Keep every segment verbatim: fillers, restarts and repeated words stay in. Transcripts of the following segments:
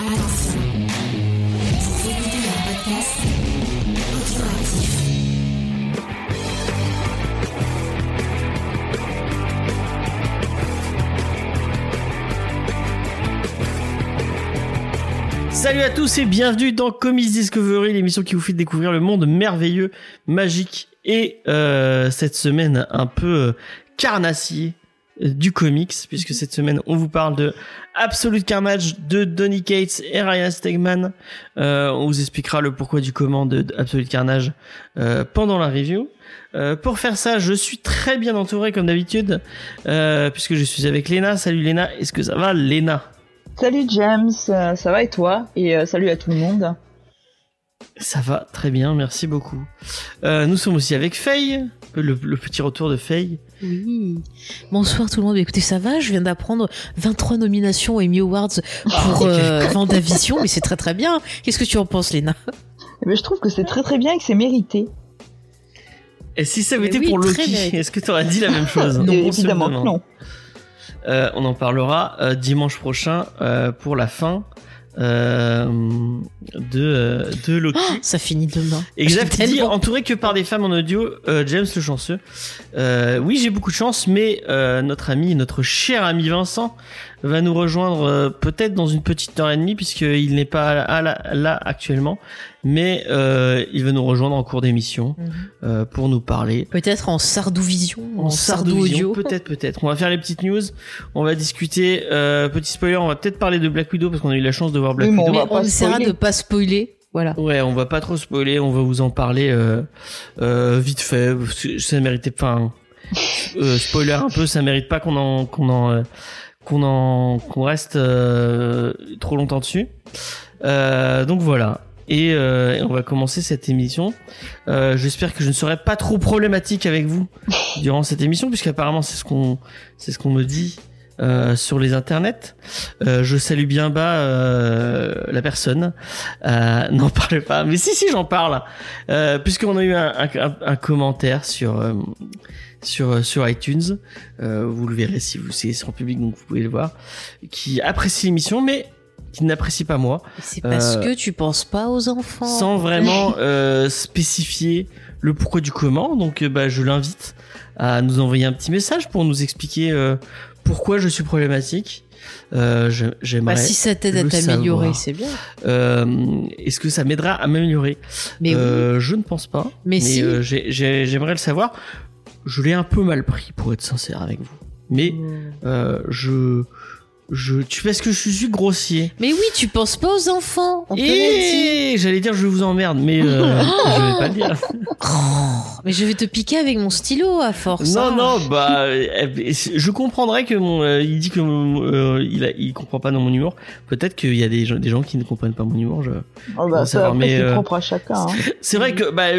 Attention, vous écoutez un podcast audioactif. Salut à tous et bienvenue dans Comics Discovery, l'émission qui vous fait découvrir le monde merveilleux, magique et euh, cette semaine un peu euh, carnassier du comics, puisque cette semaine on vous parle de Absolute Carnage de Donny Cates et Ryan Stegman. Euh, on vous expliquera le pourquoi du comment de, de Absolute Carnage euh, pendant la review. Euh, pour faire ça, je suis très bien entouré comme d'habitude, euh, puisque je suis avec Léna. Salut Léna, est-ce que ça va Léna? Salut James, euh, ça va et toi? Et euh, salut à tout le monde. Ça va très bien, merci beaucoup. Euh, nous sommes aussi avec Faye, le, le petit retour de Faye. Oui. Bonsoir tout le monde. Écoutez, ça va, je viens d'apprendre vingt-trois nominations aux Emmy Awards pour euh, Vendavision, mais c'est très très bien. Qu'est-ce que tu en penses, Léna? Eh ben, je trouve que c'est très très bien et que c'est mérité. Et si ça avait été oui, pour très Loki, mérité. est-ce que tu aurais dit la même chose? Non, On se évidemment le que demande. non. Euh, on en parlera euh, dimanche prochain euh, pour la fin euh, de, euh, de Loki. Oh, ça finit demain. Exact, J'ai il dit tellement- entouré que par des femmes en audio, euh, James le chanceux. Euh, oui, j'ai beaucoup de chance, mais euh, notre ami, notre cher ami Vincent va nous rejoindre euh, peut-être dans une petite heure et demie, puisqu'il n'est pas à la- là actuellement, mais euh, il va nous rejoindre en cours d'émission Mhm. euh, pour nous parler. Peut-être en Sardouvision, en, En Sardou Sardouvision, audio. peut-être, peut-être. On va faire les petites news. On va discuter. Euh, petit spoiler, on va peut-être parler de Black Widow parce qu'on a eu la chance de voir Black Oui, mais Widow. on Mais va on pas essaiera spoiler. de pas spoiler. Voilà. Ouais, on va pas trop spoiler. On va vous en parler euh, euh, vite fait. Parce que ça méritait. Enfin, euh, spoiler un peu, ça mérite pas qu'on en qu'on en euh, qu'on en qu'on reste euh, trop longtemps dessus. Euh, donc voilà. Et euh, on va commencer cette émission. Euh, j'espère que je ne serai pas trop problématique avec vous durant cette émission, puisqu'apparemment c'est ce qu'on c'est ce qu'on me dit euh, sur les internets. Euh, je salue bien bas euh, la personne. Euh, n'en parle pas, mais si si j'en parle, euh, puisqu'on a eu un, un, un commentaire sur euh, sur sur iTunes. Euh, vous le verrez si vous c'est en public, donc vous pouvez le voir. Qui apprécie l'émission, mais qui n'apprécie pas moi. C'est parce Euh, que tu penses pas aux enfants. Sans vraiment euh, spécifier le pourquoi du comment. Donc euh, bah, je l'invite à nous envoyer un petit message pour nous expliquer euh, pourquoi je suis problématique. Euh, je- j'aimerais Bah, si ça t'aide à le t'améliorer, savoir. c'est bien. Euh, est-ce que ça m'aidera à m'améliorer? Mais euh, Je ne pense pas. Mais si. euh, j'ai- j'ai- j'aimerais le savoir. Je l'ai un peu mal pris, pour être sincère avec vous. Mais oui. euh, je... je tu parce que je suis grossier. Mais oui, tu penses pas aux enfants. On te l'a dit. Et j'allais dire je vous emmerde, mais euh, je vais pas le dire. Oh, mais je vais te piquer avec mon stylo à force. Non, hein. non, bah, euh, je comprendrais que mon, euh, il dit que euh, il, a, il comprend pas dans mon humour. Peut-être qu'il y a des gens, des gens qui ne comprennent pas mon humour. Je... Oh, Bon, bah, ça ça, va, après, mais, c'est euh, propre à chacun. Hein. C'est vrai que, bah,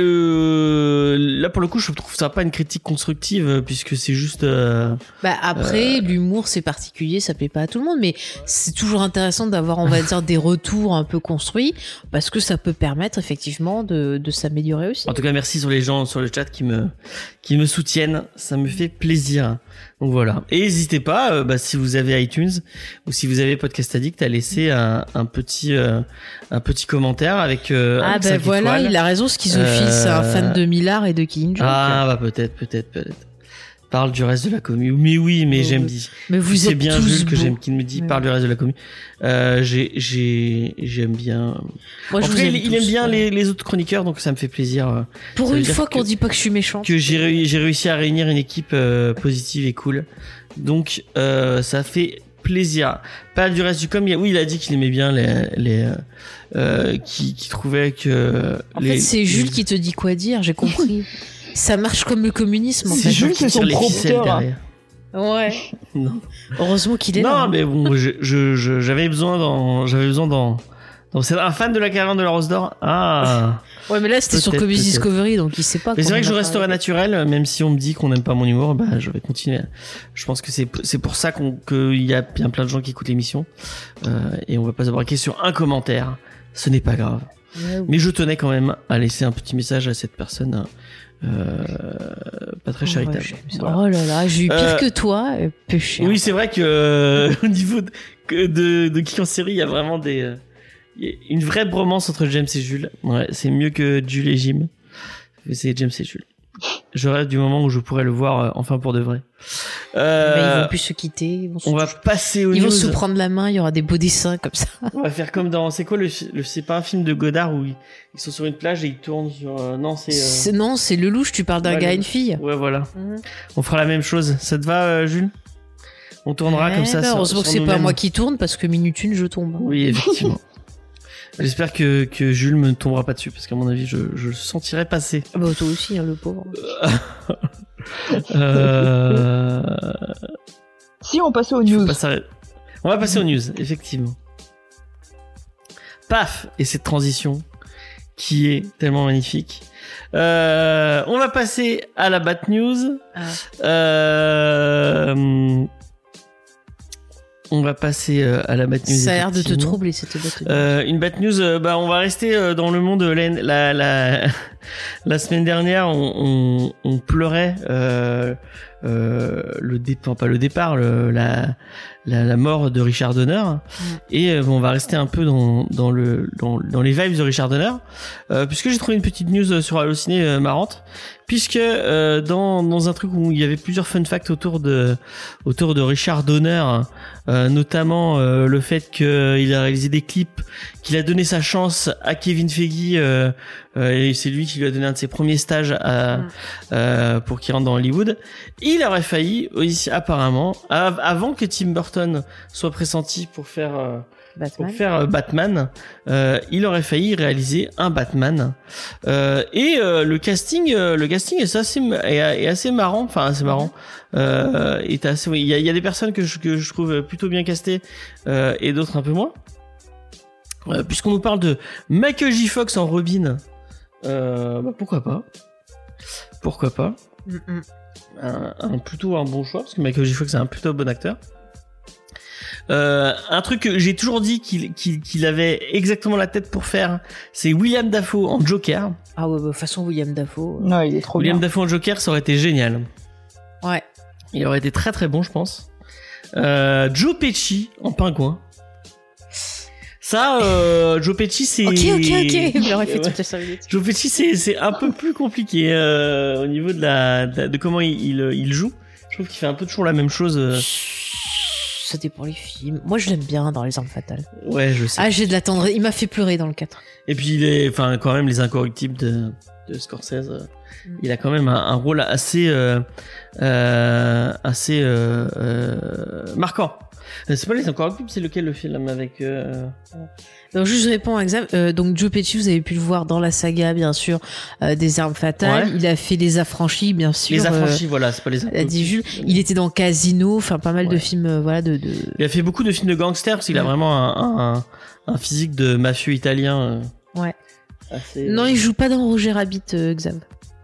euh, là pour le coup, je trouve ça pas une critique constructive euh, puisque c'est juste. Euh... Bah après, l'humour c'est particulier, ça plaît pas à tout le monde, mais c'est toujours intéressant d'avoir, on va dire, des retours un peu construits parce que ça peut permettre effectivement de, de s'améliorer aussi. En tout cas, merci sur les gens sur le chat qui me qui me soutiennent, ça me fait plaisir. Donc voilà. Et n'hésitez pas, euh, bah, si vous avez iTunes ou si vous avez Podcast Addict, à laisser un, un petit euh, un petit commentaire avec. Euh, Ah avec ben cinq voilà, étoiles. il a raison, Schizophile, Euh, c'est un fan de Millard et de Killing Joke. Ah bah peut-être, peut-être, peut-être. Parle du reste de la commu. Mais oui, mais Oh, j'aime mais- dit. mais vous C'est êtes bien tous Jules que beaux. j'aime qui me dit Ouais. parle du reste de la commu. Euh, j'ai j'ai j'aime bien. Moi, en je tout vous cas, aime il, il tous, aime bien voilà. les, les autres chroniqueurs, donc ça me fait plaisir. euh, Pour ça veut une dire fois qu'on que- dit pas que je suis méchante. que j'ai réu- j'ai réussi à réunir une équipe euh, positive et cool. Donc euh, ça fait plaisir. Pas du reste du com. il y a- Oui, il a dit qu'il aimait bien les les euh, euh, qui qui trouvait que En les, fait, c'est les- Jules qui te dit quoi dire, j'ai compris. Ça marche comme le communisme en c'est fait. Jules Jules, qui c'est tire son les ficelles prompteur. derrière. Ouais. Non. Heureusement qu'il est Non, là. hein. mais bon, je, je, je- j'avais besoin dans, j'avais besoin dans, dans, c'est un fan de la caravane de la Rose d'Or. Ah. Ouais, mais là c'était sur Peut-être, Comics peut-être. Discovery, donc il sait pas. Mais c'est qu'on vrai que en je a resterai parlé. naturel, même si on me dit qu'on n'aime pas mon humour, bah, je vais continuer. Je pense que c'est, c'est pour ça qu'on, qu'il y a bien plein de gens qui écoutent l'émission, euh, et on va pas se braquer sur un commentaire. Ce n'est pas grave. Ouais, Mais je tenais quand même à laisser un petit message à cette personne, euh, pas très charitable. Ouais, j'aime ça. Voilà. Oh là là, j'ai eu pire Euh, que toi, euh, peu cher. Oui, c'est vrai que euh, au niveau de, que de, de qui en série, il y a vraiment des, euh, Il y a une vraie bromance entre James et Jules. Ouais, c'est mieux que Jules et Jim. C'est James et Jules. Je rêve du moment où je pourrais le voir euh, enfin pour de vrai. Euh, Mais ils vont plus se quitter. Ils vont se, on va passer aux ils news. vont se prendre la main. Il y aura des beaux dessins comme ça. On va faire comme dans. C'est quoi le, le c'est pas un film de Godard où ils, ils sont sur une plage et ils tournent sur. Euh, non, c'est. Euh... c'est non, c'est Lelouch. Tu parles d'un ouais, gars le... et une fille. Ouais, voilà. Mmh. On fera la même chose. Ça te va, euh, Jules? On tournera ouais, comme ça. Bah, sur, heureusement sur que c'est pas nous-mêmes. moi qui tourne parce que minute une, je tombe. Oui, effectivement. J'espère que, que Jules me tombera pas dessus parce qu'à mon avis, je, je le sentirais passer. Ah bah toi aussi, hein, le pauvre. euh... Si on passait aux news. On va passer aux news, effectivement. Paf, et cette transition qui est tellement magnifique. Euh, on va passer à la Bat News. Ah. Euh, on va passer à la Bat News. Ça a l'air de te troubler cette Bat News. Euh, une Bat News, euh, bah on va rester euh, dans le monde. La la la, la semaine dernière, on, on, on pleurait euh, euh, le départ, pas le départ, le, la, la la mort de Richard Donner. Mm. Et euh, on va rester un peu dans dans le dans, dans les vibes de Richard Donner, euh, puisque j'ai trouvé une petite news sur Allociné euh, marrante. Puisque euh, dans dans un truc où il y avait plusieurs fun facts autour de autour de Richard Donner, euh, notamment euh, le fait qu'il a réalisé des clips, qu'il a donné sa chance à Kevin Feige, euh, euh, et c'est lui qui lui a donné un de ses premiers stages à, mmh. euh, pour qu'il rentre dans Hollywood. Il aurait failli aussi apparemment av- avant que Tim Burton soit pressenti pour faire euh, Batman. Pour faire euh, Batman, euh, il aurait failli réaliser un Batman. Euh, et euh, le casting, euh, le casting est assez, est, est assez marrant. Enfin, assez marrant. Euh, est assez. Oui, il y a, il y a des personnes que je, que je trouve plutôt bien castées euh, et d'autres un peu moins. Euh, puisqu'on nous parle de Michael J. Fox en Robin, euh, bah, pourquoi pas Pourquoi pas Mm-mm. un, un plutôt un bon choix parce que Michael J. Fox est un plutôt bon acteur. Euh, un truc que j'ai toujours dit qu'il, qu'il, qu'il avait exactement la tête pour faire, c'est William Dafoe en Joker. Ah ouais, bah, de toute façon, William Dafoe. Non, il est trop William bien. Dafoe en Joker, ça aurait été génial. Ouais. Il aurait été très très bon, je pense. Euh, Joe Pesci en Pingouin. Ça, euh, Joe Pesci, c'est... Ok, ok, ok. Il aurait fait Ouais. toutes les cinq minutes. Joe Pesci, c'est, c'est un peu plus compliqué euh, au niveau de, la, de, de comment il, il, il joue. Je trouve qu'il fait un peu toujours la même chose. Euh... Ça dépend les films. Moi, je l'aime bien dans Les Armes Fatales. Ouais, je sais. Ah, j'ai de la tendresse. Il m'a fait pleurer dans le quatre. Et puis il est, enfin quand même les Incorruptibles de, de Scorsese, euh, Mm. il a quand même un, un rôle assez, euh, euh, assez euh, euh, marquant. C'est pas les Incorruptibles, c'est lequel le film avec euh... Donc juste je réponds à Xav. Euh, donc Joe Pesci, vous avez pu le voir dans la saga, bien sûr, euh, des Armes Fatales. Ouais. Il a fait Les Affranchis, bien sûr. Les Affranchis, euh, voilà, c'est pas les a Incorruptibles. dit Jules. Il était dans Casino, enfin pas mal Ouais. de films, euh, voilà, de, de. Il a fait beaucoup de films de gangsters parce qu'il a Mm. vraiment un, un, un physique de mafieux italien. Euh, Ouais. assez, Non, il joue pas dans Roger Rabbit, euh, Xav.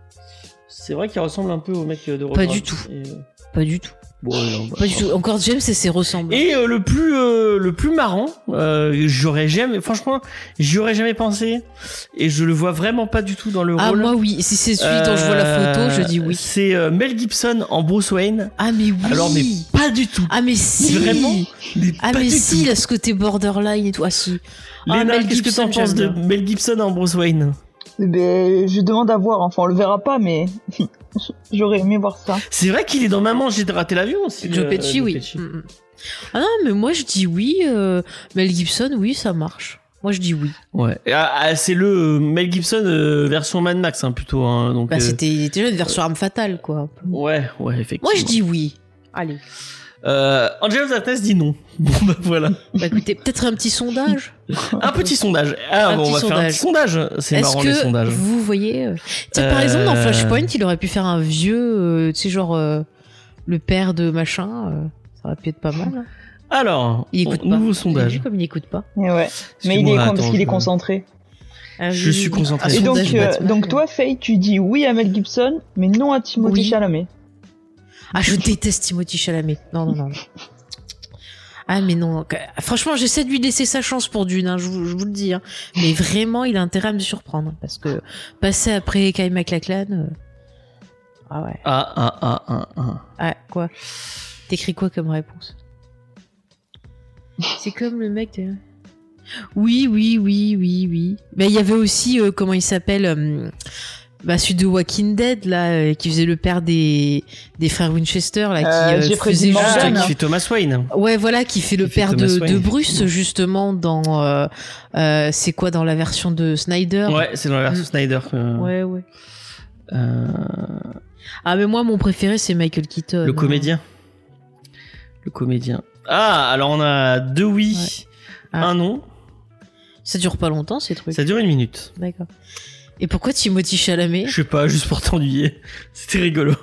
C'est vrai qu'il ressemble un peu au mec de Roger Pas du Rabbit. tout. Et, euh, Pas du tout. bon, non, bah, Pas du tout. Encore James et ses ressemblants. Et euh, le plus euh, le plus marrant, euh, j'aurais jamais, franchement, j'y aurais jamais pensé, et je le vois vraiment pas du tout dans le Ah rôle. moi oui. Si c'est celui dont je vois la photo, je dis oui. C'est euh, Mel Gibson en Bruce Wayne. Ah mais oui. Alors mais pas du tout. Ah mais si. Vraiment. Mais Ah pas mais du si, tout. il a ce côté borderline et tout. Ah si. Ah, Léna, Mel qu'est-ce que Gibson, t'en penses de j'aime bien. Mel Gibson en Bruce Wayne? Ben, je demande à voir. Enfin, on le verra pas, mais j'aurais aimé voir ça. C'est vrai qu'il est dans Maman, j'ai raté l'avion aussi. Joe euh, Pesci, oui. Pesci. Mm, mm. Ah non, mais moi je dis oui. Euh, Mel Gibson, oui, ça marche. Moi je dis oui. Ouais. Et, ah, ah, c'est le euh, Mel Gibson euh, version Mad Max, hein, plutôt. Hein, donc. Bah euh, c'était, il était jeune, version Arme Fatale, quoi. Ouais, ouais, effectivement. Moi je dis oui. Allez. Euh, Angela Zates dit non. Bon bah voilà. Bah écoutez, peut-être un petit sondage. Un petit sondage. Ah Un bon, on petit va faire un petit sondage. C'est Est-ce marrant que les sondages. vous voyez euh... Tiens, par Euh, exemple, dans Flashpoint, il aurait pu faire un vieux, euh, tu sais, genre euh, le père de machin. euh, ça aurait pu être pas mal. Hein. Alors, Il écoute bon, pas. nouveau Vous sondage. avez vu comme il écoute pas. Et ouais. Mais il est Excuse-moi, con- parce attends, qu'il est je- concentré. Ah, Je oui, suis oui. concentré. Un Et donc, sondage euh, Batman. donc toi, Faye, tu dis oui à Mel Gibson, mais non à Timothée Oui. Chalamet. Ah, je déteste Timothée Chalamet. Non, non, non. non. Ah, mais non. Franchement, j'essaie de lui laisser sa chance pour Dune, hein, je, vous, je vous le dis. Hein. Mais vraiment, il a intérêt à me surprendre. Parce que passer après Kyle MacLachlan... Euh... Ah ouais. Ah, ah, ah, ah, ah. Ah, quoi? T'écris quoi comme réponse? C'est comme le mec de... Oui, oui, oui, oui, oui. Mais il y avait aussi, euh, comment il s'appelle euh, bah, celui de Walking Dead, là, euh, qui faisait le père des, des frères Winchester, là, qui Euh, euh, Jeffrey faisait Dean juste... Morgan. Ah, qui fait Thomas Wayne. Ouais, voilà, qui fait le Qui fait père Thomas de, Wayne. de Bruce, justement, dans... Euh, euh, c'est quoi, dans la version de Snyder? Ouais, c'est dans la version Mm. Snyder. que- Ouais, ouais. Euh, Ah, mais moi, mon préféré, c'est Michael Keaton. le comédien. Le comédien. Ah, alors on a deux oui, Ouais. Ah. un non. Ça dure pas longtemps, ces trucs. Ça dure une minute. D'accord. Et pourquoi Timothée Chalamet? Je sais pas, juste pour t'ennuyer. C'était rigolo.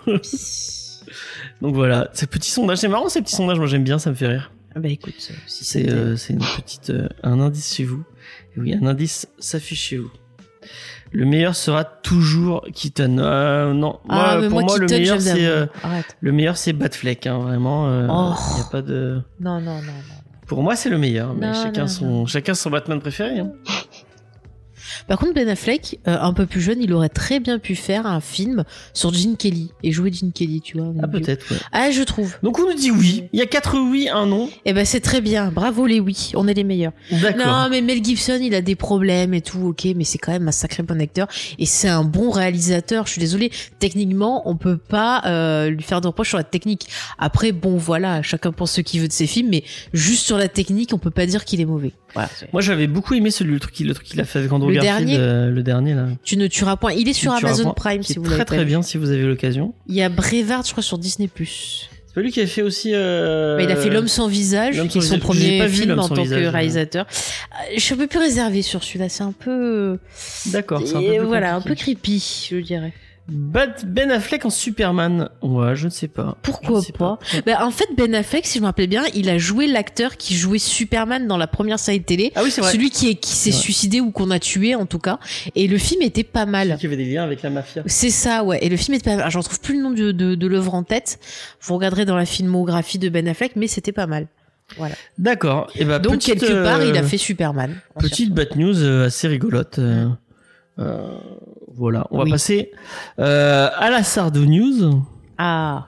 Donc voilà, ces petits sondages, c'est marrant ces petits sondages, moi j'aime bien, ça me fait rire. Ah bah écoute, si C'est c'était- euh, c'est une petite euh, un indice chez vous. Et oui, un indice s'affiche chez vous. Le meilleur sera toujours Keaton. Euh, non, Ah, moi, mais pour moi, le Keaton, meilleur j'aime c'est bien. euh, Arrête. le meilleur c'est Batfleck, hein, vraiment. Il Oh. y a pas de. Non, non, non, non. Pour moi, c'est le meilleur, mais Non, chacun non, son non. chacun son Batman préféré. Hein. Par contre, Ben Affleck, euh, un peu plus jeune, il aurait très bien pu faire un film sur Gene Kelly et jouer Gene Kelly, tu vois. Ah peut-être. Ouais. Ah, je trouve. Donc on nous dit oui. Il y a quatre oui, un non. Eh ben, c'est très bien. Bravo les oui. On est les meilleurs. D'accord. Non, mais Mel Gibson, il a des problèmes et tout, ok, mais c'est quand même un sacré bon acteur et c'est un bon réalisateur. Je suis désolée, techniquement, on peut pas euh, lui faire de reproches sur la technique. Après, bon, voilà, chacun pense ce qu'il veut de ses films, mais juste sur la technique, on peut pas dire qu'il est mauvais. Voilà. c'est- Moi, j'avais beaucoup aimé celui le truc, qu'il- le truc qu'il a fait avec Andrew Le Garfield, dernier euh, le dernier là. Tu ne tueras point. Il est sur Tu tueras Amazon point, Prime qui si est vous l'avez très pas très vu. bien si vous avez l'occasion. Il y a Brevard, je crois, sur Disney+. C'est pas lui qui avait fait aussi. Euh... Bah, il a fait L'Homme sans visage, L'Homme qui est sans son visage. J'ai premier pas vu film L'Homme en sans tant visage, que ouais. réalisateur. Euh, Je suis un peu plus réservée sur celui-là. C'est un peu, D'accord. C'est un peu et plus voilà, un compliqué. peu creepy, je dirais. Bat- Ben Affleck en Superman. Ouais, je ne sais pas. Pourquoi Je ne sais pas, Bah, en fait, Ben Affleck, si je me rappelle bien, il a joué l'acteur qui jouait Superman dans la première série de télé. Ah oui, c'est vrai. Celui qui, est, qui s'est C'est vrai. suicidé ou qu'on a tué, en tout cas. Et le film était pas mal. Qui avait des liens avec la mafia. C'est ça, ouais. Et le film était pas mal. Alors, j'en trouve plus le nom de, de, de l'œuvre en tête. Vous regarderez dans la filmographie de Ben Affleck, mais c'était pas mal. Voilà. D'accord. Et bah, Donc, petite, quelque part, euh, il a fait Superman. On s'y Petite bad news euh, assez rigolote. euh, euh, voilà. On va Oui. passer euh, à la Sardo News. Ah.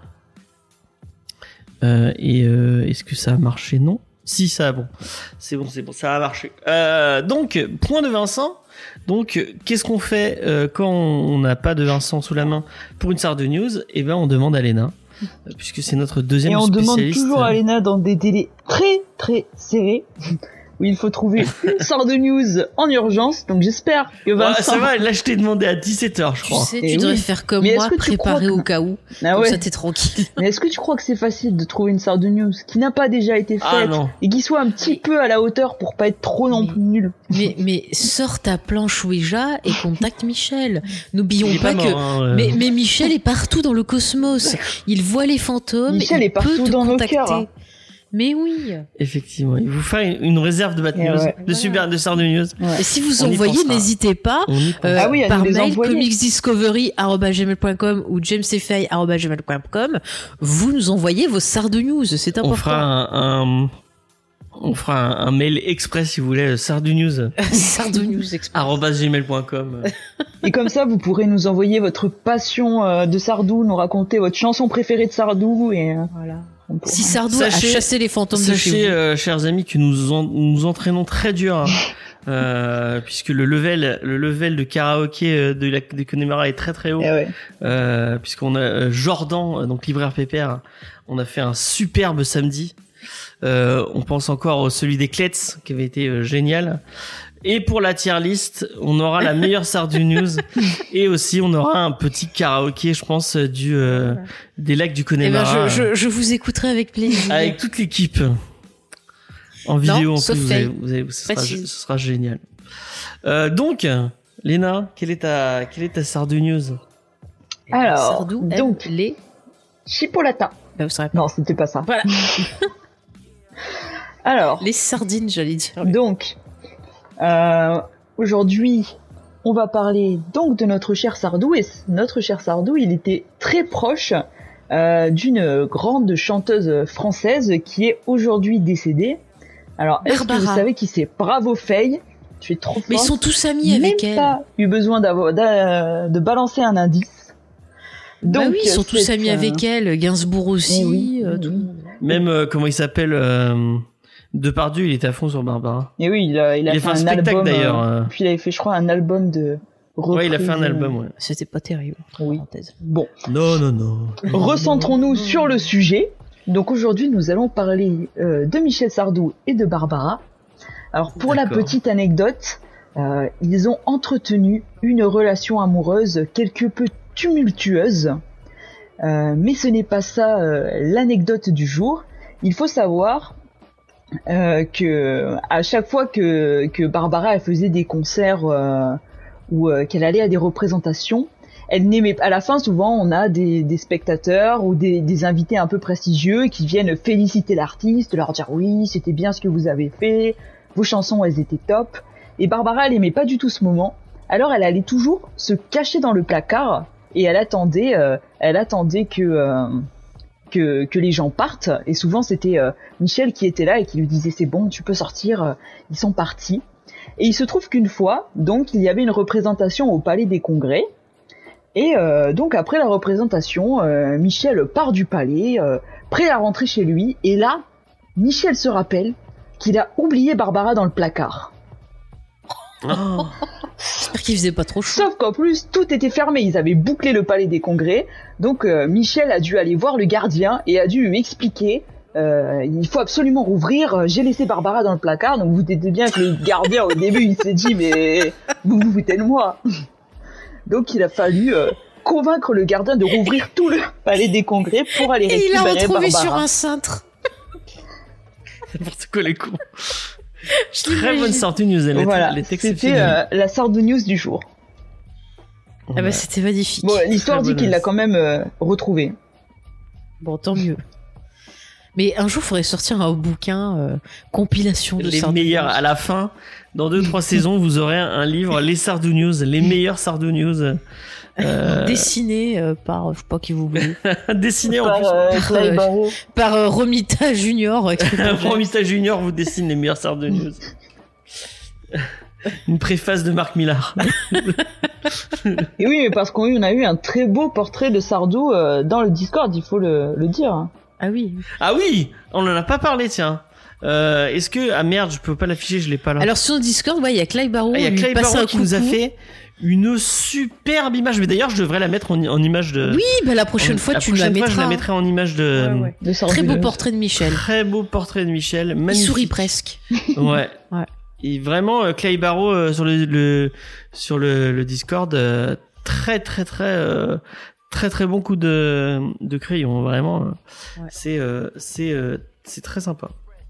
Euh, et euh, est-ce que ça a marché? Non. Si, ça a bon. C'est bon, c'est bon, ça a marché. Euh, donc, point de Vincent. Donc, qu'est-ce qu'on fait euh, quand on n'a pas de Vincent sous la main pour une Sardo News? Eh ben, on demande à Léna, euh, puisque c'est notre deuxième Et on demande spécialiste. toujours à Léna dans des délais très très serrés où il faut trouver une sorte de news en urgence. Donc j'espère que Ouais, Vincent... ça va, là je t'ai demandé à dix-sept heures, je Tu crois. sais, Eh tu devrais oui. faire comme Mais moi, est-ce que tu préparer crois que- au cas où. Ah Comme ouais. ça, t'es tranquille. Mais est-ce que tu crois que c'est facile de trouver une sorte de news qui n'a pas déjà été faite Ah non. et qui soit un petit peu à la hauteur pour pas être trop non Mais- plus nul? Mais, mais sors ta planche Ouija et contacte Michel. N'oublions Il est pas, pas que. mort, hein, euh. Mais, mais Michel est partout dans le cosmos. Il voit les fantômes. Michel il est partout peut te dans nos contacter. cœurs, hein. Mais oui. Effectivement, il vous faire une, une réserve de Bad Et News, ouais. de super, de Sardo News. Et si vous On y envoyez, pensera. n'hésitez pas. On y pense. euh, Ah oui, à par nous les mail envoyer. comicsdiscovery arobase gmail point com ou jamesfay arobase gmail point com. Vous nous envoyez vos sardes news, c'est on important. fera un, un- on fera un, un mail express si vous voulez, Sardo News sardes news express. arobase gmail point com. Et comme ça, vous pourrez nous envoyer votre passion euh, de Sardou, nous raconter votre chanson préférée de Sardou et euh, Voilà. on pourra- Si Sardou Sachez- a chassé les fantômes de chez Sachez, vous. euh, chers amis, que nous en- nous entraînons très dur, hein, euh, puisque le level, le level de karaoké euh, de la de Connemara est très très haut. Eh ouais. Euh, puisqu'on a euh, Jordan, euh, donc libraire Pépère, on a fait un superbe samedi. Euh, on pense encore au celui des Klets qui avait été euh, génial. Et pour la tier list, on aura la meilleure Sardu News et aussi on aura un petit karaoké, je pense, du euh, des lacs du Eh ben, Connemara je, je, je vous écouterai avec plaisir. avec toute l'équipe en vidéo. En sauf plus, vous avez, Faye. vous avez- ce, sera, Précise. ce sera génial. Euh, donc, Léna, quelle est ta quelle est ta Sardu News? Alors, Sardou aime donc- les. Chipolata. Bah, vous saurez pas. Non, c'était pas ça. Voilà. Alors, Les sardines, j'allais dire. donc, euh, aujourd'hui, on va parler donc de notre cher Sardou. Et c- notre cher Sardou, il était très proche euh, d'une grande chanteuse française qui est aujourd'hui décédée. Alors, est-ce que Barbara. vous savez qui c'est? Bravo Faye, tu es trop forte. Mais ils sont tous amis Même avec elle. pas eu besoin d'avoir d'a- de balancer un indice. Bah oui, ils sont tous cette, amis euh, avec elle. Gainsbourg aussi. eh oui, euh, eh tout oui. le monde. Même euh, comment il s'appelle euh, Depardieu, il était à fond sur Barbara. Et oui, il a, il a Il a fait, fait un un spectacle, album. d'ailleurs, euh, euh. Puis il avait fait, je crois, un album de. Ouais, il a fait un reprise, album, euh, ouais. C'était pas terrible. Oui. Parenthèse. Bon, Non, non, non. recentrons-nous sur le sujet. Donc aujourd'hui, nous allons parler euh, de Michel Sardou et de Barbara. Alors pour la D'accord. petite anecdote, euh, ils ont entretenu une relation amoureuse quelque peu tumultueuse. Euh, mais ce n'est pas ça euh, l'anecdote du jour. Il faut savoir euh, que à chaque fois que, que Barbara elle faisait des concerts euh, ou euh, qu'elle allait à des représentations, elle n'aimait à la fin souvent on a des, des spectateurs ou des, des invités un peu prestigieux qui viennent féliciter l'artiste, leur dire oui c'était bien ce que vous avez fait, vos chansons elles étaient top. Et Barbara elle aimait pas du tout ce moment, alors elle allait toujours se cacher dans le placard et elle attendait, euh, elle attendait que euh, que que les gens partent. Et souvent c'était euh, Michel qui était là et qui lui disait c'est bon tu peux sortir, euh, ils sont partis. Et il se trouve qu'une fois donc il y avait une représentation au Palais des Congrès. Et euh, donc après la représentation, euh, Michel part du palais, euh, prêt à rentrer chez lui. Et là, Michel se rappelle qu'il a oublié Barbara dans le placard. Oh. J'espère qu'il faisait pas trop chaud. Sauf qu'en plus, tout était fermé. Ils avaient bouclé le palais des Congrès. Donc euh, Michel a dû aller voir le gardien et a dû lui expliquer euh, il faut absolument rouvrir. J'ai laissé Barbara dans le placard. Donc vous dites bien que le gardien au début il s'est dit mais vous vous foutez de moi. Donc il a fallu euh, convaincre le gardien de rouvrir tout le palais des Congrès pour aller Et il récupérer l'a retrouvé Barbara. sur un cintre. N'importe quoi les cons. Je Très l'imagine. bonne sortie news, elle est, Voilà, elle est c'était exceptionnelle. euh, la Sardou News du jour. Ah bah Ouais. c'était magnifique. Bon, l'histoire Très dit bonne qu'il l'a news. quand même euh, retrouvé. Bon, tant mieux. Mais un jour, il faudrait sortir un bouquin euh, compilation de Les Sardou meilleurs News. à la fin, dans deux trois saisons, vous aurez un, un livre, les Sardou News, les meilleurs Sardou News, euh, Dessiné euh, par, je sais pas qui vous voulez, dessinés en Par plus. euh, par, Clay euh, Barrow. par euh, Romita Junior. euh, écrit par James. Romita Junior vous dessine les meilleurs Sardou News. Une préface de Marc Millar. Et oui, mais parce qu'on a eu un très beau portrait de Sardou euh, dans le Discord, il faut le, le dire. Ah oui. Ah oui, on en a pas parlé, tiens. Euh, est-ce que ah merde, je peux pas l'afficher, je l'ai pas là. Alors sur le Discord, ouais, il y a Clay Barrow. Ah, il y a on lui Clay passe Barrow un qui nous a coucou. fait une superbe image. Mais d'ailleurs, je devrais la mettre en, en image de. Oui, bah la prochaine fois, la tu nous la prochaine fois, mettras. je la mettrai en image de. Ouais, ouais. De Sardou Très beau News. portrait de Michel. Très beau portrait de Michel, Il magnifique. sourit presque. Ouais. Ouais. Et vraiment, euh, Clay Barrow euh, sur le, le sur le, le Discord, euh, très très très euh, très très bon coup de de crayon, vraiment. euh, Ouais. C'est euh, c'est euh, c'est très sympa.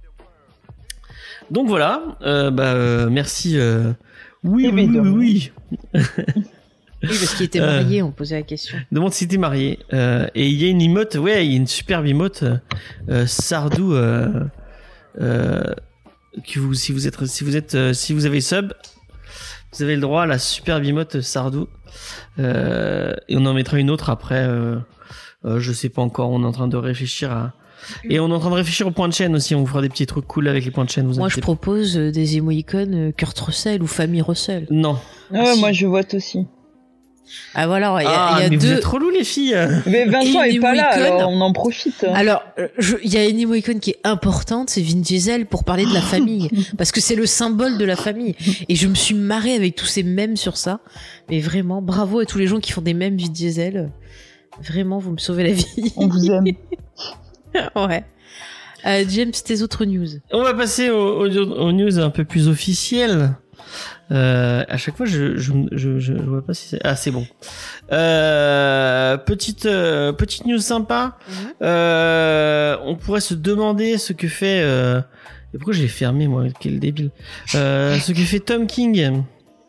Donc voilà, euh, bah euh, merci. Euh, oui, Eh oui, ben, oui, de oui, oui. Oui, parce qu'il était Euh. marié, on posait la question. Demande si t'es marié. Euh, et il y a une emote, ouais, il y a une superbe emote euh, Sardou. Euh, euh, que vous, si vous êtes, si vous êtes, euh, si vous avez sub, vous avez le droit à la superbe emote Sardou. Euh, et on en mettra une autre après. Euh, euh, je sais pas encore. On est en train de réfléchir à. Et on est en train de réfléchir aux points de chaîne aussi. On vous fera des petits trucs cool avec les points de chaîne. Vous Moi, je inquiétez propose euh, des émoicônes euh, Kurt Russell ou Famille Russell. pas. Non. Ah ouais, Si. moi je vote aussi. Ah voilà, il y a, Ah, il y a mais vous deux. êtes relous les filles. Mais Vincent Et est pas là, Emoicon. alors on en profite. Alors, euh, je- il y a une émoicône qui est importante, c'est Vin Diesel pour parler de la famille, parce que c'est le symbole de la famille. Et je me suis marrée avec tous ces mèmes sur ça. Mais vraiment, bravo à tous les gens qui font des mèmes Vin Diesel. Vraiment, vous me sauvez la vie. On vous aime. Ouais. Euh, James, tes autres news. On va passer aux, aux, aux news un peu plus officielles. Euh, à chaque fois, je je, je je je vois pas si c'est ah c'est bon. Euh, petite euh, petite news sympa. Euh, on pourrait se demander ce que fait. Euh, et pourquoi j'ai fermé moi quel débile. Euh, ce que fait Tom King.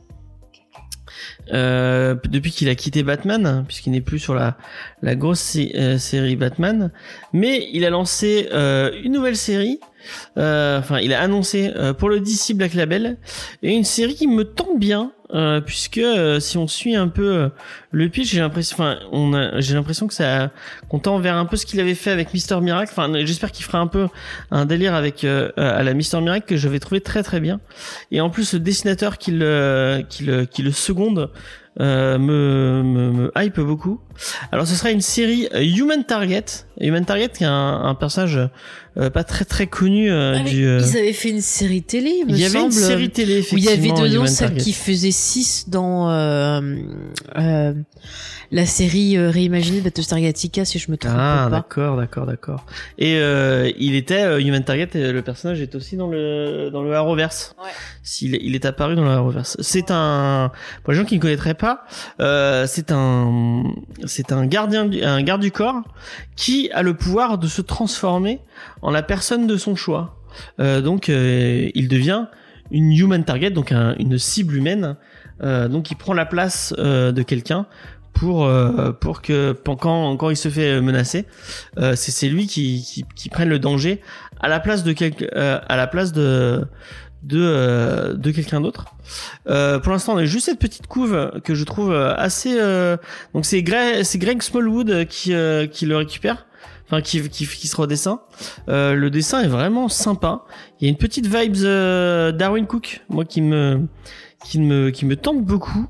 Euh, depuis qu'il a quitté Batman, puisqu'il n'est plus sur la la grosse sé- euh, série Batman, mais il a lancé euh, une nouvelle série. Euh, enfin, il a annoncé euh, pour le D C Black Label et une série qui me tente bien, euh, puisque euh, si on suit un peu euh, le pitch, j'ai l'impression, enfin, on a, j'ai l'impression que ça, qu'on tend vers un peu ce qu'il avait fait avec Mister Miracle. Enfin, j'espère qu'il fera un peu un délire avec euh, à la Mister Miracle que j'avais trouvé très très bien. Et en plus, le dessinateur qui le qui le qui le seconde euh, me, me me hype beaucoup. Alors ce sera une série Human Target. Human Target qui est un, un personnage euh, pas très très connu euh, Ah, du. Euh... Ils avaient fait une série télé, il me Il y avait semble, une série télé où il y effectivement. avait dedans Human celle Target. qui faisait six dans euh, euh, la série euh, réimaginée de Battlestar Galactica, si je me trompe Ah pas. d'accord d'accord d'accord. Et euh, il était euh, Human Target. euh, Le personnage est aussi dans le dans le Arrowverse. Ouais. S'il il est apparu dans le Arrowverse. C'est un pour les gens qui ne connaîtraient pas, euh, c'est un c'est un gardien du, un garde du corps qui a le pouvoir de se transformer en la personne de son choix. Euh, donc euh, il devient une human target, donc un, une cible humaine. Euh, donc il prend la place euh, de quelqu'un pour euh, pour que quand quand il se fait menacer, euh, c'est c'est lui qui, qui qui prenne le danger à la place de quelque euh, à la place de de euh, de quelqu'un d'autre. Euh, pour l'instant, on a juste cette petite couve que je trouve assez. Euh, donc c'est Greg, c'est Greg Smallwood qui euh, qui le récupère. Enfin, qui, qui, qui sera au dessin. Euh, le dessin est vraiment sympa. Il y a une petite vibes euh, Darwin Cook, moi qui me, qui me, qui me tente beaucoup.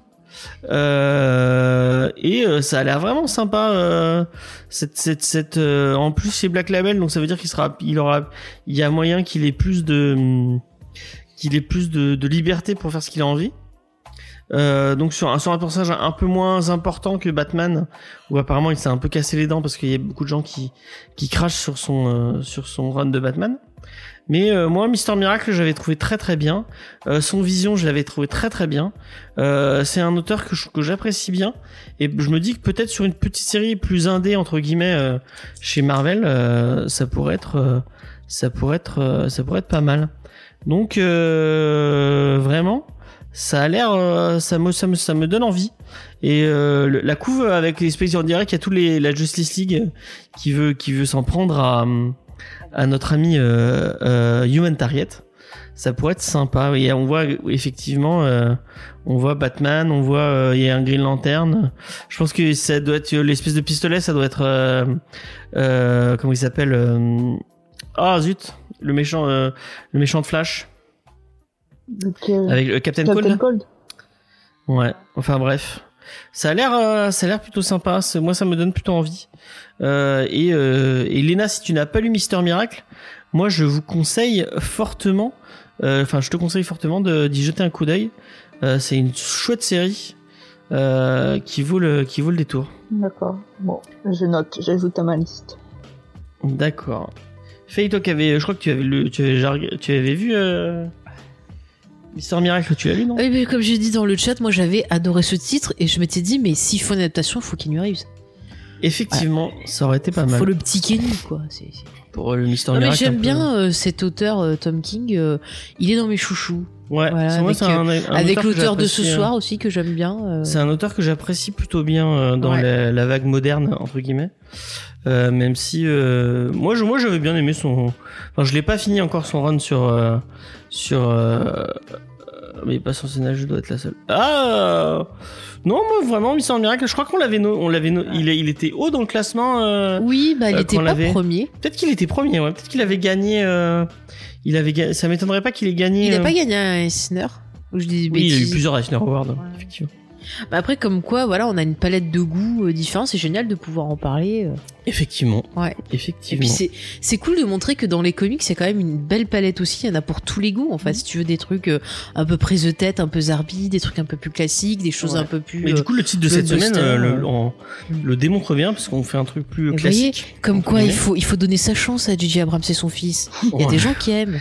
Euh, et euh, ça a l'air vraiment sympa. Euh, cette, cette, cette, euh, en plus c'est Black Label, donc ça veut dire qu'il sera, il aura, il y a moyen qu'il ait plus de, qu'il ait plus de, de liberté pour faire ce qu'il a envie. Euh, donc sur un, sur un personnage un peu moins important que Batman, où apparemment il s'est un peu cassé les dents parce qu'il y a beaucoup de gens qui qui crachent sur son euh, sur son run de Batman. Mais euh, moi, Mister Miracle, j'avais trouvé très très bien. Euh, son Vision, je l'avais trouvé très très bien. Euh, c'est un auteur que je, que j'apprécie bien, et je me dis que peut-être sur une petite série plus indé entre guillemets euh, chez Marvel, euh, ça pourrait être euh, ça pourrait être euh, ça pourrait être pas mal. Donc euh, vraiment. Ça a l'air, euh, ça me, ça me, ça me donne envie. Et euh, le, la couve avec les Space, on dirait qu'il y a tous les la Justice League qui veut, qui veut s'en prendre à, à notre ami euh, euh, Human Target. Ça pourrait être sympa. Et on voit effectivement, euh, on voit Batman, on voit euh, il y a un Green Lantern. Je pense que ça doit être l'espèce de pistolet, ça doit être euh, euh, comment il s'appelle euh, Ah zut, le méchant, euh, le méchant de Flash. Okay. Avec le Captain, Captain Cold. Cold. Ouais. Enfin bref, ça a l'air, euh, ça a l'air plutôt sympa. C'est, moi, ça me donne plutôt envie. Euh, et, euh, et Léna, si tu n'as pas lu Mister Miracle, moi, je vous conseille fortement. Enfin, euh, je te conseille fortement de, d'y jeter un coup d'œil. Euh, c'est une chouette série euh, qui vaut le, qui vaut le détour. D'accord. Bon, je note, j'ajoute à ma liste. D'accord. Faye, toi qui avais, je crois que tu avais le, tu avais, tu avais vu. Euh... Mister Miracle, tu l'as lu, non? Oui, mais comme j'ai dit dans le chat, moi j'avais adoré ce titre et je m'étais dit, mais s'il faut une adaptation, il faut qu'il nous arrive. Effectivement, ouais. Ça aurait été pas mal. Faut le petit Kenny, quoi. C'est, c'est... Pour le Mister non, Miracle. Mais j'aime peu... bien euh, cet auteur, euh, Tom King. Euh, il est dans mes chouchous. Ouais, voilà, c'est avec, moi, c'est un, un avec auteur l'auteur de ce euh... soir aussi que j'aime bien. Euh... C'est un auteur que j'apprécie plutôt bien euh, dans ouais. la, la vague moderne, entre guillemets. Euh, même si euh, moi, je, moi, j'avais bien aimé son. Enfin, je l'ai pas fini encore son run sur euh, sur. Euh... Mais pas son scénario, je dois être la seule. Ah non, moi vraiment Mister Miracle, je crois qu'on l'avait, no... on l'avait, no... il, il était haut dans le classement. Euh... Oui, bah il euh, était pas l'avait... premier. Peut-être qu'il était premier, ouais. Peut-être qu'il avait gagné. Euh... Il avait gagné. Ça m'étonnerait pas qu'il ait gagné. Il a euh... pas gagné un Eisner. Ou je dis des oui, bêtises. il a eu plusieurs Eisner Awards, ouais. Effectivement. Bah après, comme quoi, voilà, on a une palette de goûts euh, différents. C'est génial de pouvoir en parler. Euh. Effectivement. Ouais. Effectivement. Et puis c'est c'est cool de montrer que dans les comics, c'est quand même une belle palette aussi. Il y en a pour tous les goûts. En fait, mmh. si tu veux des trucs euh, un peu prise de tête, un peu zarbi, des trucs un peu plus classiques, des choses ouais. un peu plus. Mais euh, du coup, le titre de cette semaine euh, le, on, le démontre bien parce qu'on fait un truc plus et classique. Vous voyez, comme quoi, il faut il faut donner sa chance à J J Abrams et son fils. Il y a ouais. des gens qui aiment.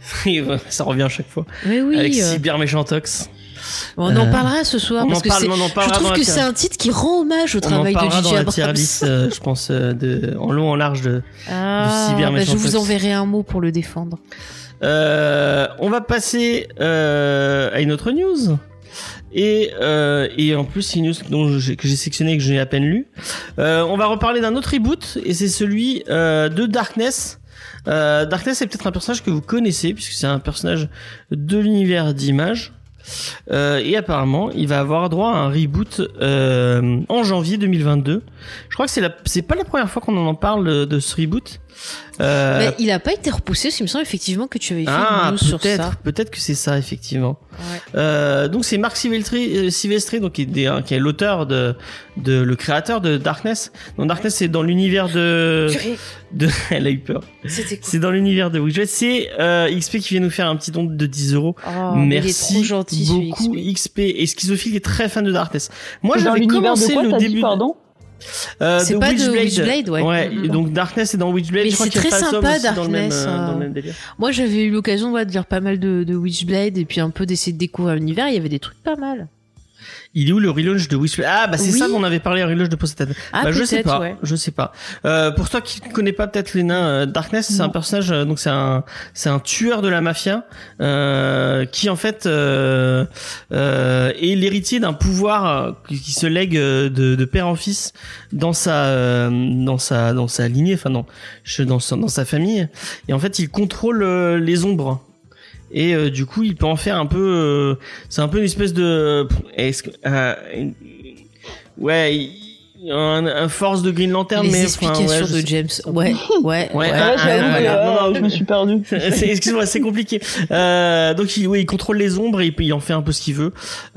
Ça revient à chaque fois. Mais oui. Avec euh... Cyber Méchantox. On en parlera ce soir on parce en que parle, c'est, on en je trouve que c'est un titre qui rend hommage au travail de J J Abrams. On en parlera dans la tier list, euh, je pense, euh, de, en long, en large de, ah, de Cyber bah Méchantox. Je vous enverrai un mot pour le défendre. Euh, on va passer euh, à une autre news. Et, euh, et en plus, c'est une news dont j'ai, que j'ai sélectionné et que j'ai à peine lu. Euh, on va reparler d'un autre reboot et c'est celui euh, de Darkness. Euh, Darkness est peut-être un personnage que vous connaissez puisque c'est un personnage de l'univers d'Image. Euh, et apparemment, il va avoir droit à un reboot euh, en janvier deux mille vingt-deux. Je crois que c'est la, c'est pas la première fois qu'on en parle de, de ce reboot. Euh, Mais il a pas été repoussé, il me semble effectivement que tu avais fait ah, une news sur peut-être, ça. peut-être que c'est ça effectivement. Ouais. Euh, donc c'est Marc Silvestri, euh, Silvestri donc qui est, des- qui est l'auteur de, de, le créateur de Darkness. Donc Darkness c'est dans l'univers de, Purée, de, elle a eu peur. c'était quoi? C'est dans l'univers de Witchblade. C'est euh, X P qui vient nous faire un petit don de dix euros. Oh, mais il est Merci trop gentil, ce beaucoup X P. X P et Schizophile est très fan de Darkness. Moi C'est dans j'avais l'univers de commencé quoi, le t'as début dit, de- pardon euh, C'est de pas de Witchblade. Witchblade, ouais. et donc Darkness est dans Witchblade. Mais Je crois c'est qu'il y a très Phasm sympa, aussi dans le même, Darkness, euh, dans le euh. même délire. Moi, j'avais eu l'occasion ouais, de lire pas mal de, de Witchblade et puis un peu d'essayer de découvrir l'univers. Il y avait des trucs pas mal. Il est où le relaunch de Witchblade? Ah bah c'est Oui. ça dont on avait parlé, un relaunch de Post-Tête. Ah, bah je sais peut-être, pas, ouais. je sais pas. Euh, pour toi qui ne connais pas peut-être les nains, euh, Darkness c'est Non. un personnage, euh, donc c'est un c'est un tueur de la mafia euh, qui en fait euh, euh, est l'héritier d'un pouvoir euh, qui, qui se lègue euh, de, de père en fils dans sa euh, dans sa dans sa lignée, enfin non, je- dans sa, dans sa famille. Et en fait il contrôle euh, les ombres. Et euh, du coup, il peut en faire un peu. Euh, c'est un peu une espèce de. Est-ce que, euh, une- ouais, il- un, un force de Green Lantern, Les mais explications enfin, ouais, je de sais- James. Ouais, ouais, Ouais, ouais. ah, Ouais, ah, j'avoue voilà. que, Non, euh, non, je me suis perdu. C'est- excuse-moi, c'est compliqué. Euh, donc, il, oui, il contrôle les ombres et il, peut- il en fait un peu ce qu'il veut.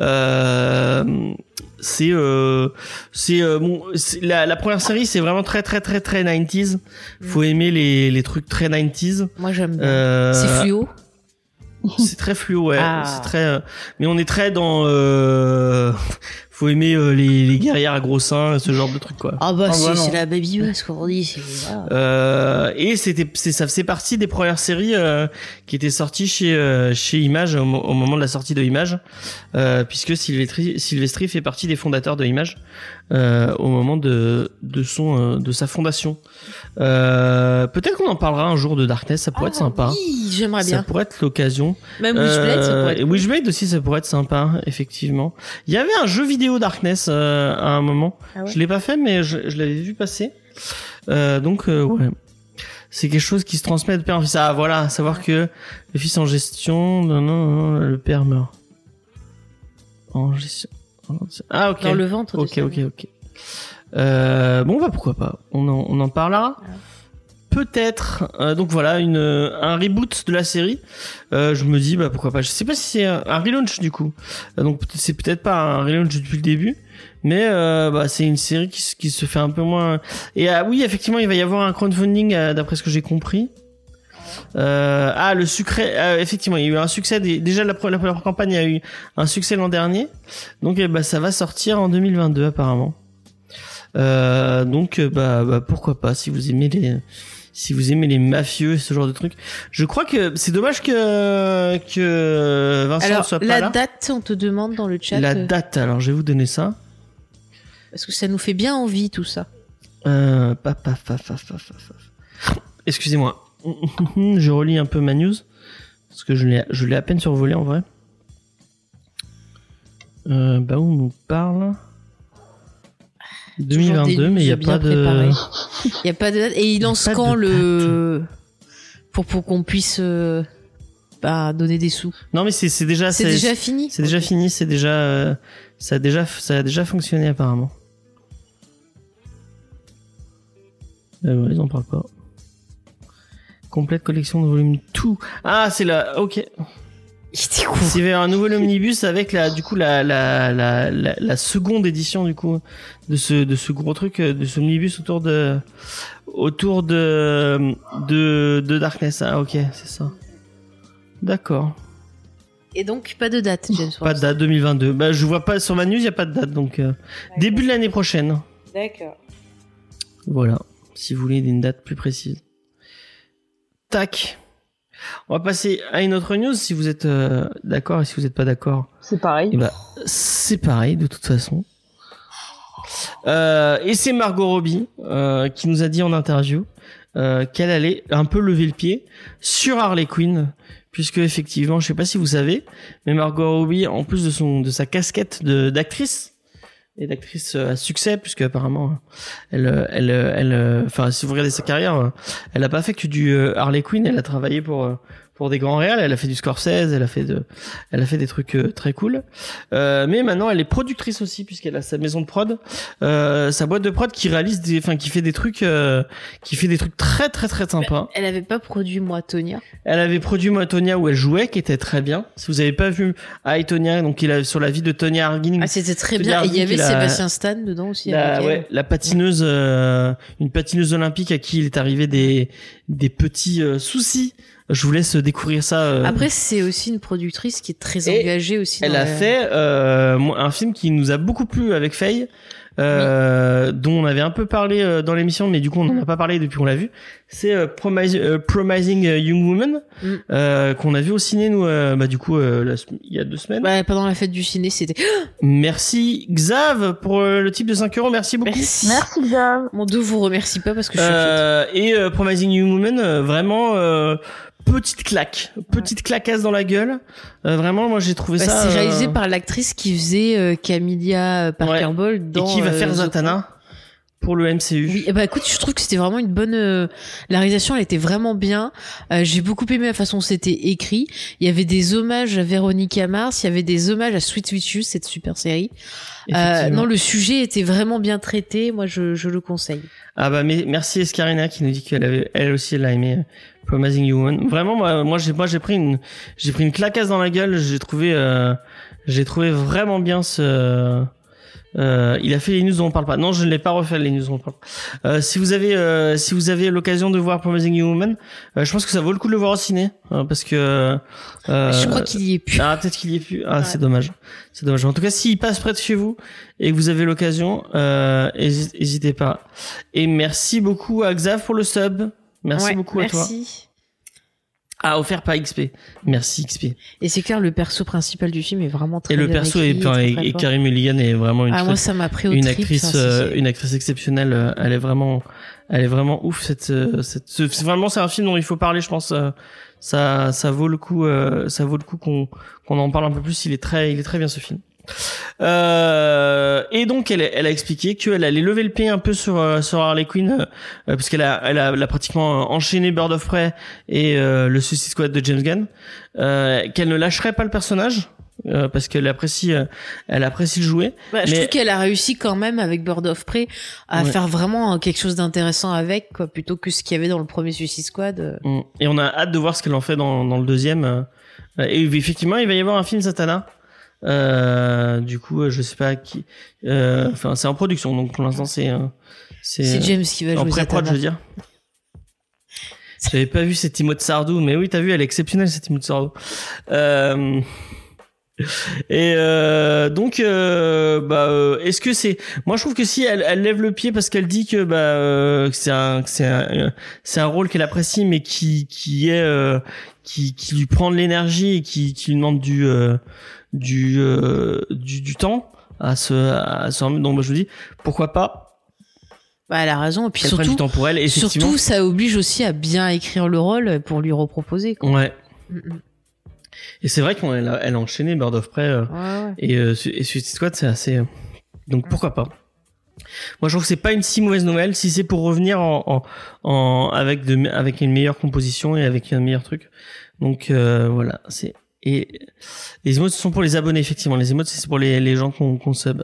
Euh, c'est, euh, c'est euh, bon. c'est- La, la première série, c'est vraiment très, très, très, très nineties. Faut aimer les, les trucs très nineties. Moi, j'aime bien. Euh, C'est fluo. C'est très fluo, ouais. Ah. C'est très. euh, mais on est très dans. Euh, faut aimer euh, les, les guerrières à gros seins, ce genre de trucs, quoi. Ah bah, Ah, c'est bah, non. c'est la baby bus, comme on dit. c'est- voilà. Euh, et c'était, c'est, ça faisait partie des premières séries euh, qui étaient sorties chez euh, chez Image au, mo- au moment de la sortie de Image, euh, puisque Sylvestri, Sylvestri fait partie des fondateurs de Image euh, au moment de de son euh, de sa fondation. Euh, peut-être qu'on en parlera un jour de Darkness, ça pourrait être sympa. Ah Oui, j'aimerais Ça bien. pourrait être l'occasion. Même Witchblade, ça Euh, pourrait être. et Witchblade aussi, ça pourrait être sympa, effectivement. Il y avait un jeu vidéo Darkness euh, à un moment. Ah ouais. Je l'ai pas fait, mais je, je l'avais vu passer. Euh, donc, euh, ouais. C'est quelque chose qui se transmet de père en fils. Ah, voilà, savoir que le fils en gestion, non, non, non, le père meurt. En gestion. Ah, ok. Dans le ventre. de Ok, sa ok, mère. ok. Euh, bon, bah pourquoi pas. On en, on en parlera. Ouais. Peut-être. Euh, donc voilà, une, un reboot de la série. Euh, je me dis, bah pourquoi pas. Je sais pas si c'est un, un relaunch du coup. Euh, donc peut-être- c'est peut-être pas un relaunch depuis le début, mais euh, bah c'est une série qui, se- qui se fait un peu moins. Et ah oui, effectivement, il va y avoir un crowdfunding euh, d'après ce que j'ai compris. Euh, ah le succès, euh, effectivement, il y a eu un succès. Des, déjà la, pre- la première campagne a eu un succès l'an dernier, donc eh bah ça va sortir en deux mille vingt-deux apparemment. Euh, donc euh, bah, bah pourquoi pas si vous aimez les si vous aimez les mafieux et ce genre de trucs. Je crois que c'est dommage que que Vincent ne Alors, soit pas la là. date, on te demande dans le chat. La euh, date, alors je vais vous donner ça. Parce que ça nous fait bien envie, tout ça. Euh, paf, paf, paf, paf, paf, paf. Excusez-moi. Je relis un peu ma news parce que je l'ai je l'ai à peine survolé en vrai. Euh, bah où on nous parle deux mille vingt-deux, Toujours des mais il y a news pas bien de. préparées. Il y a pas de date. Et il lance pas quand de le pour pour qu'on puisse euh, bah, donner des sous. Non, mais c'est c'est déjà C'est déjà fini. c'est déjà Ok. fini, c'est déjà euh, ça a déjà ça a déjà fonctionné apparemment. Euh, ouais, ils en parlent pas. Complète collection de volume tout. Ah, c'est la OK. Il était cool. C'est un nouvel omnibus avec la du coup la la la la, la seconde édition du coup de ce de ce gros truc de ce omnibus autour de autour de de de Darkness. Ah OK, c'est ça. D'accord. Et donc pas de date, James. Pas de date deux mille vingt-deux. Bah je vois pas sur ma news, il y a pas de date donc euh, début de l'année prochaine. D'accord. Voilà, si vous voulez une date plus précise. Tac. On va passer à une autre news si vous êtes euh, d'accord et si vous n'êtes pas d'accord. C'est pareil. Et bah c'est pareil de toute façon. Euh, et c'est Margot Robbie euh, qui nous a dit en interview euh, qu'elle allait un peu lever le pied sur Harley Quinn, puisque effectivement, je sais pas si vous savez, mais Margot Robbie, en plus de son de sa casquette de d'actrice et d'actrice à succès, puisque apparemment elle elle elle enfin si vous regardez sa carrière, elle a pas fait que du Harley Quinn, elle a travaillé pour pour des grands réals. Elle a fait du Scorsese, elle a fait de, elle a fait des trucs euh, très cool. Euh, mais maintenant, elle est productrice aussi puisqu'elle a sa maison de prod, euh, sa boîte de prod qui réalise des, enfin qui fait des trucs, euh, qui fait des trucs très très très sympas. Elle avait pas produit moi Tonya. Elle avait produit moi Tonya où elle jouait, qui était très bien. Si vous avez pas vu I Tonya, donc il a sur la vie de Tonya Harding. Ah, c'était très Tonya bien. Et il y avait Harding, Sébastien Stan dedans aussi. La, avec elle. ouais, la patineuse, euh, une patineuse olympique à qui il est arrivé des des petits euh, soucis. Je vous laisse découvrir ça. Euh. Après, c'est aussi une productrice qui est très Et engagée aussi. Elle dans a la... fait euh, un film qui nous a beaucoup plu avec Faye, euh, oui. dont on avait un peu parlé euh, dans l'émission, mais du coup on n'en a pas parlé depuis qu'on l'a vu. C'est euh, Promis- euh, Promising Young Woman mm. euh, qu'on a vu au ciné nous, euh, bah du coup euh, la, il y a deux semaines. Ouais, pendant la fête du ciné, c'était. Merci Xav pour euh, le type de cinq euros, merci beaucoup. Merci, merci Xav. Mon Dieu, vous remercie pas parce que je suis euh, et euh, Promising Young Woman, euh, vraiment. Euh, Petite claque, petite ouais. claquasse dans la gueule. Euh, vraiment, moi j'ai trouvé bah, ça. C'est euh... réalisé par l'actrice qui faisait euh, Camilla Parker ouais. Bowles dans. Et qui va faire euh, Zatanna pour le M C U. Oui, bah écoute, je trouve que c'était vraiment une bonne. Euh... La réalisation, elle était vraiment bien. Euh, j'ai beaucoup aimé la façon dont c'était écrit. Il y avait des hommages à Véronica Mars, il y avait des hommages à Sweet With You, cette super série. Euh, non, le sujet était vraiment bien traité. Moi, je, je le conseille. Ah bah mais merci Escarina qui nous dit qu'elle avait, elle aussi, elle a aimé Promising Young Woman. Vraiment, moi, moi j'ai, moi j'ai pris une, j'ai pris une claquasse dans la gueule. J'ai trouvé, euh, j'ai trouvé vraiment bien ce. Euh, il a fait les news dont on parle pas. Non, je ne l'ai pas refait les news dont on parle. Euh, si vous avez, euh, si vous avez l'occasion de voir Promising Young Woman, euh, je pense que ça vaut le coup de le voir au ciné, hein, parce que. Euh, je crois qu'il y est plus. Ah, peut-être qu'il y est plus. Ah, ouais. c'est dommage. C'est dommage. En tout cas, s'il passe près de chez vous et que vous avez l'occasion, euh, n'hésitez pas. Et merci beaucoup à Xav pour le sub. Merci ouais, beaucoup merci. à toi. Ah, offert par X P. Merci X P. Et c'est clair, le perso principal du film est vraiment très et bien le perso écrit, est, enfin, et, et Carey Mulligan est vraiment une ah, très, moi, ça m'a pris au une trip, actrice, ça, euh, une actrice exceptionnelle. Elle est vraiment, elle est vraiment ouf. Cette, cette, c'est vraiment c'est un film dont il faut parler, je pense. Ça, ça vaut le coup, euh, ça vaut le coup qu'on, qu'on en parle un peu plus. Il est très, il est très bien ce film. Euh, et donc elle, elle a expliqué qu'elle allait lever le pied un peu sur sur Harley Quinn, euh, puisqu'elle a, elle a, elle a pratiquement enchaîné Bird of Prey et euh, le Suicide Squad de James Gunn, euh, qu'elle ne lâcherait pas le personnage. Euh, parce qu'elle apprécie, euh, elle apprécie le jouer. Bah, je mais... trouve qu'elle a réussi quand même avec Bird of Prey à ouais. faire vraiment quelque chose d'intéressant avec, quoi, plutôt que ce qu'il y avait dans le premier Suicide Squad. Et on a hâte de voir ce qu'elle en fait dans, dans le deuxième. Et effectivement, il va y avoir un film Zatanna. Euh, du coup, je sais pas qui. Euh, enfin, c'est en production, donc pour l'instant, c'est c'est. C'est James qui va jouer en pré-prod, je veux dire. J'avais pas vu cette Timothée Sardou, mais oui, t'as vu, elle est exceptionnelle cette Timothée Sardou. Euh... Et euh, donc, euh, bah, euh, est-ce que c'est, moi je trouve que si elle, elle lève le pied parce qu'elle dit que bah euh, c'est un, c'est un, c'est un rôle qu'elle apprécie, mais qui, qui est, euh, qui, qui lui prend de l'énergie et qui, qui lui demande du, euh, du, euh, du, du temps à se, à se, donc bah, je vous dis, pourquoi pas. Bah, elle a raison. Et puis elle surtout, du temps pour elle, surtout, ça oblige aussi à bien écrire le rôle pour lui reproposer, quoi. Ouais. Mm-mm. Et c'est vrai qu'elle a, elle a enchaîné Bird of Prey euh, ouais, ouais. et, euh, et Suicide Squad, c'est assez. Euh, donc pourquoi pas. Moi, je trouve que c'est pas une si mauvaise nouvelle si c'est pour revenir en, en, en avec de, avec une meilleure composition et avec un meilleur truc. Donc euh, voilà, c'est. Et les emotes sont pour les abonnés effectivement. Les emotes c'est pour les les gens qu'on qu'on sub.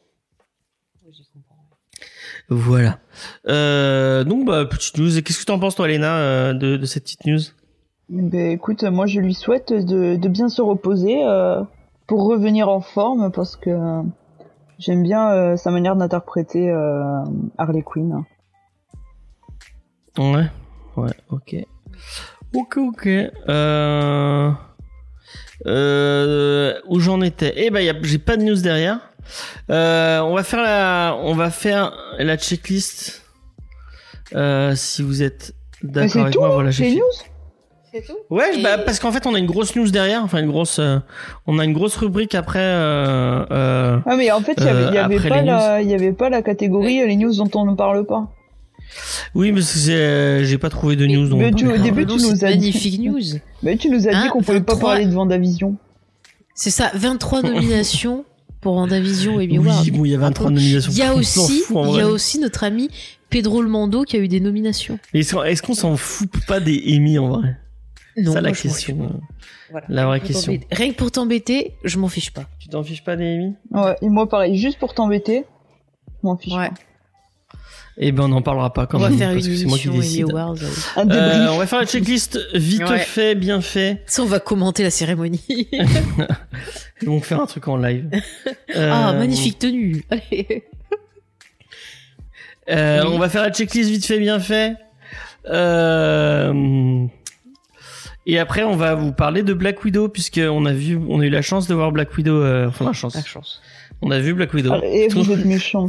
Voilà. Euh, donc bah petite news. Qu'est-ce que t'en penses toi, Léna, euh, de de cette petite news? Ben écoute, moi je lui souhaite de, de bien se reposer euh, pour revenir en forme parce que euh, j'aime bien euh, sa manière d'interpréter euh, Harley Quinn. Ouais, ouais, ok. Ok, ok. Euh... Euh... Où j'en étais? Eh ben, y a... j'ai pas de news derrière. Euh, on va faire la, on va faire la checklist. Euh, si vous êtes d'accord avec tout, moi, voilà, j'ai fait... news. C'est tout. Ouais, Et... bah, parce qu'en fait, on a une grosse news derrière, enfin une grosse, euh, on a une grosse rubrique après. Euh, euh, ah mais en fait, il y avait, euh, y avait pas la, il y avait pas la catégorie oui. les news dont on ne parle pas. Oui, mais c'est, j'ai pas trouvé de news. Mais, mais tu, au non, début, tu nous as magnifique dit. news. Mais tu nous as hein, dit qu'on pouvait pas vingt-trois parler de Vendavision. C'est ça, vingt-trois nominations pour Vendavision et Emmy Awards. Oui, bon, il y a vingt-trois nominations. Il y a aussi, fout, il y a aussi notre ami Pedro Lmando qui a eu des nominations. Mais est-ce, est-ce qu'on s'en fout pas des Emmy en vrai? Non, Ça la moi, je m'en question. fiche euh, pas. Voilà. La vraie Rien pour question. t'embêter. Rien que pour t'embêter, je m'en fiche pas. Tu t'en fiches pas d'Amy? Ouais, et moi pareil, juste pour t'embêter, je m'en fiche Ouais. pas. Eh ben on n'en parlera pas quand On va même. faire une parce que c'est moi qui émission Emmy décide. Awards. euh. Un Euh, débrief. on va faire la checklist vite Ouais. fait, bien fait. Ça, on va commenter la cérémonie. Ils vont faire un truc en live. Euh, Ah, magnifique tenue. Allez. Euh, Oui. On va faire la checklist vite fait, bien fait. Euh... Et après, on va vous parler de Black Widow puisque on a vu, on a eu la chance de voir Black Widow. Euh... Enfin, la chance. La chance. On a vu Black Widow. Ah, et vous êtes méchants.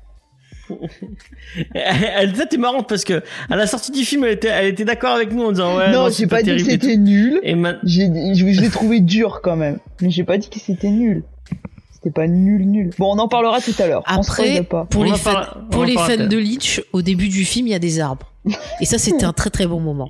Elle, ça, t'es marrante parce que à la sortie du film, elle était, elle était d'accord avec nous en disant ouais. non, non, j'ai c'est pas, dit que terrible et c'était tout. nul. Et ma- J'ai, je, je l'ai trouvé dur quand même. Mais j'ai pas dit que c'était nul. C'était pas nul, nul. Bon, on en parlera tout à l'heure. on se Après, spoil pas. pour On les en fans, parle- on pour en les parle fans après. de Lynch, au début du film, il y a des arbres. Et ça, c'était un très très bon moment.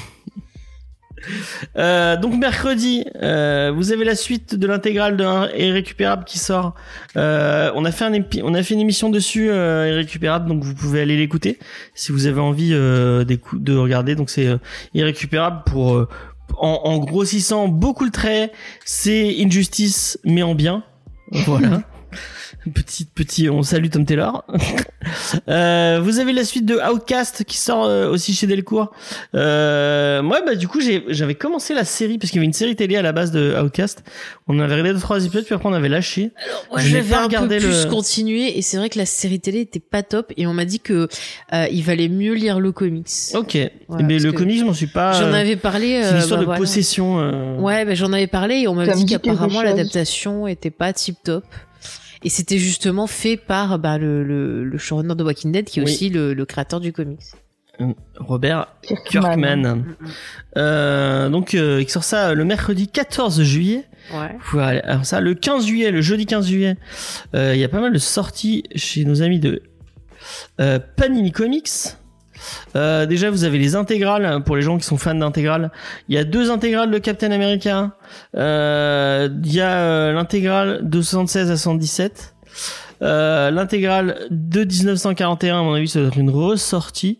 Euh, donc mercredi, euh, vous avez la suite de l'intégrale de Irrécupérable qui sort. Euh, on a fait un épi- on a fait une émission dessus euh, Irrécupérable, donc vous pouvez aller l'écouter si vous avez envie euh, d'écou- de regarder. Donc c'est euh, Irrécupérable pour euh, en, en grossissant beaucoup le trait, c'est Injustice mais en bien. Voilà. Petit petit, on salue Tom Taylor. euh, vous avez la suite de Outcast qui sort euh, aussi chez Delcourt. Euh, moi, bah du coup, j'ai, j'avais commencé la série parce qu'il y avait une série télé à la base de Outcast. On avait regardé deux trois épisodes, puis après on avait lâché. Moi, Je n'ai j'avais pas un peu regardé plus le- continué, et c'est vrai que la série télé était pas top, et on m'a dit que euh, il valait mieux lire le comics. Ok. Voilà, mais parce le que comics, je m'en suis pas. J'en euh, avais parlé. C'est une euh, histoire bah, de voilà. possession. euh, Ouais, bah, j'en avais parlé, et on m'a Ça me dit dit quelque qu'apparemment chose. l'adaptation était pas tip top. Et c'était justement fait par bah, le, le, le showrunner de Walking Dead, qui est Oui. aussi le, le créateur du comics. Robert Kirkman. Kirkman. Euh, donc, euh, il sort ça le mercredi quatorze juillet. Ouais. Vous pouvez aller- alors ça, le quinze juillet, le jeudi quinze juillet, euh, il y a pas mal de sorties chez nos amis de euh, Panini Comics. Euh, déjà, vous avez les intégrales pour les gens qui sont fans d'intégrales. Il y a deux intégrales de Captain America. Euh, il y a euh, l'intégrale de soixante-seize à soixante-dix-sept. Euh, l'intégrale de dix-neuf cent quarante et un, à mon avis, ça doit être une ressortie.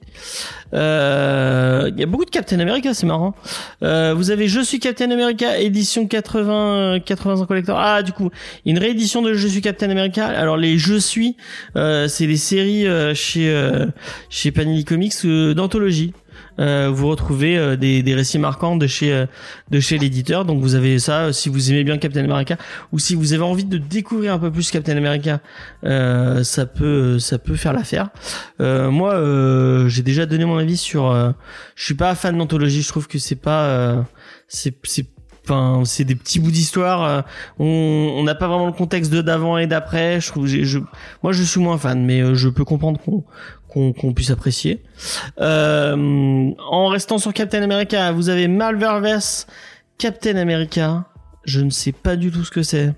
Euh, il y a beaucoup de Captain America, c'est marrant. Euh, vous avez Je suis Captain America, édition quatre-vingts, quatre-vingts ans collector. Ah, du coup, une réédition de Je suis Captain America. Alors, les Je suis, euh, c'est les séries euh, chez euh, chez Panini Comics euh, d'anthologie. Euh, vous retrouvez euh, des, des récits marquants de chez euh, de chez l'éditeur. Donc vous avez ça euh, si vous aimez bien Captain America ou si vous avez envie de découvrir un peu plus Captain America, euh, ça peut ça peut faire l'affaire. Euh, moi, euh, j'ai déjà donné mon avis sur. Euh, je suis pas fan d'anthologie. Je trouve que c'est pas euh, c'est c'est Enfin, c'est des petits bouts d'histoire. euh, On on n'a pas vraiment le contexte de d'avant et d'après. Je trouve, j'ai- je, moi, je suis moins fan, mais euh, je peux comprendre qu'on qu'on qu'on puisse apprécier. Euh, en restant sur Captain America, vous avez Marvelverse Captain America. Je ne sais pas du tout ce que c'est.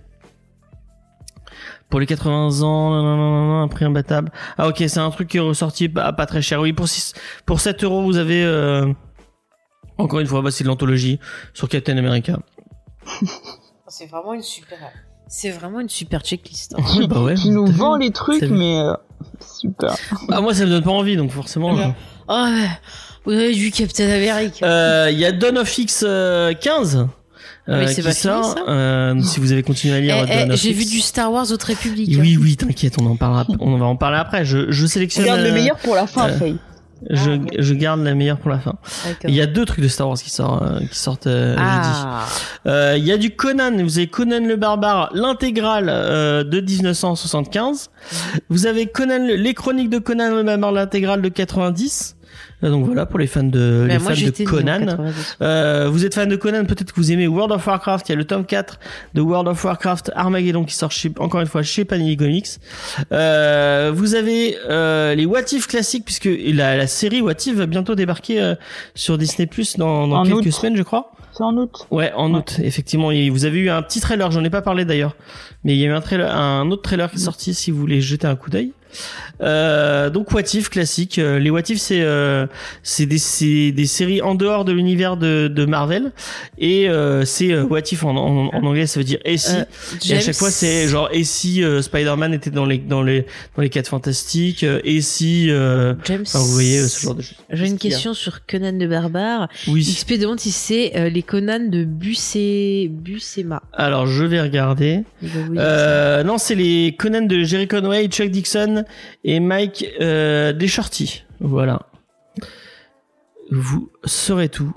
Pour les quatre-vingts ans, nan, nan, nan, nan, un prix imbattable. Ah ok, c'est un truc qui est ressorti pas, pas très cher. Oui, pour six, pour sept euros, vous avez. Euh, encore une fois, bah, c'est de l'anthologie sur Captain America. C'est vraiment une super. C'est vraiment une super checklist. hein. Ouais, bah ouais. Qui nous T'as vu vend les trucs, T'as vu mais euh, super. Ah, moi, ça me donne pas envie, donc forcément. Eh ben, Oh, ouais. Vous avez vu Captain America. Euh, Il y a Dawn of X euh, quinze. Euh, Mais c'est qui pas fini, sort. ça Euh, si vous avez continué à lire Eh, Dawn eh, of j'ai X. vu du Star Wars Haute République. Oui, oui, t'inquiète, on en parlera. On va en parler après. Je, je sélectionne. Regarde le euh, meilleur pour la fin, euh, Faye. Je, Ah, ouais. je garde la meilleure pour la fin. D'accord. Il y a deux trucs de Star Wars qui sortent, euh, qui sortent euh, jeudi. Ah. Euh, Il y a du Conan. Vous avez Conan le Barbare, l'intégrale euh, de dix-neuf cent soixante-quinze. Vous avez Conan, le- les Chroniques de Conan le Barbare, l'intégrale de quatre-vingt-dix. Euh, Donc voilà pour les fans de Ben, les moi, fans j'étais de née en Conan. quatre-vingt-dix. Euh, vous êtes fan de Conan, peut-être que vous aimez World of Warcraft. Il y a le tome quatre de World of Warcraft Armageddon qui sort chez, encore une fois chez Panini Comics. Euh, vous avez euh, les What If classiques puisque la, la série What If va bientôt débarquer euh, sur Disney Plus dans, dans En quelques août. semaines, je crois. C'est en août. Ouais, en Ouais. août, effectivement. Et vous avez eu un petit trailer, j'en ai pas parlé d'ailleurs, mais il y a eu un trailer, un autre trailer qui est sorti si vous voulez jeter un coup d'œil. Euh, donc What If classique. Euh, les What If c'est euh, c'est des c'est des séries en dehors de l'univers de de Marvel et euh, c'est euh, What If en, en en anglais ça veut dire et si. Euh, Et à James- chaque fois c'est genre et si euh, Spider-Man était dans les dans les dans les quatre fantastiques euh, et si euh, James. enfin vous voyez euh, ce genre de choses. J'ai une Qu'est-ce qu'il y a question sur Conan le Barbare. Oui. X P demande si c'est euh, les Conan de Buscé... Buscema. Alors je vais regarder. Il va vous dire ça. Euh, non, c'est les Conan de Jerry Conway, Chuck Dixon et Mike euh, Deschorty. Voilà. Vous saurez tout.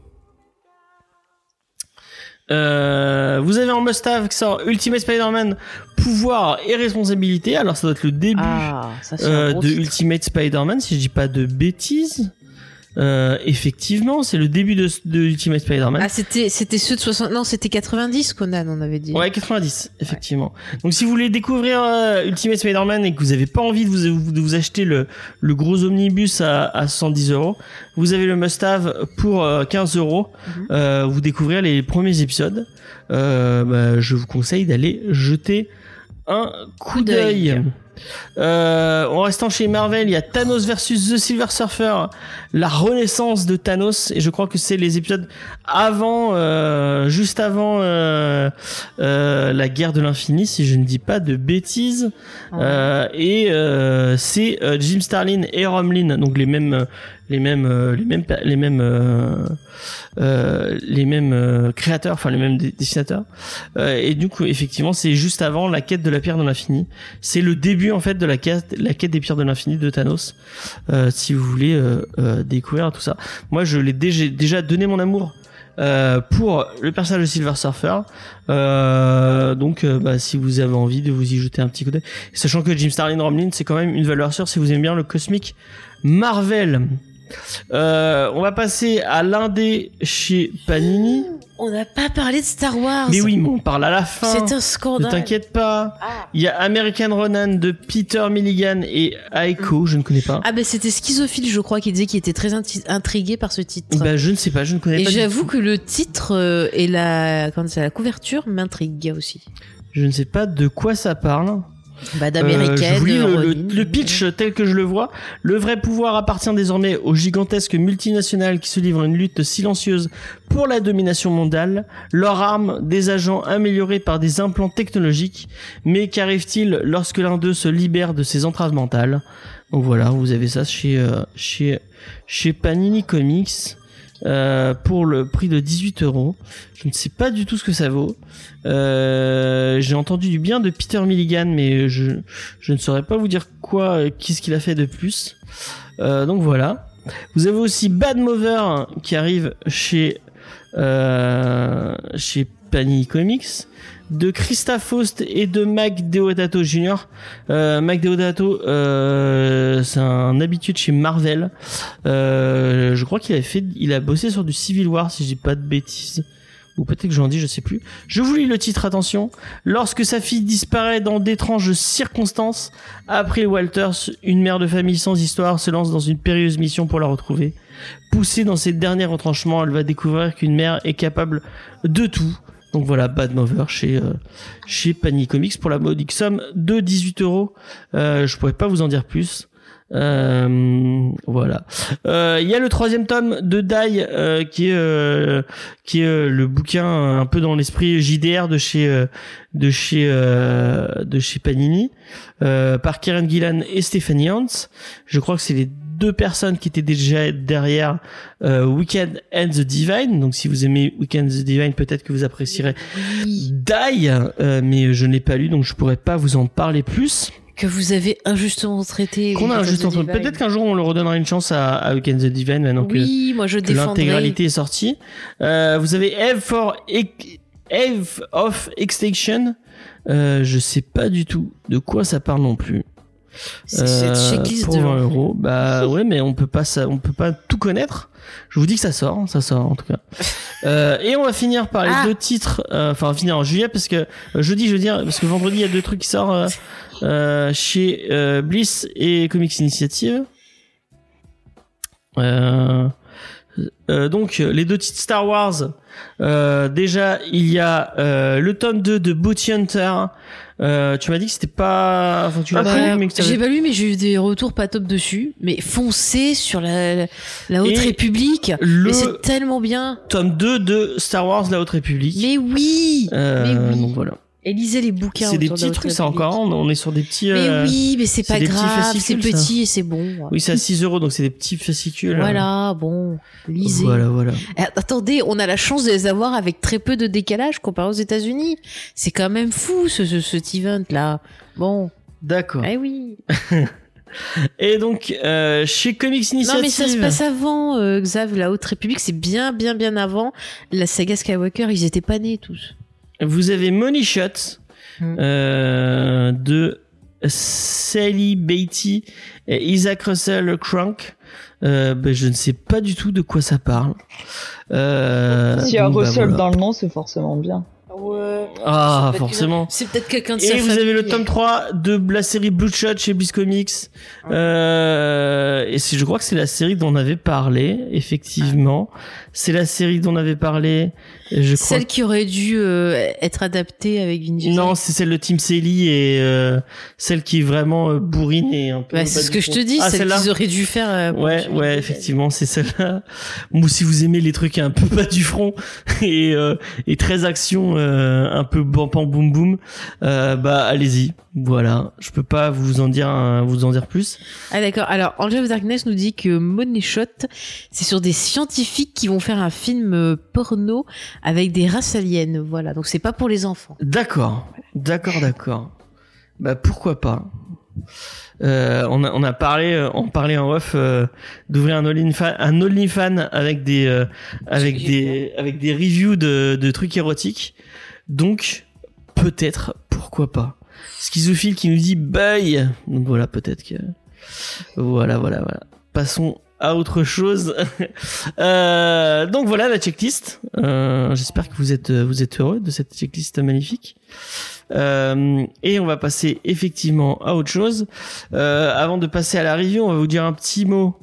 Euh, vous avez en must-have qui sort Ultimate Spider-Man, pouvoir et responsabilité. Alors ça doit être le début Ah, ça c'est euh, un gros de titre. Ultimate Spider-Man, si je dis pas de bêtises. Euh, effectivement, c'est le début de, de Ultimate Spider-Man. Ah, c'était, c'était ceux de soixante, non, c'était quatre-vingt-dix, Conan, on avait dit. Ouais, quatre-vingt-dix, effectivement. Donc, si vous voulez découvrir euh, Ultimate Spider-Man et que vous avez pas envie de vous, de vous acheter le, le gros omnibus à, à soixante-dix euros, vous avez le must-have pour euh, quinze euros. Mhm. Euh, vous découvrir les premiers épisodes. Euh, bah, je vous conseille d'aller jeter un coup Coup d'œil. d'œil. Euh, en restant chez Marvel, il y a Thanos versus The Silver Surfer, la renaissance de Thanos, et je crois que c'est les épisodes avant, euh, juste avant euh, euh, la guerre de l'infini, si je ne dis pas de bêtises. Ah. Euh, et euh, c'est euh, Jim Starlin et Romlin, donc les mêmes, les mêmes, euh, les mêmes, les mêmes, euh, euh, les mêmes euh, créateurs, enfin les mêmes dé- dessinateurs. Euh, et du coup, effectivement, c'est juste avant la quête de la pierre de l'infini. C'est le début en fait de la quête, la quête des pierres de l'infini de Thanos. Euh, si vous voulez euh, euh, découvrir tout ça, moi je l'ai déjà, déjà donné mon amour. Euh, pour le personnage de Silver Surfer, euh, donc euh, bah, si vous avez envie de vous y jeter un petit coup d'œil, sachant que Jim Starlin Romlin c'est quand même une valeur sûre si vous aimez bien le cosmique Marvel. Euh, on va passer à l'indé chez Panini. On n'a pas parlé de Star Wars. Mais oui, mais on parle à la fin. C'est un Ne scandale. t'inquiète pas. Ah. Il y a American Ronan de Peter Milligan et Aiko, je ne connais pas. Ah ben c'était Schizophile, je crois, qui disait qu'il était très inti- intrigué par ce titre. Bah, je ne sais pas, je ne connais Et pas. du j'avoue tout. que le titre euh, et la, comment c'est, la couverture m'intrigue aussi. Je ne sais pas de quoi ça parle. Bah Euh, d'américaine. je vous lis le, le- Ronin. le pitch tel que je le vois. Le vrai pouvoir appartient désormais aux gigantesques multinationales qui se livrent à une lutte silencieuse pour la domination mondiale. Leur arme, des agents améliorés par des implants technologiques. Mais qu'arrive-t-il lorsque l'un d'eux se libère de ses entraves mentales? Donc voilà, vous avez ça chez euh, chez chez Panini Comics. Euh, pour le prix de dix-huit euros. Je ne sais pas du tout ce que ça vaut. Euh, j'ai entendu du bien de Peter Milligan, mais je, je ne saurais pas vous dire quoi, euh, qu'est-ce qu'il a fait de plus. Euh, donc voilà. Vous avez aussi Bad Mover qui arrive chez, euh, chez Panini Comics, de Christa Faust et de Mac Deodato junior Euh, Mac Deodato, euh, c'est un habitué de chez Marvel. Euh, je crois qu'il avait fait, il a bossé sur du Civil War, si je dis pas de bêtises. Ou peut-être que j'en dis, je sais plus. Je vous lis le titre, attention. Lorsque sa fille disparaît dans d'étranges circonstances, April Walters, une mère de famille sans histoire, se lance dans une périlleuse mission pour la retrouver. Poussée dans ses derniers retranchements, elle va découvrir qu'une mère est capable de tout. Donc voilà, Bad Mover chez euh, chez Panini Comics pour la modique somme de dix-huit euros. Euh, je pourrais pas vous en dire plus. Euh, voilà. Euh, Il y a le troisième tome de Die euh, qui est euh, qui est euh, le bouquin un peu dans l'esprit J D R de chez euh, de chez euh, de chez Panini euh, par Kieran Gillan et Stephanie Hans. Je crois que c'est les deux personnes qui étaient déjà derrière euh, Weekend and the Divine. Donc si vous aimez Weekend and the Divine, peut-être que vous apprécierez Oui. Die, euh, mais je ne l'ai pas lu, donc je pourrais pas vous en parler plus. Que vous avez injustement traité. Qu'on a Weekend juste of en the train. Divine. Peut-être qu'un jour on le redonnera une chance à, à Weekend the Divine maintenant que, Oui, moi je que défendrai. l'intégralité est sortie. Euh, vous avez Eve for Ex- Eve of Extinction. Euh, je sais pas du tout de quoi ça parle non plus. C'est cette Euh, checklist pour de vingt euros. Bah ouais, mais on peut pas ça, on peut pas tout connaître. Je vous dis que ça sort, ça sort en tout cas. Euh, et on va finir par les Ah. deux titres. Euh, enfin, on va finir en juillet parce que euh, jeudi, je veux dire, parce que vendredi il y a deux trucs qui sortent euh, euh, chez euh, Bliss et Comics Initiative. Euh, Euh, donc les deux titres Star Wars. Euh, déjà, il y a euh, le tome deux de Bounty Hunter. Euh, tu m'as dit que c'était pas, enfin tu l'as Ah pas bah, lu, mais que ça j'ai pas lu, mais j'ai eu des retours pas top dessus. Mais foncez sur la, la Haute Et République. le Mais c'est tellement bien. tome deux de Star Wars La Haute République. Mais oui. Euh, mais oui. donc voilà. Et lisez les bouquins. C'est des autour de la petits Haute trucs, ça République. encore, on on est sur des petits. Mais euh, oui, mais c'est c'est pas des petits grave, c'est fascicules, ça. petit et c'est bon. Oui, c'est à six euros, donc c'est des petits fascicules. Voilà, bon, lisez. Voilà, voilà. Eh, Attendez, on a la chance de les avoir avec très peu de décalage comparé aux États-Unis. C'est quand même fou ce, ce, cet event là. Bon, D'accord. eh oui. Et donc, euh, chez Comics Initiative. Non mais ça se passe avant, euh, Xav, la Haute République, c'est bien, bien, bien avant la saga Skywalker. Ils étaient pas nés tous. Vous avez Money Shot Mm. euh, de Sally Beatty et Isaac Russell Crank. Euh, ben, je ne sais pas du tout de quoi ça parle. Euh, S'il y a donc, bah, Russell voilà. dans le nom, c'est forcément bien. Ouais. Ah, forcément. C'est peut-être quelqu'un de Et sa vous famille. avez le tome trois de la série Bloodshot chez Bliss Comics. Euh, et c'est, je crois que c'est la série dont on avait parlé, effectivement. C'est la série dont on avait parlé. Je crois. Celle qui aurait dû euh, être adaptée avec Vin Diesel. Non, c'est celle de Tim Sally et euh, celle qui est vraiment euh, bourrine et un peu. Bah, bas c'est ce du que je fond. te dis, Ah, celle celle-là. qu'ils auraient dû faire. euh, pour Ouais, tuer ouais, Vin effectivement, c'est celle-là. Ou si vous aimez les trucs un peu bas du front et euh, et très action, euh, un peu bam bam boum boum, euh, bah allez-y. Voilà, je peux pas vous en dire un- vous en dire plus. Ah d'accord. Alors Angel of Darkness nous dit que Money Shot, c'est sur des scientifiques qui vont faire un film euh, porno avec des races aliens. Voilà. Donc c'est pas pour les enfants. D'accord, d'accord, d'accord. Bah pourquoi pas. Euh, on a on a parlé euh, on parlait en off euh, d'ouvrir un OnlyFans un OnlyFans avec des euh, avec des avec des reviews de de trucs érotiques. Donc peut-être, pourquoi pas. Schizophile qui nous dit bye. Donc voilà, peut-être que voilà voilà voilà. Passons à autre chose. euh, donc voilà la checklist. Euh, j'espère que vous êtes vous êtes heureux de cette checklist magnifique. Euh, et on va passer effectivement à autre chose. Euh, avant de passer à la review, on va vous dire un petit mot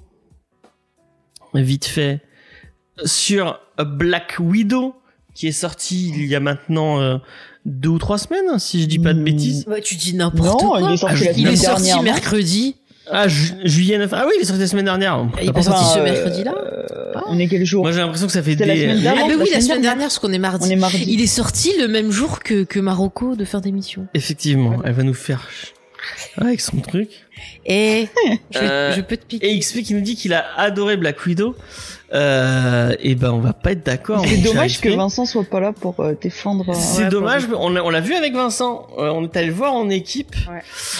vite fait sur Black Widow qui est sorti il y a maintenant euh, deux ou trois semaines, si je dis pas de Mmh. bêtises. Ouais, tu dis n'importe Non, quoi. il est sorti Ah, la il Il semaine est sorti dernière. non mercredi. Ah, ju- juillet neuf. Ah oui, il est sorti la semaine dernière. Il est pas sorti ce euh, mercredi-là. euh, On est quel jour Moi, j'ai l'impression que ça fait C'est la des. semaine Ah d'avant. bah la oui, la semaine semaine dernière. dernière, parce qu'on est mardi. On est mardi. Il est sorti le même jour que, que Marocco de fin d'émission. Effectivement, elle va nous faire avec son truc. Et je, Euh, je peux te piquer. Et X P qui nous dit qu'il a adoré Black Widow. Euh, et ben, on va pas être d'accord. C'est mon cher dommage X que P. Vincent soit pas là pour euh, défendre. euh, C'est ouais, dommage, pour- on l'a, on l'a vu avec Vincent. Euh, on est allé le voir en équipe. Ouais.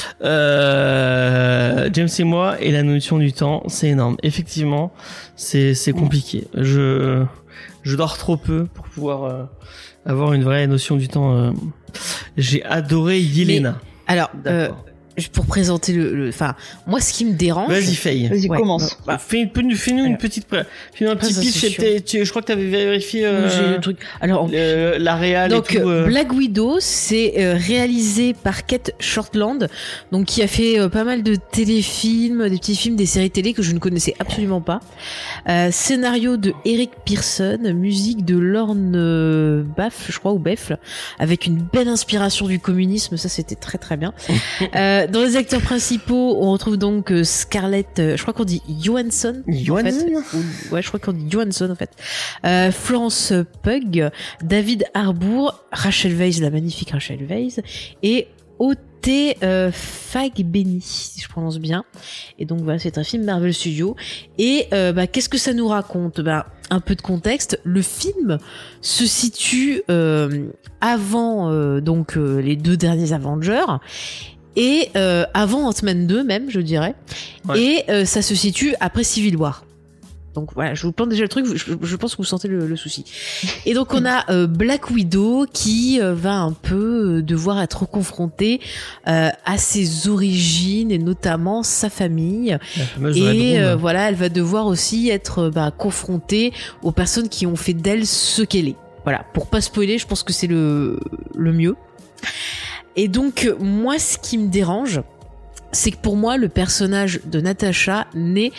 Euh, James et moi, et la notion du temps, c'est énorme. Effectivement, c'est c'est compliqué. Je je dors trop peu pour pouvoir euh, avoir une vraie notion du temps. euh. J'ai adoré Yelena. Alors, euh, D'accord. pour présenter le, le, enfin, moi, ce qui me dérange. Vas-y, Faye. Vas-y, Ouais. commence. Bah, fais une, fais-nous fais-nous une Alors. petite, pré- fais-nous un petit ça, pitch. c'est C'était- tu- je crois que t'avais vérifié euh, J'ai le truc. Alors, le- la réal donc et tout. euh. Black Widow, c'est euh, réalisé par Kate Shortland, donc qui a fait euh, pas mal de téléfilms, des petits films, des séries télé que je ne connaissais absolument pas. Euh, scénario de Eric Pearson, musique de Lorne euh, Baff, je crois, ou Beffle, avec une belle inspiration du communisme, ça c'était très très bien. euh, dans les acteurs principaux, on retrouve donc euh, Scarlett, euh, je crois qu'on dit Johansson. en Johansson fait. Ou- Ouais, je crois qu'on dit Johansson en fait. Euh, Florence Pugh, David Harbour, Rachel Weisz, la magnifique Rachel Weisz, et Oté euh, Fagbeni, si je prononce bien. Et donc voilà, c'est un film Marvel Studios. Et euh, bah, qu'est-ce que ça nous raconte? Bah, un peu de contexte. Le film se situe euh, avant euh, donc euh, les deux derniers Avengers. Et euh, avant Ant-Man deux même, je dirais. Ouais. Et euh, ça se situe après Civil War. Donc voilà, je vous plante déjà le truc, je, je pense que vous sentez le, le souci. Et donc on a euh, Black Widow qui euh, va un peu euh, devoir être confrontée euh, à ses origines et notamment sa famille. La fameuse Red Et Room. euh, voilà, elle va devoir aussi être euh, bah, confrontée aux personnes qui ont fait d'elle ce qu'elle est. Voilà, pour pas spoiler, je pense que c'est le, le mieux. Et donc, euh, moi, ce qui me dérange, c'est que pour moi, le personnage de Natasha n'est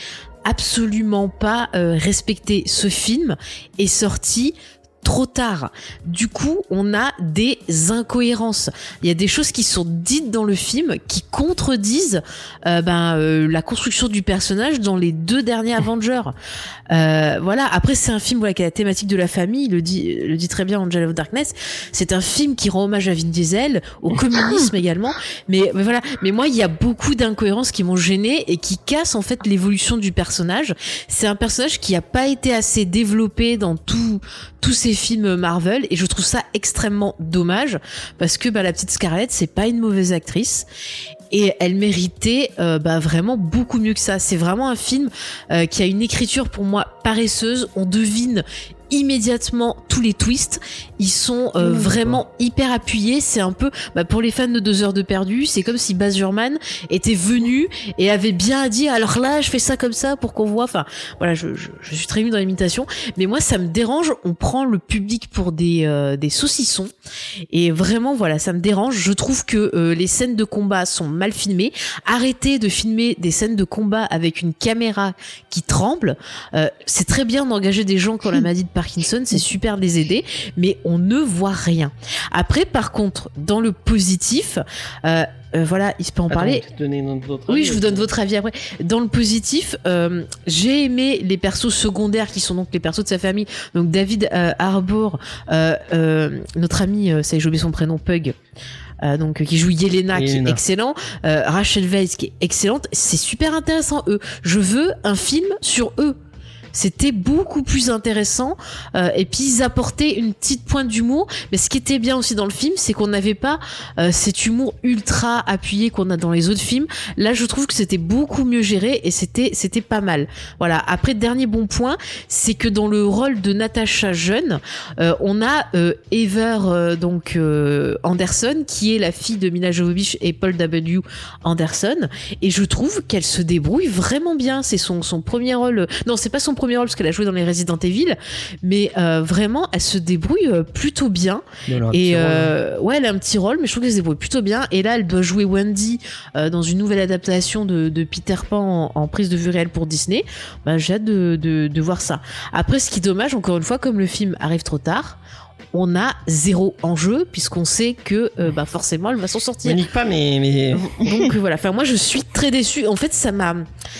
absolument pas euh, respecté. Ce film est sorti trop tard. Du coup, on a des incohérences. Il y a des choses qui sont dites dans le film qui contredisent euh, ben, euh, la construction du personnage dans les deux derniers Avengers. Euh, voilà. Après, c'est un film voilà, qui a la thématique de la famille, le dit, le dit très bien Angel of Darkness. C'est un film qui rend hommage à Vin Diesel, au communisme également. Mais, mais voilà. Mais moi, il y a beaucoup d'incohérences qui m'ont gêné et qui cassent en fait l'évolution du personnage. C'est un personnage qui a pas été assez développé dans tout, tous ces films Marvel et je trouve ça extrêmement dommage parce que bah, la petite Scarlett c'est pas une mauvaise actrice et elle méritait euh, bah, vraiment beaucoup mieux que ça. C'est vraiment un film euh, qui a une écriture pour moi paresseuse, on devine immédiatement tous les twists, ils sont euh, mmh, vraiment quoi. hyper appuyés. C'est un peu bah, pour les fans de deux heures de perdu, c'est comme si Baz Luhrmann était venu et avait bien dit alors là je fais ça comme ça pour qu'on voit. Enfin voilà, je, je, je suis très nulle dans l'imitation, mais moi ça me dérange. On prend le public pour des euh, des saucissons et vraiment voilà ça me dérange. Je trouve que euh, les scènes de combat sont mal filmées. Arrêtez de filmer des scènes de combat avec une caméra qui tremble. Euh, c'est très bien d'engager des gens qui ont la maladie de Parkinson, c'est super de les aider, mais on ne voit rien. Après, par contre, dans le positif, euh, euh, voilà, il se peut en Attends, parler. Votre oui, avis, je vous donne votre avis après. Dans le positif, euh, j'ai aimé les persos secondaires qui sont donc les persos de sa famille. Donc David euh, Harbour, euh, euh, notre ami, euh, ça y est, j'ai oublié son prénom, Pug. Euh, donc qui joue Yelena, qui est excellent, euh, Rachel Weisz qui est excellente. C'est super intéressant eux. Je veux un film sur eux. C'était beaucoup plus intéressant euh, et puis ils apportaient une petite pointe d'humour, mais ce qui était bien aussi dans le film c'est qu'on n'avait pas euh, cet humour ultra appuyé qu'on a dans les autres films. Là je trouve que c'était beaucoup mieux géré et c'était c'était pas mal. Voilà. Après, dernier bon point, c'est que dans le rôle de Natasha jeune, euh, on a euh, Heather euh, donc euh, Anderson qui est la fille de Mila Jovovich et Paul W. Anderson et je trouve qu'elle se débrouille vraiment bien. C'est son son premier rôle. Non, c'est pas son premier rôle parce qu'elle a joué dans les Resident Evil, mais euh, vraiment elle se débrouille euh, plutôt bien. Et euh, ouais, elle a un petit rôle, mais je trouve qu'elle se débrouille plutôt bien. Et là, elle doit jouer Wendy euh, dans une nouvelle adaptation de, de Peter Pan en, en prise de vue réelle pour Disney. Bah, j'ai hâte de, de, de voir ça. Après, ce qui est dommage, encore une fois, comme le film arrive trop tard, on a zéro enjeu puisqu'on sait que euh, bah forcément elle va s'en sortir. Mais nique pas, mais mais donc voilà. Enfin, moi, je suis très déçue. En fait, ça m'a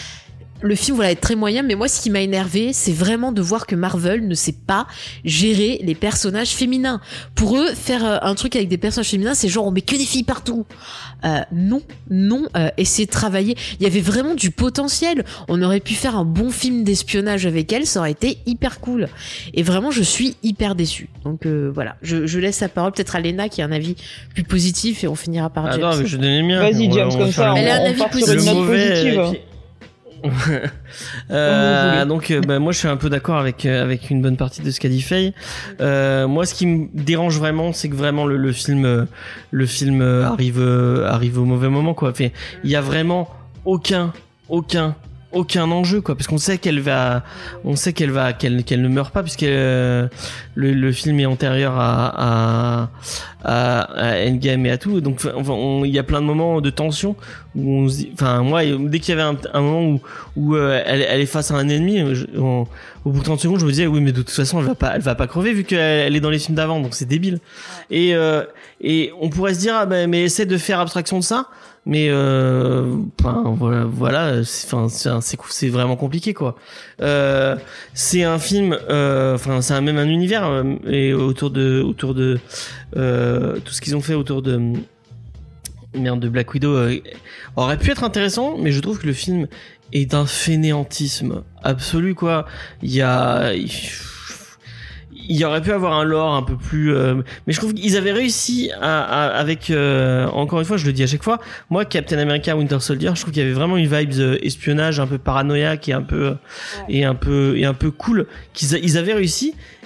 le film voilà est très moyen, mais moi ce qui m'a énervé c'est vraiment de voir que Marvel ne sait pas gérer les personnages féminins. Pour eux, faire euh, un truc avec des personnages féminins c'est genre on met que des filles partout. Euh, non, non, euh, essayer de travailler. Il y avait vraiment du potentiel. On aurait pu faire un bon film d'espionnage avec elle, ça aurait été hyper cool. Et vraiment je suis hyper déçue. Donc euh, voilà, je, je laisse la parole peut-être à Léna qui a un avis plus positif et on finira par James. Ah non, mais je donnais le mien. Vas-y James, comme ça on, Elle a un on avis part sur une positif. note positive. Mauvais, euh, donc euh, bah, moi je suis un peu d'accord avec euh, avec une bonne partie de ce qu'a dit Faye. Euh, moi ce qui me dérange vraiment c'est que vraiment le, le film euh, le film euh, arrive euh, arrive au mauvais moment quoi. Enfin, il y a vraiment aucun aucun aucun enjeu quoi parce qu'on sait qu'elle va on sait qu'elle va qu'elle qu'elle ne meurt pas puisque euh, le, le film est antérieur à à, à à Endgame et à tout donc enfin il y a plein de moments de tension où on se dit enfin moi dès qu'il y avait un, un moment où où euh, elle elle est face à un ennemi je, on, au bout de trente secondes je me disais oui mais de toute façon elle va pas elle va pas crever vu qu'elle elle est dans les films d'avant donc c'est débile et euh, et on pourrait se dire ah ben mais essaie de faire abstraction de ça mais euh, enfin voilà voilà enfin c'est c'est c'est vraiment compliqué quoi euh, c'est un film enfin euh, c'est un, même un univers euh, et autour de autour de euh, tout ce qu'ils ont fait autour de merde de Black Widow euh, aurait pu être intéressant mais je trouve que le film est d'un fainéantisme absolu quoi il y a il... il y aurait pu avoir un lore un peu plus euh, mais je trouve qu'ils avaient réussi à, à avec euh, encore une fois je le dis à chaque fois moi Captain America Winter Soldier je trouve qu'il y avait vraiment une vibe euh, espionnage un peu paranoïaque et un peu euh, et un peu et un peu cool qu'ils a, ils avaient réussi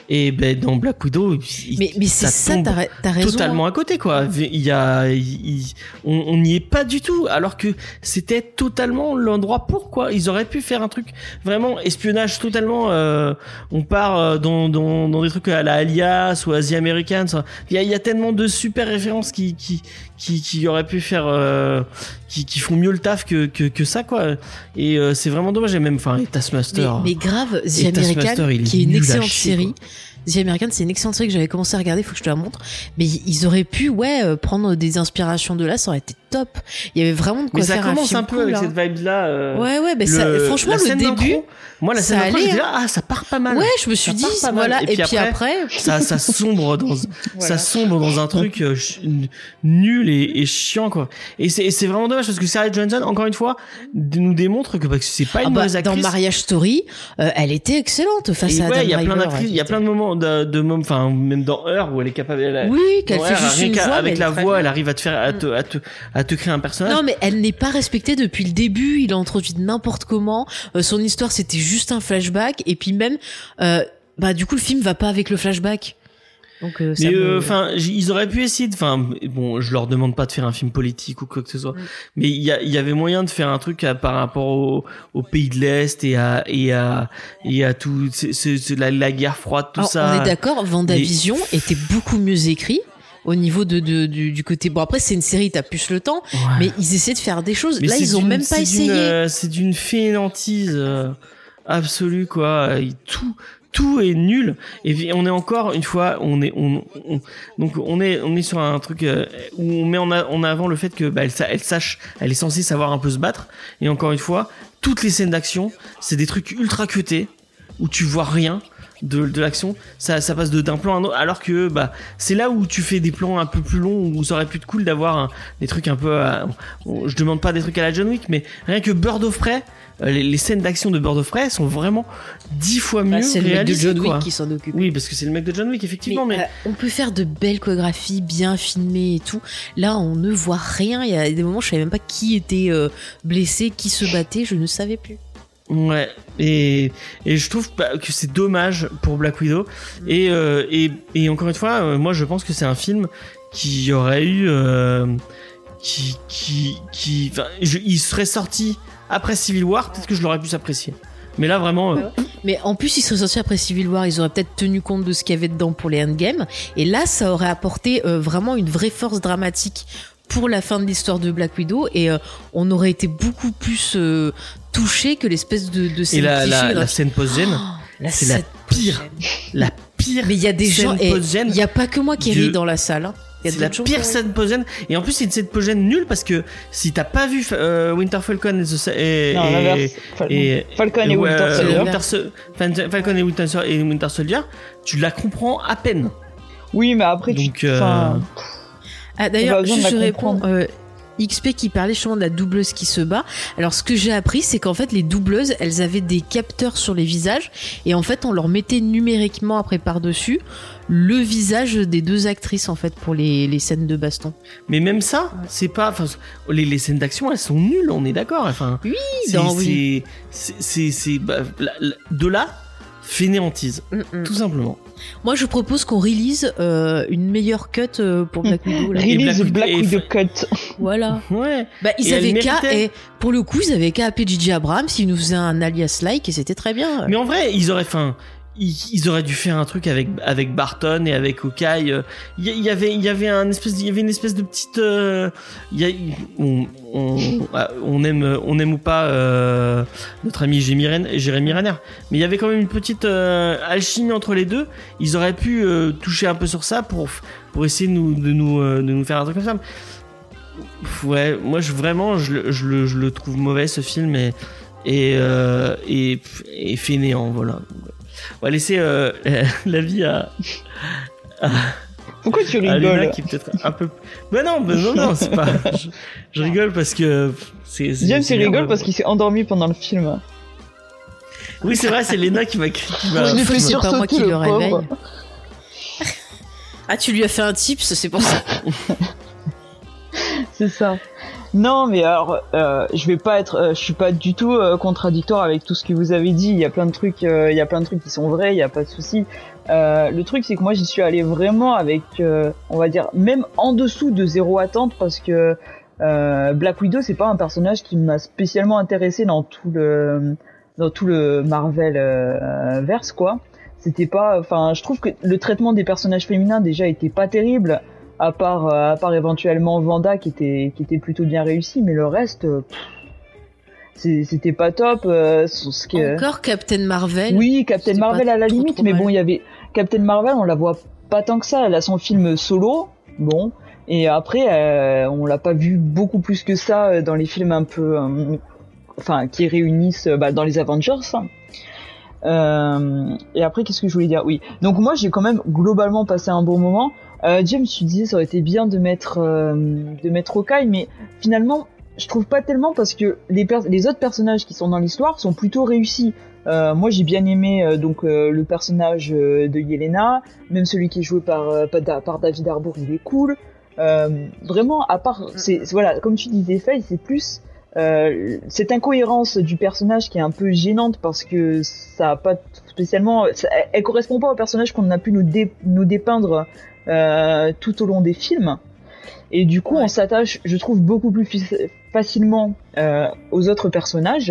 Et ben dans Black Widow, il, Mais, mais c'est ça, tombe t'as, t'as raison. totalement hein. à côté, quoi. Il y a, il, il- on on n'y est pas du tout, alors que c'était totalement l'endroit pour, quoi. Ils auraient pu faire un truc vraiment espionnage totalement. Euh, on part euh, dans, dans dans des trucs à la Alias ou Asie American. ça. Il y a, il y a tellement de super références qui qui qui qui auraient pu faire, euh, qui qui font mieux le taf que que que ça, quoi. Et euh, c'est vraiment dommage. Et même, enfin, et Mais, Taskmaster. mais grave, The Et Taskmaster, American, il est qui est une nul à excellente chier, série. The American, c'est une excellente série que j'avais commencé à regarder, faut que je te la montre. Mais ils auraient pu, ouais, euh, prendre des inspirations de là, ça aurait été top. Il y avait vraiment de quoi Mais ça faire un commence film un peu cool, avec hein. cette vibe là. Euh... Ouais, ouais, mais Le- ça, franchement, la le scène début, d'intro, moi la scène ça d'intro, allait, j'étais hein. là, ah ça part pas mal. ouais, je me suis Ça dit, part pas mal. voilà, Et et, puis puis après, ça ça sombre dans ça Voilà. sombre dans un truc euh, ch- nul et, et chiant, quoi. Et c'est et c'est vraiment dommage parce que Scarlett Johansson, encore une fois, d- nous démontre que bah, que c'est pas une ah bah, mauvaise dans actrice. Marriage Story, euh, elle était excellente face Et à Adam ouais, il y a plein Driver, d'actrices, il y a qui plein de moments de, de moments, enfin même dans Her où elle est capable. Elle, était- Oui, qu'elle dans fait Her, juste rien une qu'à- voix, mais avec elle la est très voix, bien. elle arrive à te faire à te à te à te créer un personnage. Non, mais elle n'est pas respectée depuis le début. Il a introduit n'importe comment. Euh, son histoire, c'était juste un flashback. Et puis même, euh, bah du coup, le film va pas avec le flashback. Donc, euh, ça Mais me- enfin, ils auraient pu essayer de, enfin, bon, je leur demande pas de faire un film politique ou quoi que ce soit, Mm. mais il y, a, il y avait moyen de faire un truc à, par rapport au, au pays de l'Est et à et à et à tout, c'est, c'est, c'est la, la guerre froide, tout Alors, ça. on est d'accord, Vendavision était beaucoup mieux écrit au niveau de, de du, du côté. Bon, après, c'est une série, t'as plus le temps, Ouais. mais ils essaient de faire des choses. Mais Là, c'est ils ont d'une- même pas c'est essayé. d'une, euh, c'est d'une fainéantise euh, absolue, quoi. Et tout. Tout est nul et puis on est encore une fois on est on, on- donc on est on est sur un truc euh, où on met en, a- en avant le fait que bah, elle, sa- elle sache, elle est censée savoir un peu se battre, et encore une fois toutes les scènes d'action c'est des trucs ultra cutés où tu vois rien de, de l'action, ça, ça passe de d'un plan à un autre, alors que bah c'est là où tu fais des plans un peu plus longs où ça aurait pu être cool d'avoir un- des trucs un peu à- je demande pas des trucs à la John Wick, mais rien que Bird of Prey, euh, les, les scènes d'action de Bird of Prey sont vraiment dix fois mieux Bah, c'est le mec de réalisées, John Wick quoi. qui s'en occupe. Oui, parce que c'est le mec de John Wick, effectivement, mais, Mais, euh, on peut faire de belles chorégraphies bien filmées et tout. Là, on ne voit rien. Il y a des moments, je savais même pas qui était euh, blessé, qui se battait. Je ne savais plus. ouais, et, et je trouve bah, que c'est dommage pour Black Widow. Et, euh, et, et encore une fois, euh, moi je pense que c'est un film qui aurait eu. Euh, qui. qui, qui enfin, je- il serait sorti après Civil War, peut-être que je l'aurais pu apprécier. Mais là vraiment. euh, Mais en plus, ils seraient sortis après Civil War. Ils auraient peut-être tenu compte de ce qu'il y avait dedans pour les Endgame. Et là, ça aurait apporté euh, vraiment une vraie force dramatique pour la fin de l'histoire de Black Widow. Et euh, on aurait été beaucoup plus euh, touché que l'espèce de, de et scène la, cliché la, dans- la scène post-gène, Oh, la c'est la scène pire. post-gène. la pire. Mais il y a des scène gens. et post-gène. Il n'y a pas que moi qui de- ris dans la salle. hein. Il y a C'est la d'autres gens pire qui scène post-gène. Et en plus, c'est une scène post-gène nulle parce que si t'as pas vu euh, Winter Falcon et, The- et, Non, et- l'inverse. Fal- et- Falcon et ouais, Winter euh, Soldier. Winter Sol- Fan- Falcon et Winter, Sol- et Winter Soldier, tu la comprends à peine. Oui, mais après, Donc, tu. euh, Enfin, Ah, Pas d'ailleurs, besoin de juste la je réponds. comprendre. euh, X P qui parlait justement de la doubleuse qui se bat. Alors ce que j'ai appris, c'est qu'en fait les doubleuses, elles avaient des capteurs sur les visages et en fait on leur mettait numériquement après par-dessus le visage des deux actrices en fait pour les, les scènes de baston. Mais même ça, c'est pas. Enfin, les, les scènes d'action, elles sont nulles, on est d'accord. Enfin, Oui, c'est, non, oui. c'est, c'est, c'est, c'est- bah, la- la- de là, fainéantise, Mm, mm. tout simplement. Moi je propose qu'on release euh, une meilleure cut euh, pour Black Widow. là. Et Release Black Black, Widow- Widow et- Cut. Voilà. Ouais. Bah ils Et elle avaient qu'à méritait. et pour le coup ils avaient qu'à appeler J J Abrams, ils nous faisaient un alias like et c'était très bien. Mais en vrai, ils auraient, enfin, ils, ils auraient dû faire un truc avec avec Barton et avec Hawkeye. euh, Il y, il y avait, il y avait un espèce, il y avait une espèce de petite, euh, il y a, on, on, on aime, on aime ou pas euh, notre ami Jérémy Renner, Jérémy Renner, mais il y avait quand même une petite euh, alchimie entre les deux. Ils auraient pu euh, toucher un peu sur ça pour pour essayer de nous de nous euh, de nous faire un truc comme ça. Ouais, moi je vraiment je, le- je le je le trouve mauvais ce film et et euh, et, et fainéant, voilà. On va laisser euh, l'avis à, à, Pourquoi tu à Léna rigoles qui est peut-être un peu. Mais non, mais non, non, c'est pas. Je, je rigole parce que c'est. c'est- James c'est il bien, rigole mais parce bon. qu'il s'est endormi pendant le film. Oui, c'est vrai, c'est Léna qui m'a. Qui m'a- Je l'ai fait c'est pas moi qui sursauter, le le réveille. pauvre. Ah tu lui as fait un tips, c'est pour ça. C'est ça. Non, mais alors, euh, je vais pas être, euh, je suis pas du tout euh, contradictoire avec tout ce que vous avez dit. Il y a plein de trucs, euh, il y a plein de trucs qui sont vrais, il y a pas de souci. Euh, le truc, c'est que moi, j'y suis allée vraiment avec, euh, on va dire, même en dessous de zéro attente, parce que euh, Black Widow, c'est pas un personnage qui m'a spécialement intéressé dans tout le, dans tout le Marvel euh, verse, quoi. C'était pas, enfin, je trouve que le traitement des personnages féminins déjà était pas terrible. À part, euh, à part éventuellement Wanda qui était, qui était plutôt bien réussi, mais le reste, euh, pff, c'était pas top. Euh, ce qui, Encore Captain Marvel. Oui, Captain Marvel à la limite, trop mais mal. Bon, il y avait Captain Marvel, on la voit pas tant que ça. Elle a son film solo, bon, et après, euh, on l'a pas vu beaucoup plus que ça dans les films un peu, euh, enfin, qui réunissent, bah, dans les Avengers. Euh, et après, qu'est-ce que je voulais dire? Oui. Donc moi, j'ai quand même globalement passé un bon moment. Euh, James, tu disais, ça aurait été bien de mettre, euh, de mettre Hawkeye, mais finalement, je trouve pas tellement parce que les, per- les autres personnages qui sont dans l'histoire sont plutôt réussis. Euh, moi, j'ai bien aimé euh, donc euh, le personnage euh, de Yelena, même celui qui est joué par, euh, par David Harbour, il est cool. Euh, vraiment, à part, c'est, c'est voilà, comme tu disais, Faye, c'est plus euh, cette incohérence du personnage qui est un peu gênante parce que ça a pas spécialement, ça, elle, elle correspond pas au personnage qu'on a pu nous, dé, nous dépeindre. Euh, tout au long des films, et du coup ouais. on s'attache, je trouve, beaucoup plus fi- facilement euh, aux autres personnages,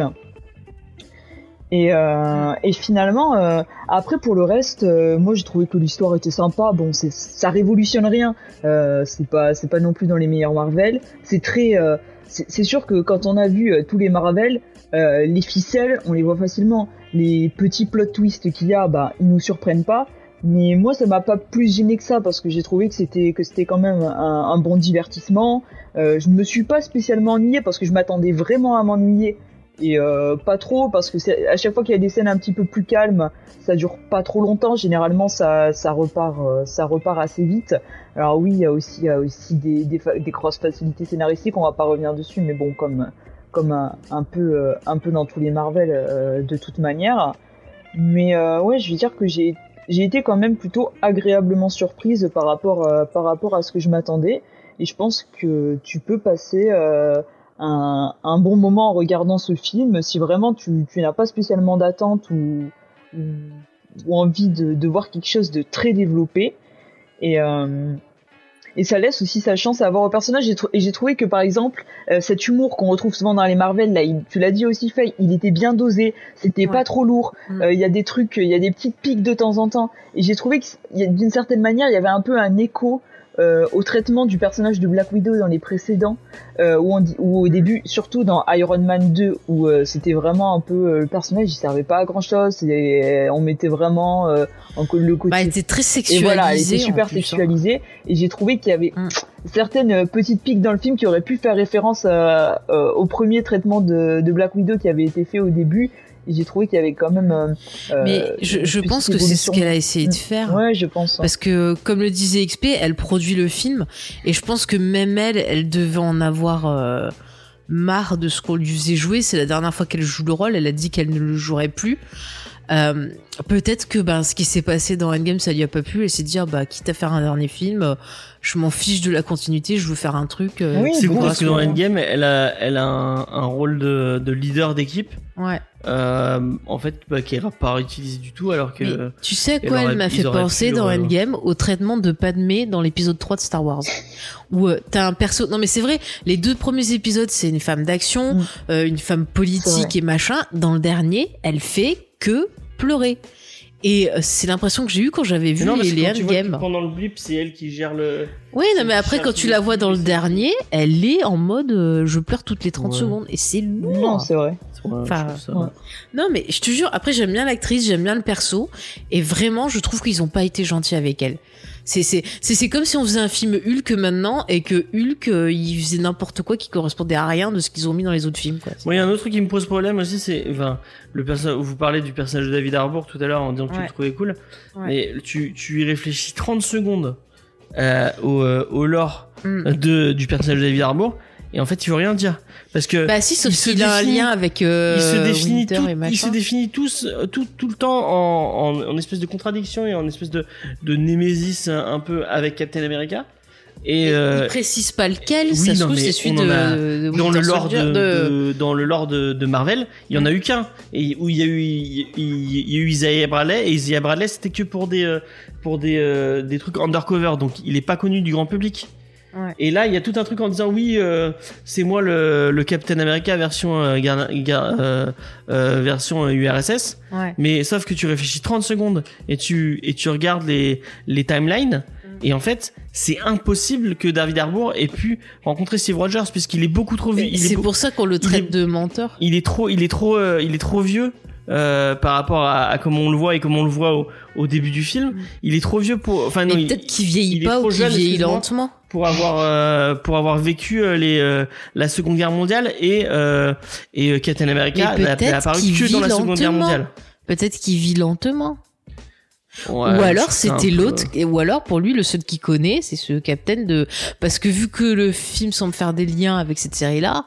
et, euh, et finalement euh, après pour le reste, euh, moi j'ai trouvé que l'histoire était sympa. Bon, c'est, ça révolutionne rien, euh, c'est pas c'est pas non plus dans les meilleurs Marvel, c'est très euh, c'est, c'est sûr que quand on a vu euh, tous les Marvel, euh, les ficelles on les voit facilement, les petits plot twists qu'il y a, bah ils nous surprennent pas. Mais moi, ça m'a pas plus gêné que ça parce que j'ai trouvé que c'était que c'était quand même un, un bon divertissement. Euh, je me suis pas spécialement ennuyée parce que je m'attendais vraiment à m'ennuyer et euh, pas trop parce que c'est, à chaque fois qu'il y a des scènes un petit peu plus calmes, ça dure pas trop longtemps. Généralement, ça ça repart euh, ça repart assez vite. Alors oui, il y a aussi il y a aussi des des, fa- des grosses facilités scénaristiques. On va pas revenir dessus, mais bon, comme comme un, un peu euh, un peu dans tous les Marvel euh, de toute manière. Mais euh, ouais, je veux dire que j'ai j'ai été quand même plutôt agréablement surprise par rapport euh, par rapport à ce que je m'attendais, et je pense que tu peux passer euh, un, un bon moment en regardant ce film si vraiment tu, tu n'as pas spécialement d'attente ou, ou, ou envie de, de voir quelque chose de très développé, et euh, et ça laisse aussi sa chance à avoir au personnage. Et, tr- et j'ai trouvé que par exemple euh, cet humour qu'on retrouve souvent dans les Marvel, là, il, tu l'as dit aussi, Faye, il était bien dosé, c'était ouais. pas trop lourd. Il mmh. euh, y a des trucs, il y a des petites piques de temps en temps. Et j'ai trouvé que y a, d'une certaine manière, il y avait un peu un écho euh, au traitement du personnage de Black Widow dans les précédents, euh, où, on dit, où au début, surtout dans Iron Man deux, où euh, c'était vraiment un peu euh, le personnage, il servait pas à grand chose, et on mettait vraiment euh, en le côté. Bah, il était très sexualisé. Et voilà, il était super sexualisé. Et j'ai trouvé qu'il y avait mm. certaines petites piques dans le film qui auraient pu faire référence à, euh, au premier traitement de, de Black Widow qui avait été fait au début. Et j'ai trouvé qu'il y avait quand même. Euh, Mais je, je pense que c'est ce qu'elle a essayé de faire. Ouais, je pense. Parce que, comme le disait X P, elle produit le film, et je pense que même elle, elle devait en avoir euh, marre de ce qu'on lui faisait jouer. C'est la dernière fois qu'elle joue le rôle. Elle a dit qu'elle ne le jouerait plus. Euh, peut-être que ben ce qui s'est passé dans Endgame, ça lui a pas plu. Elle s'est dit ah, bah quitte à faire un dernier film, euh, je m'en fiche de la continuité, je veux faire un truc. Euh, oui, c'est cool parce que dans Endgame, elle a, elle a un, un rôle de, de leader d'équipe. Ouais. Euh, en fait, bah, qui est pas utilisé du tout, alors que. Mais tu sais quoi, elle, elle m'a fait penser dans le... Endgame au traitement de Padmé dans l'épisode trois de Star Wars, où euh, t'as un perso. Non mais c'est vrai, les deux premiers épisodes, c'est une femme d'action, mmh. euh, une femme politique et machin. Dans le dernier, elle fait que pleurer. Et c'est l'impression que j'ai eu quand j'avais vu non, les, les Endgame. Pendant le blip, c'est elle qui gère le. Oui, non, mais après, quand tu la vois dans le dernier, elle est en mode euh, je pleure toutes les trente ouais. secondes. Et c'est lourd. Non, c'est vrai. Enfin, ouais. Non, mais je te jure, après, j'aime bien l'actrice, j'aime bien le perso. Et vraiment, je trouve qu'ils ont pas été gentils avec elle. C'est, c'est, c'est, c'est comme si on faisait un film Hulk maintenant et que Hulk, euh, il faisait n'importe quoi qui correspondait à rien de ce qu'ils ont mis dans les autres films, quoi. Moi, il y a un autre truc qui me pose problème aussi, c'est, enfin, le personnage, vous parlez du personnage de David Harbour tout à l'heure en disant que ouais. tu le trouvais cool. Ouais. Mais tu, tu y réfléchis trente secondes, euh, au, euh, au lore mm. de, du personnage de David Harbour. Et en fait, il veut rien dire. Parce que. Bah, si, sauf qu'il a un lien avec, euh, il se définit Winter tout, et machin. Il se définit tous, tout, tout le temps en, en, en espèce de contradiction et en espèce de, de némésis un peu avec Captain America. Et euh, il précise pas lequel, oui, ça se non, trouve mais c'est celui on en de, a- de dans le Winter lore de, Soldier, de- dans le lore de, de Marvel, il y en a eu qu'un et où il y a eu il, il- il y a eu Isaiah Bradley et Isaiah Bradley c'était que pour des euh, pour des euh, des trucs undercover donc il est pas connu du grand public. Ouais. Et là il y a tout un truc en disant oui euh, c'est moi le le Captain America version euh, gar- gar- euh, euh, version U R S S. Ouais. Mais sauf que tu réfléchis trente secondes et tu et tu regardes les les timelines et en fait c'est impossible que David Harbour ait pu rencontrer Steve Rogers puisqu'il est beaucoup trop vieux. Et Il c'est est, beau- pour ça qu'on le traite est- de menteur. il est trop il est trop euh, il est trop vieux euh, par rapport à, à comment on le voit et comment on le voit au, au début du film. Mm. Il est trop vieux pour enfin non Mais il- peut-être qu'il vieillit il est pas trop ou qu'il jeune, vieillit excuse-moi. lentement. pour avoir euh, pour avoir vécu euh, les euh, la Seconde Guerre mondiale et euh, et euh, Captain America Mais n'a peut-être n'a apparu qu'il que dans la vit Seconde Guerre lentement. mondiale. Peut-être qu'il vit lentement. Ouais, ou alors c'est un c'était peu- l'autre, et- ou alors pour lui le seul qu'il connaît c'est ce Captain de, parce que vu que le film semble faire des liens avec cette série là.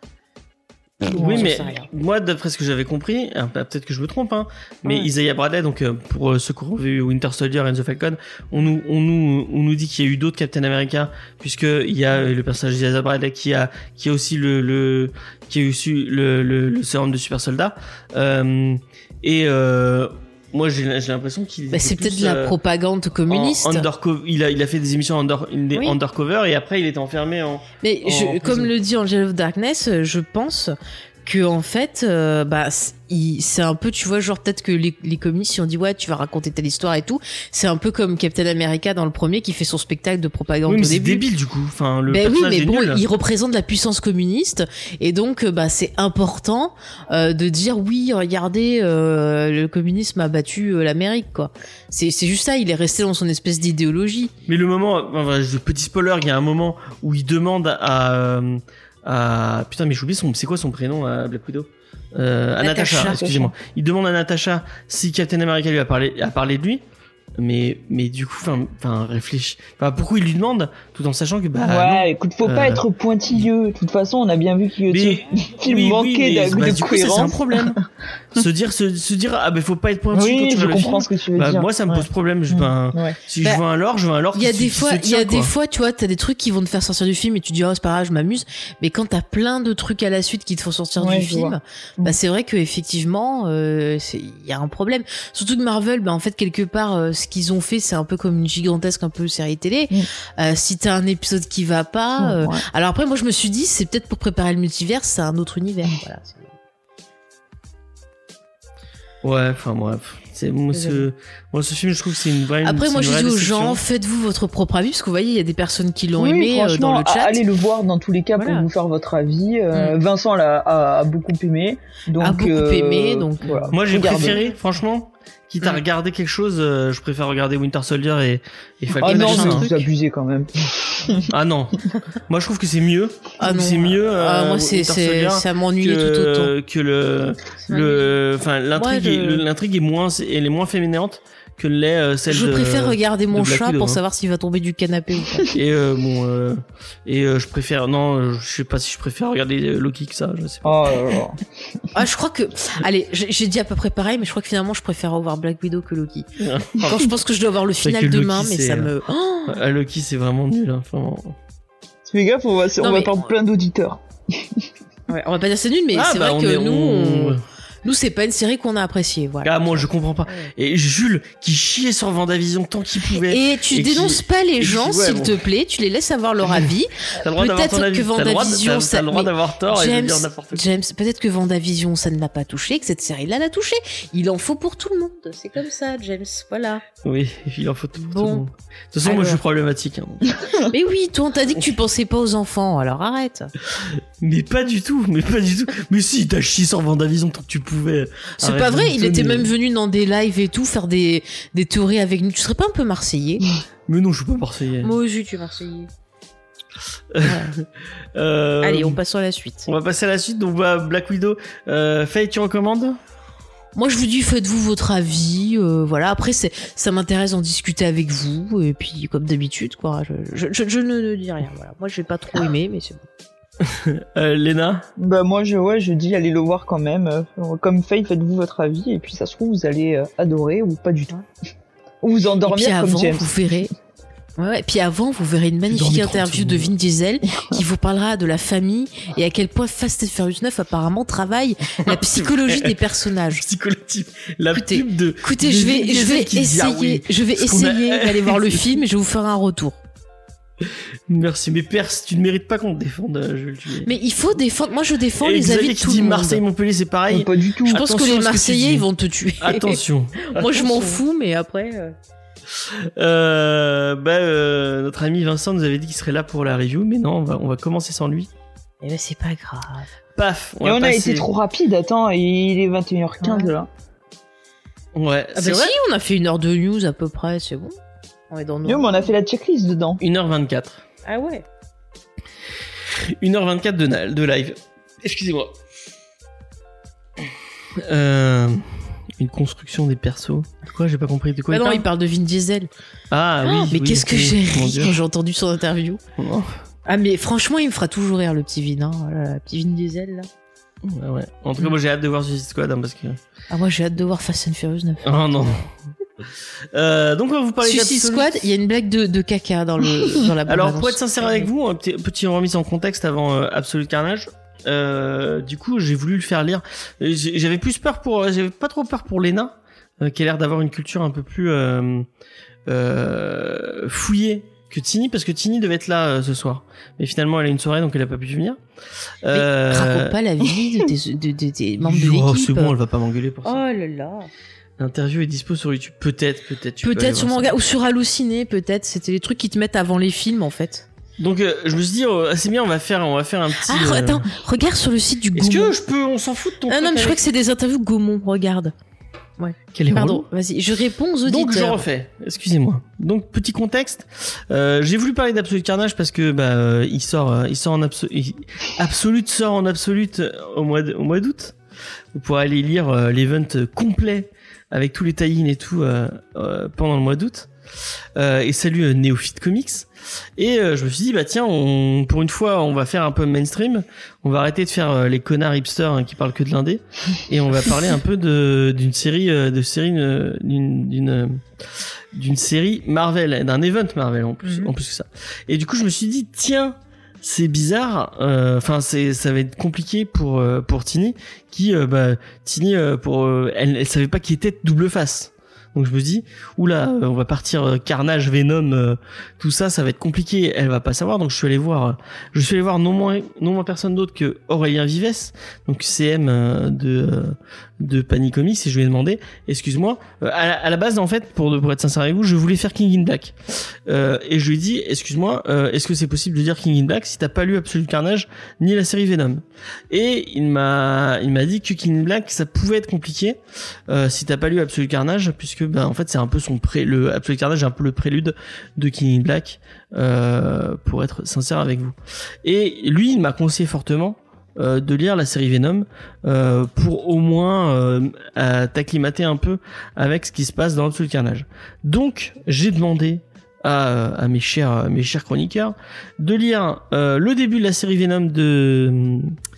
Oui, j'en mais sais rien. moi, d'après ce que j'avais compris, hein, peut-être que je me trompe, hein, mais Ouais. Isaiah Bradley, donc euh, pour euh, ceux qui ont vu Winter Soldier and the Falcon, on nous, on nous, on nous dit qu'il y a eu d'autres Captain America, puisque il y a euh, le personnage d'Isaiah Bradley qui a, qui a aussi le, le, qui a aussi le, le, le sérum de super soldat, euh, et euh, moi j'ai, j'ai l'impression qu'il. Bah, était c'est plus, peut-être de la euh, propagande communiste. en undercover, il a, il a fait des émissions under, des Oui. undercover et après il était enfermé en. Mais en je, prison. comme le dit Angel of Darkness, euh, je pense que en fait, euh, bah, c- il- c'est un peu, tu vois, genre peut-être que les, les communistes, ils ont dit ouais, tu vas raconter telle histoire et tout. C'est un peu comme Captain America dans le premier qui fait son spectacle de propagande Oui, mais au c'est début. débile du coup. Enfin, le Ben oui, personnage mais est bon, nul. il représente la puissance communiste et donc euh, bah c'est important euh, de dire oui, regardez, euh, le communisme a battu euh, l'Amérique quoi. C'est c'est juste ça, il est resté dans son espèce d'idéologie. Mais le moment, enfin, je- petit spoiler, il y a un moment où il demande à, euh, à putain, mais j'ai oublié son, c'est quoi son prénom à Black Widow euh, à Natasha. Natasha, excusez-moi. Il demande à Natasha si Captain America lui a parlé, a parlé de lui. Mais, mais du coup, enfin, enfin, réfléchis. Enfin, pourquoi il lui demande, tout en sachant que, bah, non. ouais, écoute, faut pas Euh. être pointilleux. De toute façon, on a bien vu qu'il Mais- qu'il oui, manquait oui, mais, de, bah, de du coup, ça, c'est un cohérence. problème. se dire, se, se dire, ah, ben, faut pas être pointu quand Oui, tu je vois le comprends film. ce que tu veux Bah, dire. moi, ça me Ouais. pose problème. Je, Mm, ben, ouais. si Bah, je veux un lore, je veux un lore Il y a qui, des qui fois, se il y tient, a des quoi. fois, tu vois, t'as des trucs qui vont te faire sortir du film et tu dis oh c'est pas grave, je m'amuse. Mais quand t'as plein de trucs à la suite qui te font sortir Ouais, du je film, vois. bah Mm. c'est vrai que effectivement, euh, c'est- il y a un problème. Surtout que Marvel, bah en fait quelque part, euh, ce qu'ils ont fait, c'est un peu comme une gigantesque un peu série télé. Mm. Euh, si t'as un épisode qui va pas, euh, Ouais. alors après moi je me suis dit c'est peut-être pour préparer le multivers, c'est un autre univers. Voilà. c'est- Ouais, enfin, bref. C'est, moi, ce, Désolé. moi, ce film, je trouve que c'est une vraie, Après c'est moi une je vraie dis aux déception. gens, faites-vous votre propre avis parce que vous voyez il y a des personnes qui l'ont Oui, aimé euh, franchement, dans le chat. allez le voir dans tous les cas Voilà. pour vous faire votre avis. Euh, Mm. Vincent l'a a, a beaucoup aimé. Donc, A beaucoup euh, aimé, donc, voilà. Moi, j'ai Regardez. préféré, franchement, quitte à Mm. regarder quelque chose, euh, je préfère regarder Winter Soldier et, et Falcon. Ah Et non, machin, mais un vous truc. abusez quand même. Ah non. Moi, je trouve que c'est mieux. Je Ah trouve que non. c'est mieux. euh, Ah, moi c'est Winter c'est Soldier ça m'ennuyait tout autant. que, que le, le, enfin, l'intrigue, Moi, est- je- le- l'intrigue est moins, elle est moins féminante que l'est euh, celle Je de. préfère regarder mon de Black chat Widow, pour hein. savoir s'il va tomber du canapé ou pas. Et euh, bon, euh, et euh, je préfère, non, euh, je sais pas si je préfère regarder euh, Loki que ça, je sais pas. Oh là là. Ah, je crois que, allez, j'ai j'ai dit à peu près pareil, mais je crois que finalement je préfère revoir Black Widow que Loki. Quand je pense que je dois voir le C'est final que Loki, demain, mais c'est, ça euh, me. Oh Ah, Loki, c'est vraiment nul, hein, vraiment. Fais gaffe, on va, on Non, va mais- perdre plein d'auditeurs. ouais, on va pas dire c'est nul, mais Ah, c'est bah, vrai on que est- nous, on- on- nous c'est pas une série qu'on a appréciée, voilà. Ah, moi, je comprends pas. Et Jules, qui chiait sur Vendavision tant qu'il pouvait. Et tu et qui- dénonces pas les et qui- gens, ouais, s'il bon. te plaît, tu les laisses avoir leur avis. T'as le droit d'avoir ton peut-être avis. que T'as le droit de- Vendavision, t'as- ça- t'as le droit mais d'avoir tort et de James, dire n'importe quoi. James, peut-être que Vendavision, ça ne l'a pas touché, que cette série-là l'a touché. Il en faut pour tout le monde. C'est comme ça, James. Voilà. Oui, il en faut tout. pour Bon. tout le monde. De toute façon, moi, je suis Alors. problématique. hein, donc. Mais oui, toi, on t'a dit que tu pensais pas aux enfants, alors arrête. Mais pas du tout, mais pas du tout. Mais si, t'as chié sur Vendavision tant que tu pouvais. C'est Arrête pas de vrai, me il était donner- même venu dans des lives et tout, faire des, des théories avec nous. Tu serais pas un peu marseillais? Mais non, je suis pas marseillais. Moi aussi, tu es marseillais. Euh, Allez, on passe à la suite. On va passer à la suite. Donc, bah, Black Widow. Euh, Faye, tu recommandes? Moi, je vous dis, faites-vous votre avis. euh, voilà. Après, c'est, ça m'intéresse d'en discuter avec vous. Et puis, comme d'habitude, quoi. Je, je, je, je ne, ne dis rien. Voilà. Moi, j'ai pas trop aimé, mais c'est bon. Euh, Léna? Bah moi je ouais je dis allez le voir quand même. Euh, Comme Faye, faites-vous votre avis et puis ça se trouve vous allez euh, adorer ou pas du tout. Ou vous Et puis endormir comme avant, James. vous verrez. Ouais, ouais. Puis avant, vous verrez une magnifique dormi interview de Vin Diesel qui vous parlera de la famille et à quel point Fast and Furious neuf apparemment travaille la psychologie des personnages. Psychologie. La Écoutez, pub de. Écoutez, de je Vin vais, je Diesel vais qui dit, essayer, ah oui, je vais ce qu'on a- essayer d'aller voir le film et je vous ferai un retour. Merci, mais Perse, tu ne mérites pas qu'on te défende, euh, je vais le tuer. Mais il faut défendre. Moi, je défends Et les Xavier avis de qui tout dit le monde. Marseille-Montpellier, c'est pareil. Pas du tout. Je pense que Attention les à ce que tu Marseillais, dis. ils vont te tuer. Attention. Moi, je m'en Attention. fous, mais après. euh, Euh, bah, euh, notre ami Vincent nous avait dit qu'il serait là pour la review, mais non, on va, on va commencer sans lui. Eh ben, c'est pas grave. Paf. Et va on a passer- été trop rapide, attends, il est vingt et une heures quinze Ouais. là. Ouais, Ah c'est bah vrai. si, on a fait une heure de news à peu près, c'est bon. On est dans nos. Yo, mais on a fait la checklist dedans. une heure vingt-quatre. Ah ouais. une heure vingt-quatre de, na- de live. Excusez-moi. Euh, une construction des persos. De quoi? J'ai pas compris. De quoi Ah il non, parle il parle de Vin Diesel. Ah oui. mais oui, qu'est-ce que oui, j'ai mon ri Dieu. quand j'ai entendu son interview. Oh, Ah mais franchement, il me fera toujours rire le petit Vin, hein. Voilà, le petit Vin Diesel là. ouais, ouais. En tout cas, moi j'ai hâte de voir Suicide Squad hein, parce que. Ah moi j'ai hâte de voir Fast and Furious neuf. Oh non. Euh, donc on va vous parler Suicide d'Absolute. Squad, il y a une blague de, de caca dans le dans la bande Alors annonce. pour être sincère avec vous, un petit, petit remise en contexte avant euh, Absolute Carnage. Euh, du coup, j'ai voulu le faire lire. J'ai- J'avais plus peur pour, j'avais pas trop peur pour Lena, euh, qui a l'air d'avoir une culture un peu plus euh, euh, fouillée que Tini, parce que Tini devait être là euh, ce soir, mais finalement elle a une soirée donc elle a pas pu venir. Mais Euh, raconte pas la vie de tes, de, de tes membres de oh, l'équipe. c'est bon, elle va pas m'engueuler pour Oh ça. là là. L'interview est dispo sur YouTube, peut-être, peut-être. tu peux aller Peut-être sur voir ça. manga ou sur Halluciné, peut-être. C'était les trucs qui te mettent avant les films en fait. Donc euh, je me suis dit, euh, c'est bien, on va faire, on va faire un petit. Ah euh, attends, regarde sur le site du Est-ce Gaumont. que je peux, on s'en fout de ton. Ah truc non, mais je avec- crois que c'est des interviews Gaumont. Regarde. Quel est Pardon. relou. Vas-y, je réponds aux auditeurs. Donc je refais, excusez-moi. Donc petit contexte, euh, j'ai voulu parler d'Absolute Carnage parce que bah euh, il sort, euh, il sort en absolu, Absolute sort en Absolute au mois de- au mois d'août. Vous pourrez aller lire euh, l'event complet avec tous les tie-in et tout euh, euh, pendant le mois d'août. Euh, et salut euh, Néophyte Comics. Et euh, je me suis dit bah tiens, on, pour une fois, on va faire un peu mainstream. On va arrêter de faire euh, les connards hipsters hein, qui parlent que de l'indé, et on va parler un peu de d'une série, euh, de série euh, d'une d'une euh, d'une série Marvel, d'un event Marvel en plus, Mhm. en plus que ça. Et du coup, je me suis dit tiens, c'est bizarre. Enfin, c'est ça va être compliqué pour euh, pour Tini, qui euh, bah Tini euh, pour euh, elle, elle savait pas qui était Double Face. Donc je me dis, oula, euh, on va partir euh, Carnage, Venom, euh, tout ça, ça va être compliqué. Elle va pas savoir, donc je suis allé voir, euh, je suis allé voir non moins, non moins personne d'autre que Aurélien Vives, donc C M euh, de euh, de Panic Comics, et je lui ai demandé, excuse-moi, euh, à, la- à la base en fait, pour pour être sincère avec vous, je voulais faire King in Black, euh, et je lui ai dit, excuse-moi, euh, est-ce que c'est possible de dire King in Black si t'as pas lu Absolute Carnage ni la série Venom? Et il m'a il m'a dit que King in Black ça pouvait être compliqué euh, si t'as pas lu Absolute Carnage, puisque ben en fait c'est un peu son pré le Absolute Carnage est un peu le prélude de King in Black, euh, pour être sincère avec vous. Et lui il m'a conseillé fortement euh, de lire la série Venom euh, pour au moins euh, à t'acclimater un peu avec ce qui se passe dans Absolute Carnage. Donc j'ai demandé à, à mes chers mes chers chroniqueurs de lire euh, le début de la série Venom de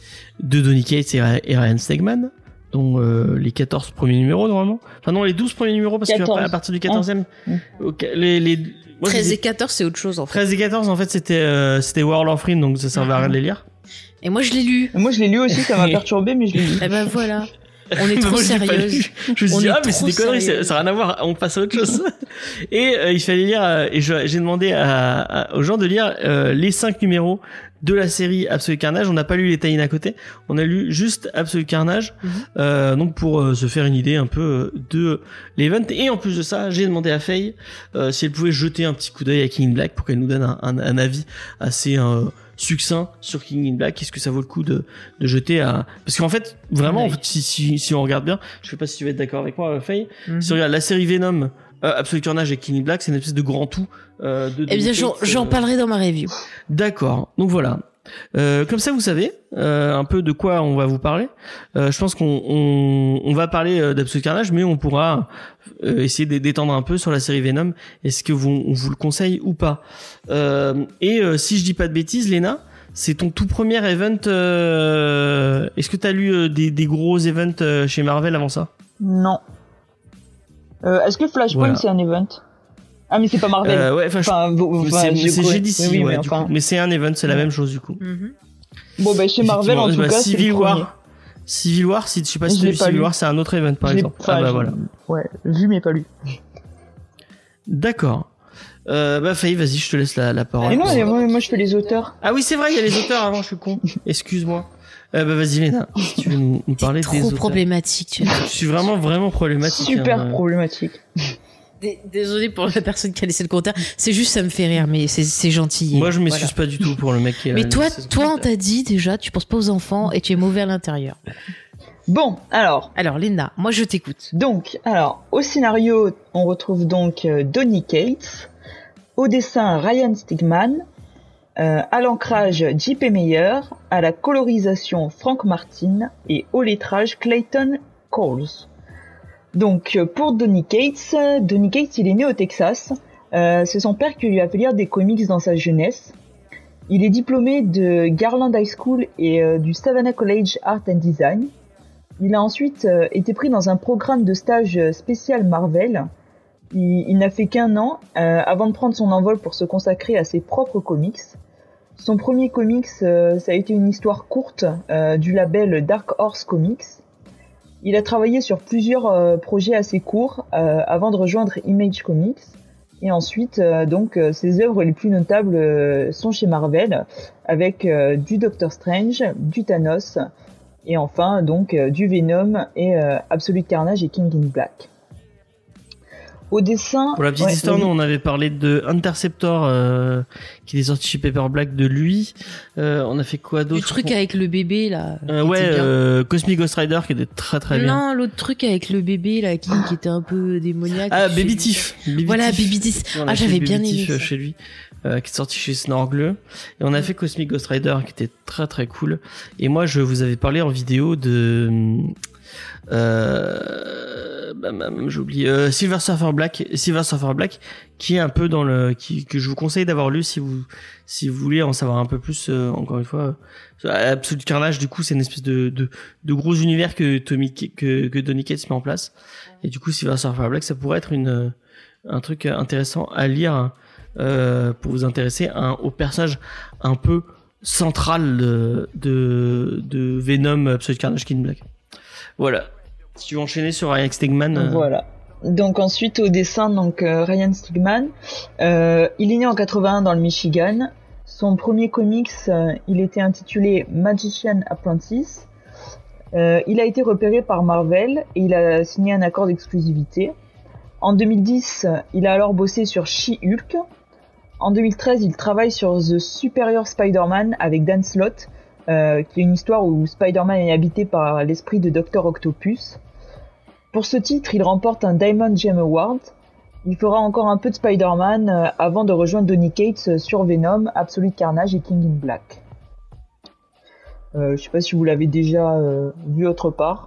de Donny Cates et, et Ryan Stegman, dont euh, les quatorze premiers numéros normalement. Enfin non, les douze premiers numéros, parce qu'à quatorze. à partir du quatorzième, Mmh. ok, les, les, moi, treize j'ai- et quatorze, c'est autre chose en fait. treize et quatorze en fait c'était euh, c'était World of Rim, donc ça servait à rien de les lire. Et moi, je l'ai lu. Moi je l'ai lu aussi, ça m'a perturbé, mais je l'ai lu. Eh ben voilà. On est Mais trop moi, je l'ai pas sérieuse. lu. Je me suis On dit, est ah, mais c'est trop des conneries, sérieux. ça ça n'a rien à voir, on passe à autre chose. Et euh, il fallait lire, euh, et je- j'ai demandé à, à- aux gens de lire euh, les cinq numéros de la série Absolute Carnage. On n'a pas lu les tie-in à côté, on a lu juste Absolute Carnage, Mhm. euh, donc pour euh, se faire une idée un peu euh, de l'event. Et en plus de ça, j'ai demandé à Faye euh, si elle pouvait jeter un petit coup d'œil à King in Black pour qu'elle nous donne un, un, un avis assez euh, succinct sur King in Black. Est-ce que ça vaut le coup de, de jeter à... Parce qu'en fait, vraiment, en fait, si, si, si on regarde bien, je sais pas si tu vas être d'accord avec moi, Faye, Mhm. si on regarde la série Venom, euh, Absolute Carnage et King in Black, c'est une espèce de grand tout. Euh, de Eh bien, j'en, Cates, j'en euh, parlerai dans ma review. D'accord. Donc voilà. Euh, comme ça, vous savez euh, un peu de quoi on va vous parler. Euh, je pense qu'on on, on va parler euh, d'Absolute Carnage, mais on pourra euh, essayer d'é- d'étendre un peu sur la série Venom. Est-ce que vous, on vous le conseille ou pas? euh, Et euh, si je dis pas de bêtises, Léna, c'est ton tout premier event. Euh... Est-ce que t'as lu euh, des, des gros events euh, chez Marvel avant ça? Non. Euh, Est-ce que Flashpoint Voilà. c'est un event? Ah, mais c'est pas Marvel. Euh, ouais, enfin, je- Enfin, vous- enfin, c'est je- c'est ouais, G D C, oui, ouais, mais du enfin- coup. Mais c'est un event, c'est la Ouais. même chose du coup. Mhm. Bon, bah, chez Marvel, en tout Effectivement, bah, cas, c'est Civil le premier. War. Civil War, si je sais pas si Je tu as l'ai vu pas Civil lu. War, c'est un autre event par Je l'ai- exemple. enfin, Ah bah je- voilà. Ouais, vu, mais pas lu. D'accord. Euh, bah Faye, vas-y, je te laisse la, la parole. Mais non, mais moi, moi, je fais les auteurs. Ah oui, c'est vrai, il y a les auteurs avant, je suis con. Excuse-moi. Euh, bah vas-y Léna, si tu veux nous, nous parler T'es des trop auteurs. problématique. Tu vois. Je suis vraiment vraiment problématique. Super hein. problématique. Dé- Désolée pour la personne qui a laissé le commentaire. C'est juste, ça me fait rire, mais c'est c'est gentil. Moi je m'excuse Voilà. pas du tout pour le mec qui a Mais toi, laissé son toi, on commentaire. t'a dit déjà, tu penses pas aux enfants et tu es mauvais à l'intérieur. Bon, alors. Alors, Léna, moi je t'écoute. Donc, alors, au scénario, on retrouve donc euh, Donny Cates. Au dessin, Ryan Stegman. Euh, à l'ancrage, J P Meyer. À la colorisation, Frank Martin. Et au lettrage, Clayton Coles. Donc, euh, pour Donny Cates, euh, Donny Cates, il est né au Texas. Euh, c'est son père qui lui a fait lire des comics dans sa jeunesse. Il est diplômé de Garland High School et euh, du Savannah College Art and Design. Il a ensuite euh, été pris dans un programme de stage euh, spécial Marvel. Il, il n'a fait qu'un an euh, avant de prendre son envol pour se consacrer à ses propres comics. Son premier comics, euh, ça a été une histoire courte euh, du label Dark Horse Comics. Il a travaillé sur plusieurs euh, projets assez courts euh, avant de rejoindre Image Comics. Et ensuite, euh, donc, euh, ses œuvres les plus notables euh, sont chez Marvel, avec euh, du Doctor Strange, du Thanos, et enfin donc euh, du Venom et euh, Absolute Carnage et King in Black. Au dessin... Pour la petite ouais, histoire, oui. nous on avait parlé de Interceptor euh, qui est sorti chez Paper Black de lui. Euh, on a fait quoi d'autre? Le truc avec le bébé là. Euh, qui ouais, était bien. euh, Cosmic Ghost Rider qui était très très bien. Non, l'autre truc avec le bébé là qui, qui était un peu démoniaque. Ah, Tu sais, Baby lui. Tiff. Baby Voilà, Tiff. Baby Tiff. On a Ah, fait j'avais Baby bien aimé Tiff, euh, ça. chez lui, euh, qui est sorti chez Snorgle. Et on a fait Cosmic Ghost Rider qui était très très cool. Et moi, je vous avais parlé en vidéo de euh, bah, bah, j'ai oublié euh, Silver Surfer Black, Silver Surfer Black, qui est un peu dans le, qui que je vous conseille d'avoir lu si vous si vous voulez en savoir un peu plus. Euh, encore une fois, euh, Absolute Carnage, du coup, c'est une espèce de de, de gros univers que Tommy que que Donny Cates met en place. Et du coup, Silver Surfer Black, ça pourrait être une un truc intéressant à lire euh, pour vous intéresser à un, au personnage un peu central de de, de Venom, Absolute Carnage, King Black. Voilà. Si tu veux enchaîner sur Ryan Stegman. Euh... Voilà. Donc ensuite au dessin, donc euh, Ryan Stegman, euh, il est né en quatre-vingt-un dans le Michigan. Son premier comics, euh, il était intitulé Magician Apprentice. Euh, il a été repéré par Marvel et il a signé un accord d'exclusivité. En deux mille dix, il a alors bossé sur She-Hulk. En deux mille treize, il travaille sur The Superior Spider-Man avec Dan Slott, euh, qui est une histoire où Spider-Man est habité par l'esprit de docteur Octopus. Pour ce titre, il remporte un Diamond Gem Award. Il fera encore un peu de Spider-Man euh, avant de rejoindre Donny Cates sur Venom, Absolute Carnage et King in Black. Euh, je sais pas si vous l'avez déjà euh, vu autre part.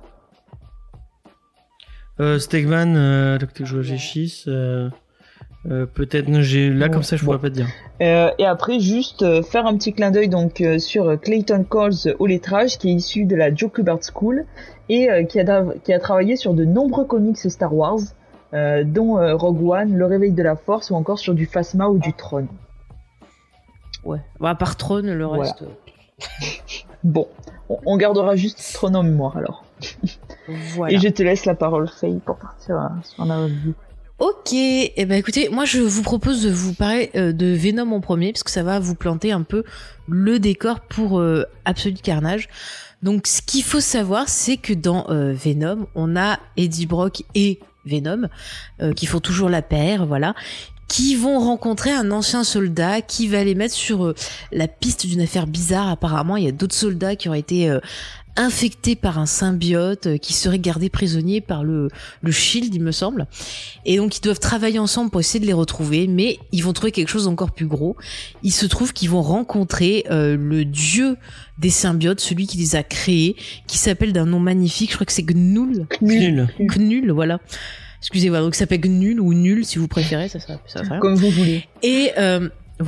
Euh, Stegman, euh, que je réfléchisse. Euh, euh, peut-être, j'ai là Bon, comme ça, je pourrais bon. pas te dire. Euh, et après, juste euh, faire un petit clin d'œil donc euh, sur Clayton Coles au lettrage, qui est issu de la Joe Kubert School et euh, qui, a, qui a travaillé sur de nombreux comics Star Wars, euh, dont euh, Rogue One, Le Réveil de la Force ou encore sur du Phasma ou du Throne. Ouais. Bah, à part Throne, le Voilà. reste. Bon, on, on gardera juste Throne en mémoire alors. Voilà. Et je te laisse la parole, Faye, pour partir euh, sur un autre vue. Ok, eh ben écoutez, moi je vous propose de vous parler euh, de Venom en premier, parce que ça va vous planter un peu le décor pour euh, Absolute Carnage. Donc ce qu'il faut savoir, c'est que dans euh, Venom, on a Eddie Brock et Venom, euh, qui font toujours la paire, voilà, qui vont rencontrer un ancien soldat qui va les mettre sur euh, la piste d'une affaire bizarre. Apparemment, il y a d'autres soldats qui auraient été euh, infectés par un symbiote, euh, qui seraient gardés prisonniers par le, le Shield, il me semble. Et donc, ils doivent travailler ensemble pour essayer de les retrouver, mais ils vont trouver quelque chose d'encore plus gros. Il se trouve qu'ils vont rencontrer euh, le dieu des symbiotes, celui qui les a créés, qui s'appelle d'un nom magnifique, je crois que c'est Gnoul. Nul. Gnoul, voilà. Excusez-moi, donc ça s'appelle Gnoul ou Nul si vous préférez, ça, ça, ça va faire. Comme vous voulez. Et euh, voilà.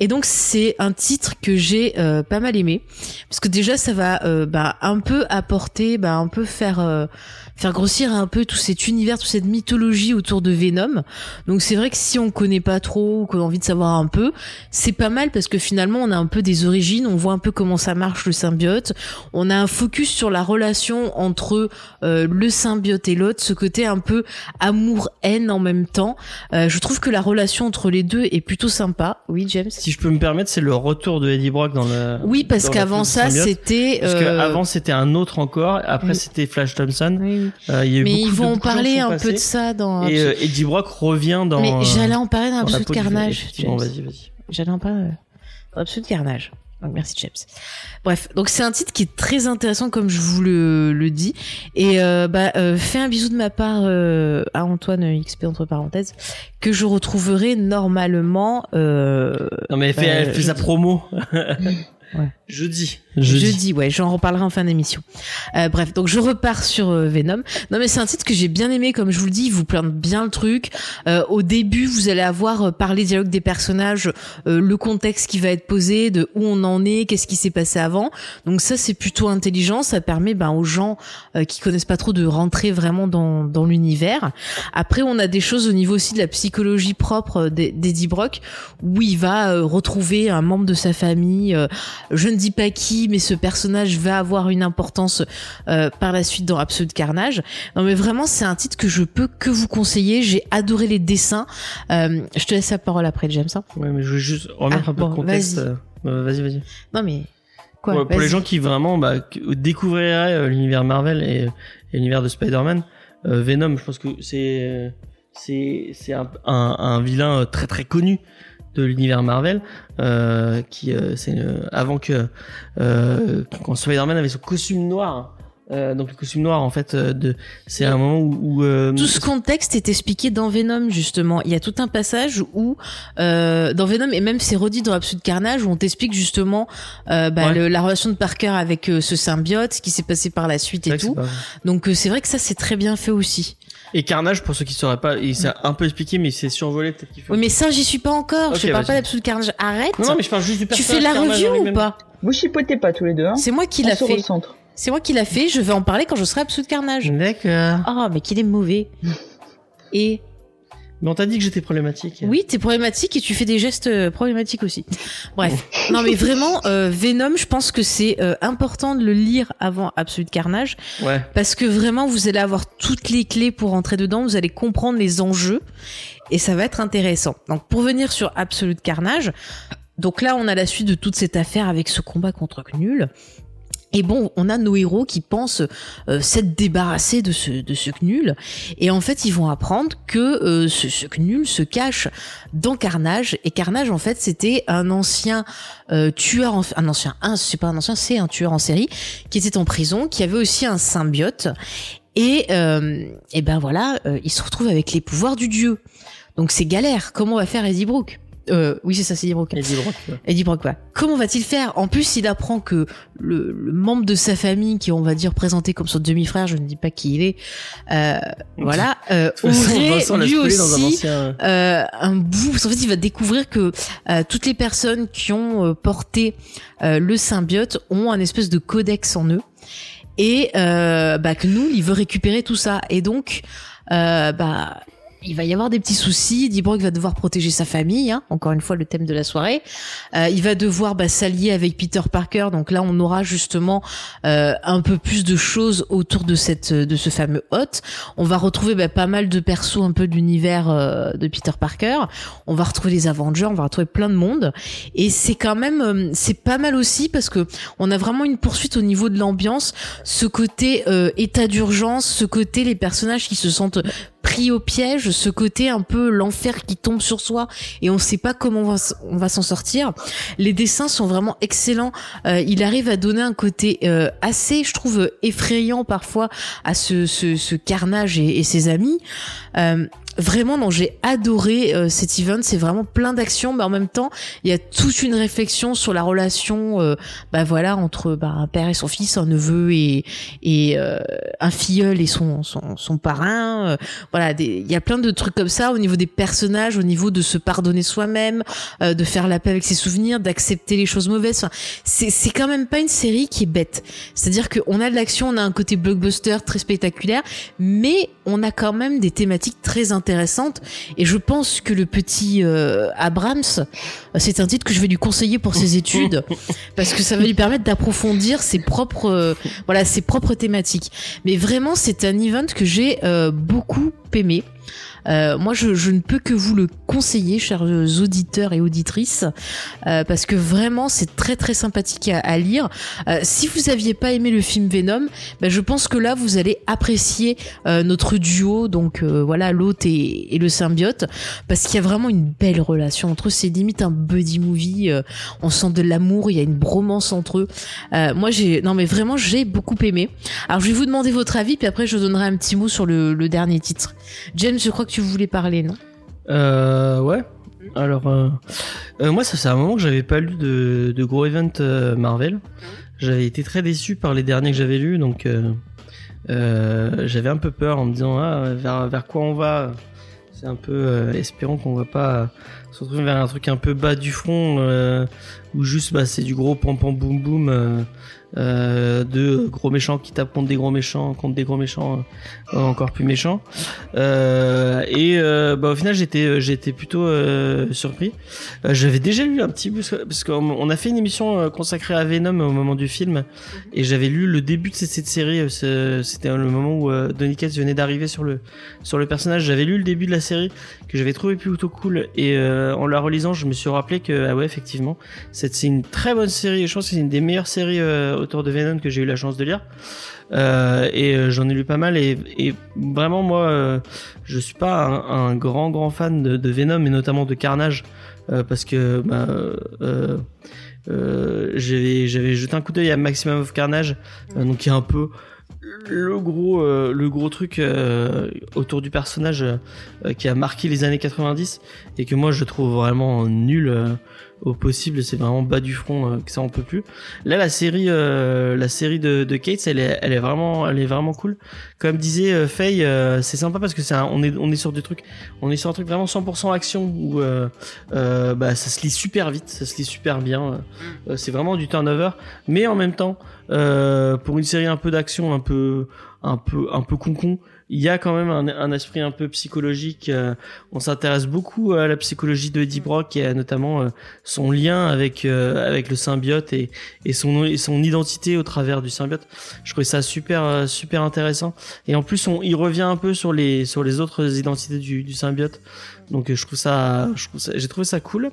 Et donc c'est un titre que j'ai euh, pas mal aimé parce que déjà ça va euh, bah un peu apporter, bah un peu faire euh, faire grossir un peu tout cet univers, toute cette mythologie autour de Venom. Donc c'est vrai que si on connaît pas trop ou qu'on a envie de savoir un peu, c'est pas mal parce que finalement on a un peu des origines, on voit un peu comment ça marche le symbiote. On a un focus sur la relation entre euh, le symbiote et l'autre, ce côté un peu amour-haine en même temps. Euh, je trouve que la relation entre les deux est plutôt sympa. Oui, James. Si je peux me permettre, c'est le retour de Eddie Brock dans le. Oui, parce qu'avant ça, c'était. Parce euh... qu'avant c'était un autre encore. Après oui. c'était Flash Thompson. Oui. Euh, il y a eu mais beaucoup ils vont de parler un passés. peu de ça dans. Et euh, Eddie Brock revient dans. Mais j'allais en parler dans, dans Absolute Carnage. Bon, vas-y, vas-y. J'allais en parler dans Absolute Carnage. Donc merci James. Bref, donc c'est un titre qui est très intéressant comme je vous le, le dis. Et euh, bah euh, fais un bisou de ma part euh, à Antoine X P entre parenthèses que je retrouverai normalement. Euh, non mais elle fait, bah, elle fait sa promo. Ouais. Jeudi. Jeudi. Jeudi, ouais, j'en reparlerai en fin d'émission. Euh, bref, donc je repars sur euh, Venom. Non mais c'est un titre que j'ai bien aimé, comme je vous le dis, il vous plante bien le truc. Euh, au début, vous allez avoir euh, par les dialogues des personnages, euh, le contexte qui va être posé, de où on en est, qu'est-ce qui s'est passé avant. Donc ça, c'est plutôt intelligent. Ça permet ben, aux gens euh, qui connaissent pas trop de rentrer vraiment dans, dans l'univers. Après, on a des choses au niveau aussi de la psychologie propre d'Eddie Brock, où il va euh, retrouver un membre de sa famille. Euh, je ne dis pas qui, mais ce personnage va avoir une importance euh, par la suite dans Absolute Carnage. Non mais vraiment c'est un titre que je peux que vous conseiller. J'ai adoré les dessins. Euh, je te laisse la parole après, James. Hein. Ouais, mais je veux juste remettre ah, un peu bon, de contexte. Vas-y. Euh, vas-y, vas-y. Non mais quoi ouais, pour les gens qui vraiment bah, découvriraient euh, l'univers Marvel et, et l'univers de Spider-Man, euh, Venom, je pense que c'est c'est c'est un, un, un vilain très très connu de l'univers Marvel, euh, qui euh, c'est euh, avant que euh, quand Spider-Man avait son costume noir. Euh, donc le costume noir en fait euh, de c'est un moment où, où euh, tout ce contexte est expliqué dans Venom justement. Il y a tout un passage où euh, dans Venom et même c'est redit dans Absolute Carnage où on t'explique justement euh, bah, ouais. le, la relation de Parker avec euh, ce symbiote, ce qui s'est passé par la suite et tout. Donc euh, c'est vrai que ça c'est très bien fait aussi. Et Carnage, pour ceux qui ne sauraient pas, il s'est un peu expliqué, mais il s'est survolé peut-être qu'il faut. Oui, mais ça, j'y suis pas encore. Okay, je parle pas d'Absolute Carnage. Arrête. Non, non, mais je parle juste du personnage. Tu fais la review ou pas? Vous chipotez pas tous les deux, hein. C'est moi qui l'a fait. C'est moi qui l'a fait. Je vais en parler quand je serai Absolute Carnage. D'accord. Oh, mais qu'il est mauvais. Et. Mais on t'a dit que j'étais problématique. Oui, t'es problématique et tu fais des gestes euh, problématiques aussi. Bref. Non, mais vraiment, euh, Venom, je pense que c'est euh, important de le lire avant Absolute Carnage. Ouais. Parce que vraiment, vous allez avoir toutes les clés pour rentrer dedans. Vous allez comprendre les enjeux et ça va être intéressant. Donc, pour venir sur Absolute Carnage, donc là, on a la suite de toute cette affaire avec ce combat contre Knull. Et bon, on a nos héros qui pensent euh, s'être débarrassés de ce de ce Knull, et en fait, ils vont apprendre que euh, ce, ce Knull se cache dans Carnage. Et Carnage, en fait, c'était un ancien euh, tueur, en, un ancien, un c'est pas un ancien, c'est un tueur en série qui était en prison, qui avait aussi un symbiote. Et euh, et ben voilà, euh, il se retrouve avec les pouvoirs du dieu. Donc c'est galère. Comment va faire Eddie Brock? Euh, oui, c'est ça, c'est Eddie Brock. Eddie Brock. Ouais. Eddie Brock, ouais. Comment va-t-il faire? En plus, il apprend que le, le membre de sa famille, qui on va dire présenté comme son demi-frère, je ne dis pas qui il est, euh, voilà, euh, aurait lui aussi un, ancien... euh, un bout. En fait, il va découvrir que euh, toutes les personnes qui ont euh, porté euh, le symbiote ont un espèce de codex en eux, et euh, bah que nous, il veut récupérer tout ça, et donc, euh, bah il va y avoir des petits soucis. Eddie Brock va devoir protéger sa famille, hein, encore une fois le thème de la soirée. Euh, il va devoir bah, s'allier avec Peter Parker. Donc là, on aura justement euh, un peu plus de choses autour de cette de ce fameux hôte. On va retrouver bah, pas mal de persos un peu de l'univers euh, de Peter Parker. On va retrouver les Avengers, on va retrouver plein de monde. Et c'est quand même euh, c'est pas mal aussi parce que on a vraiment une poursuite au niveau de l'ambiance, ce côté euh, état d'urgence, ce côté les personnages qui se sentent pris au piège, ce côté un peu l'enfer qui tombe sur soi et on sait pas comment on va, on va s'en sortir. Les dessins sont vraiment excellents. Euh, il arrive à donner un côté euh, assez, je trouve, effrayant parfois à ce, ce, ce Carnage et, et ses amis. Euh, vraiment, non, j'ai adoré euh, cet event. C'est vraiment plein d'action, mais en même temps, il y a toute une réflexion sur la relation, euh, bah voilà, entre bah, un père et son fils, un neveu et et euh, un filleul et son son, son parrain. Euh, voilà, des, il y a plein de trucs comme ça au niveau des personnages, au niveau de se pardonner soi-même, euh, de faire la paix avec ses souvenirs, d'accepter les choses mauvaises. Enfin, c'est c'est quand même pas une série qui est bête. C'est-à-dire qu'on a de l'action, on a un côté blockbuster très spectaculaire, mais on a quand même des thématiques très intéressantes. Et je pense que le petit euh, Abrams, c'est un titre que je vais lui conseiller pour ses études, parce que ça va lui permettre d'approfondir ses propres, euh, voilà, ses propres thématiques. Mais vraiment, c'est un event que j'ai euh, beaucoup aimé. Euh, moi, je, je ne peux que vous le conseiller, chers auditeurs et auditrices, euh, parce que vraiment, c'est très très sympathique à, à lire. Euh, si vous aviez pas aimé le film Venom, ben, je pense que là, vous allez apprécier euh, notre duo, donc euh, voilà, l'hôte et, et le symbiote, parce qu'il y a vraiment une belle relation entre eux. C'est limite un buddy movie. Euh, on sent de l'amour, il y a une bromance entre eux. Euh, moi, j'ai, non mais vraiment, j'ai beaucoup aimé. Alors, je vais vous demander votre avis, puis après, je donnerai un petit mot sur le, le dernier titre. James, je crois que tu voulais parler, non? Euh, ouais. Alors, euh, euh, moi, ça fait un moment que j'avais pas lu de, de gros events euh, Marvel. J'avais été très déçu par les derniers que j'avais lus, donc euh, euh, j'avais un peu peur en me disant ah, vers, vers quoi on va. C'est un peu euh, espérons qu'on va pas se retrouver vers un truc un peu bas du front euh, où juste bah, c'est du gros pam pam boum boum. Euh, Euh, de gros méchants qui tapent contre des gros méchants, contre des gros méchants euh, encore plus méchants. Euh, et euh, bah, au final, j'étais, j'étais plutôt euh, surpris. Euh, j'avais déjà lu un petit peu, parce qu'on on a fait une émission consacrée à Venom au moment du film, et j'avais lu le début de cette, cette série. C'était le moment où euh, Donny Cates venait d'arriver sur le sur le personnage. J'avais lu le début de la série que j'avais trouvé plutôt cool, et euh, en la relisant, je me suis rappelé que ah ouais, effectivement, c'est, c'est une très bonne série. Je pense que c'est une des meilleures séries euh, autour de Venom que j'ai eu la chance de lire, euh, et euh, j'en ai lu pas mal, et, et vraiment moi euh, je suis pas un, un grand grand fan de, de Venom, et notamment de Carnage, euh, parce que bah, euh, euh, j'avais, j'avais jeté un coup d'œil à Maximum of Carnage, euh, donc il y a un peu le gros euh, le gros truc euh, autour du personnage euh, qui a marqué les années quatre-vingt-dix, et que moi je trouve vraiment nul euh, au possible. C'est vraiment bas du front, euh, que ça on peut plus. Là, la série euh, la série de, de Cates, elle est elle est vraiment elle est vraiment cool. Comme disait euh, Faye, euh, c'est sympa parce que c'est un, on est on est sur des trucs on est sur un truc vraiment cent pour cent action où euh, euh, bah ça se lit super vite, ça se lit super bien. Euh, c'est vraiment du turnover, mais en même temps euh, pour une série un peu d'action, un peu un peu un peu con-con, il y a quand même un, un esprit un peu psychologique. Euh, on s'intéresse beaucoup à la psychologie de Eddie Brock, et à notamment euh, son lien avec euh, avec le symbiote, et et son et son identité au travers du symbiote. Je trouvais ça super euh, super intéressant, et en plus on il revient un peu sur les sur les autres identités du du symbiote. Donc je trouve ça je trouve ça j'ai trouvé ça cool.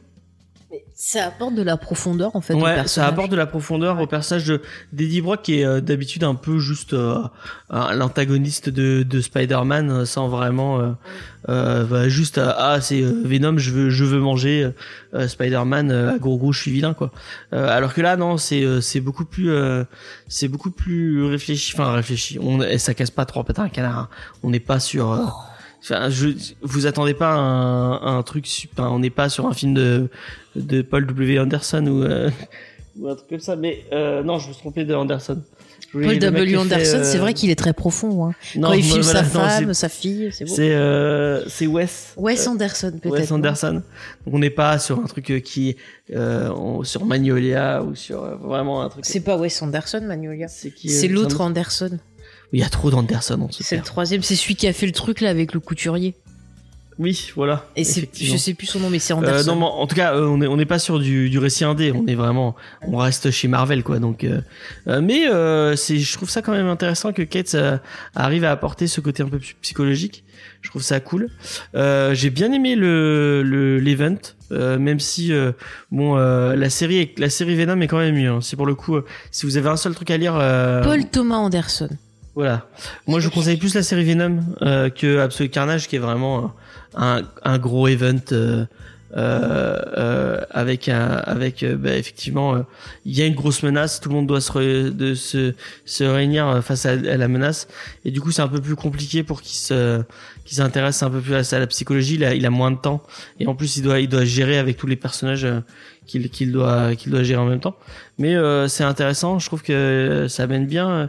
Ça apporte de la profondeur en fait. Ouais, au personnage. Ça apporte de la profondeur ouais. au personnage de d'Eddie Brock, qui est euh, d'habitude un peu juste euh, l'antagoniste de de Spider-Man, sans vraiment euh, euh, bah, juste euh, ah c'est euh, Venom, je veux je veux manger euh, Spider-Man, euh, à gros gros je suis vilain quoi. Euh, alors que là non, c'est euh, c'est beaucoup plus euh, c'est beaucoup plus réfléchi, enfin réfléchi. On ça casse pas trois pattes à un canard. Hein. On n'est pas sur euh, Enfin, je, vous attendez pas un, un truc super, on n'est pas sur un film de, de Paul W. Anderson ou, euh, ou un truc comme ça, mais euh, non, je me suis trompé de Anderson. Paul W. Anderson, euh... c'est vrai qu'il est très profond. Hein. Non, quand il filme voilà, sa femme, non, sa fille, c'est beau. C'est, euh, c'est Wes. Wes Anderson, peut-être. Wes Anderson. Donc on n'est pas sur un truc qui, euh, on, sur Magnolia ou sur euh, vraiment un truc. C'est pas Wes Anderson, Magnolia. C'est, qui, c'est l'autre Anderson. Il y a trop d'Anderson, on se C'est perd. le troisième, c'est celui qui a fait le truc là avec le couturier. Oui, voilà. Et c'est, je sais plus son nom, mais c'est Anderson. Euh, non, en tout cas, euh, on est on n'est pas sur du du récit indé, on est vraiment, on reste chez Marvel quoi. Donc, euh, euh, mais euh, c'est, je trouve ça quand même intéressant que Cates euh, arrive à apporter ce côté un peu psychologique. Je trouve ça cool. Euh, j'ai bien aimé le le l'event, euh, même si euh, bon euh, la série la série Venom est quand même mieux. Hein. C'est pour le coup, euh, si vous avez un seul truc à lire. Euh... Paul Thomas Anderson. Voilà. Moi, je conseille plus la série Venom euh, que Absolute Carnage, qui est vraiment un, un gros event euh, euh, euh, avec un, avec euh, bah, effectivement, euh, il y a une grosse menace, tout le monde doit se re, de se se réunir face à, à la menace, et du coup c'est un peu plus compliqué pour qu'il se qu'il s'intéresse un peu plus à, à la psychologie. Il a, il a moins de temps, et en plus il doit il doit gérer avec tous les personnages euh, qu'il qu'il doit qu'il doit gérer en même temps. Mais euh, c'est intéressant, je trouve que ça mène bien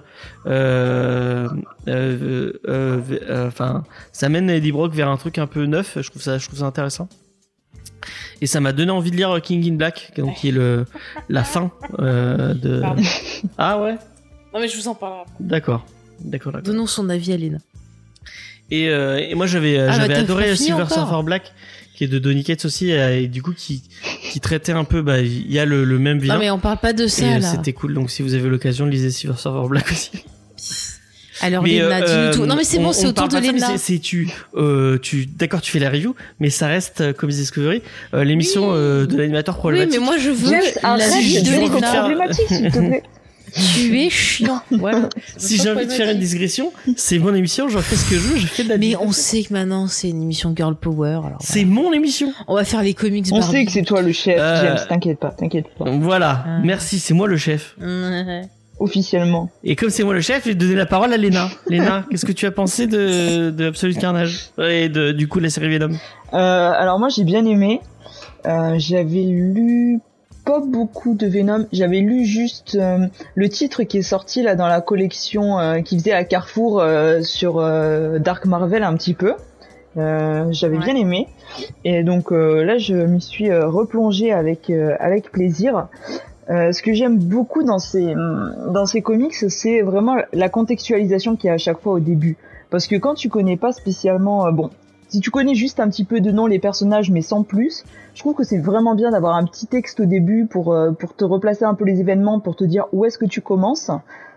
euh euh euh enfin euh, ça mène Eddie Brock vers un truc un peu neuf. Je trouve ça je trouve ça intéressant. Et ça m'a donné envie de lire King in Black, donc qui est le la fin euh, de Pardon. Ah ouais. Non mais je vous en parlerai. D'accord. D'accord, d'accord. Donnons son avis à Léna. Et, euh, et moi j'avais Ah, j'avais bah, adoré Silver encore. Surfer Black, qui est de Donny Cates aussi, et du coup qui qui traitait un peu, bah il y a le, le même vilain. Non mais on parle pas de ça et, euh, là. c'était cool, donc si vous avez l'occasion, lisez Silver Surfer Black aussi. Alors Mais, Léna, euh, dis-nous tout. Non mais c'est on- bon, c'est on autour parle de pas de ça, Léna. mais c'est, c'est tu, euh, tu, d'accord, tu fais la review, mais ça reste euh, Comics Discovery, euh, l'émission Oui. euh, de l'animateur Oui, problématique. mais moi je veux James, la arrête vie de de envie dire de que faire- c'est problématique, s'il te plaît. Tu es chiant. Voilà. Si j'ai envie de faire une digression, c'est mon émission, j'en fais ce que je veux, je fais de la Mais digression. on sait que maintenant c'est une émission Girl Power. Alors C'est voilà. mon émission. On va faire les comics On Barbie. sait que c'est toi le chef, Euh, James, t'inquiète pas, t'inquiète pas. Voilà, Ah. merci, c'est moi le chef. Ouais. Officiellement. Et comme c'est moi le chef, je vais donner la parole à Léna. Léna, qu'est-ce que tu as pensé de, de Absolute Carnage et de, du coup de la série Venom? Euh, alors moi j'ai bien aimé. Euh, j'avais lu pas beaucoup de Venom. J'avais lu juste euh, le titre qui est sorti là dans la collection euh, qui faisait à Carrefour euh, sur euh, Dark Marvel un petit peu. Euh, j'avais Ouais. bien aimé. Et donc euh, là je m'y suis euh, replongée avec euh, avec plaisir. Euh, ce que j'aime beaucoup dans ces dans ces comics, c'est vraiment la contextualisation qu'il y a à chaque fois au début. Parce que quand tu connais pas spécialement, euh, bon, si tu connais juste un petit peu de nom les personnages, mais sans plus, je trouve que c'est vraiment bien d'avoir un petit texte au début pour euh, pour te replacer un peu les événements, pour te dire où est-ce que tu commences.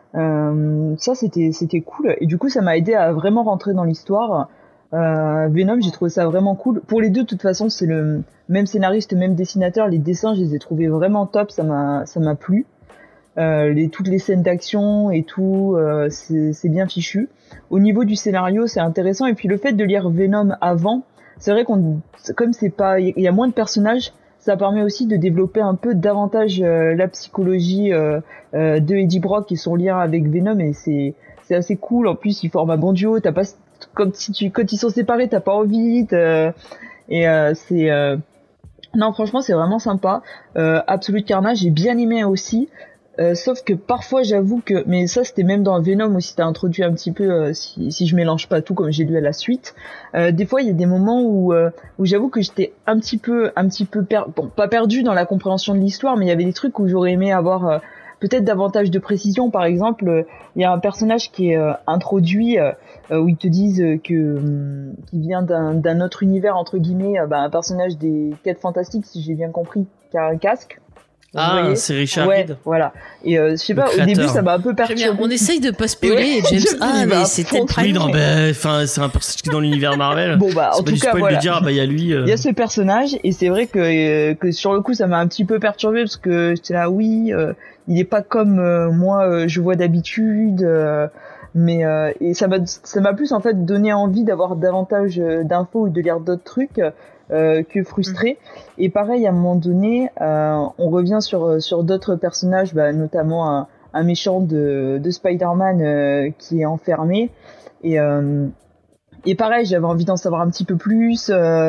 Euh, ça c'était c'était cool, et du coup ça m'a aidé à vraiment rentrer dans l'histoire. Euh, Venom, j'ai trouvé ça vraiment cool. Pour les deux, de toute façon, c'est le même scénariste, même dessinateur. Les dessins, je les ai trouvés vraiment top. Ça m'a, ça m'a plu. Euh, les, toutes les scènes d'action et tout, euh, c'est, c'est bien fichu. Au niveau du scénario, c'est intéressant. Et puis le fait de lire Venom avant, c'est vrai qu'on, comme c'est pas, il y a moins de personnages, ça permet aussi de développer un peu davantage euh, la psychologie euh, euh, de Eddie Brock et son lien avec Venom. Et c'est, c'est assez cool. En plus, ils forment un bon duo. T'as pas comme si tu quand ils sont séparés t'as pas envie t'as... et euh, c'est euh... non franchement c'est vraiment sympa. euh, Absolute Carnage j'ai bien aimé aussi, euh, sauf que parfois j'avoue que, mais ça c'était même dans Venom aussi, t'as introduit un petit peu euh, si, si je mélange pas tout comme j'ai lu à la suite, euh, des fois il y a des moments où euh, où j'avoue que j'étais un petit peu un petit peu per... bon pas perdu dans la compréhension de l'histoire, mais il y avait des trucs où j'aurais aimé avoir euh, peut-être davantage de précision. Par exemple, euh, il y a un personnage qui est euh, introduit euh, où ils te disent euh, que euh, qui vient d'un, d'un autre univers entre guillemets, euh, bah, un personnage des Quatre Fantastiques si j'ai bien compris, qui a un casque. Vous Ah, voyez c'est Richard ouais, Reed. voilà. Et euh, je sais Le pas, au créateur. début ça m'a un peu Très bien. perturbé. On essaye de pas Et spoiler. ouais, Et James, James, ah il va mais à c'était fond. le Oui, prime. non, ben, enfin, c'est un personnage qui est dans l'univers Marvel. Bon bah c'est en pas tout du cas spoil voilà. de dire, ah, bah, il y a lui. euh. Il y a ce personnage et c'est vrai que euh, que sur le coup ça m'a un petit peu perturbé parce que j'étais là oui, euh, il est pas comme euh, moi euh, je vois d'habitude, euh, mais euh, et ça m'a ça m'a plus en fait donné envie d'avoir davantage euh, d'infos ou de lire d'autres trucs euh, que frustré. Et pareil à un moment donné euh, on revient sur sur d'autres personnages, bah, notamment un, un méchant de de Spider-Man euh, qui est enfermé et euh, et pareil j'avais envie d'en savoir un petit peu plus. Euh,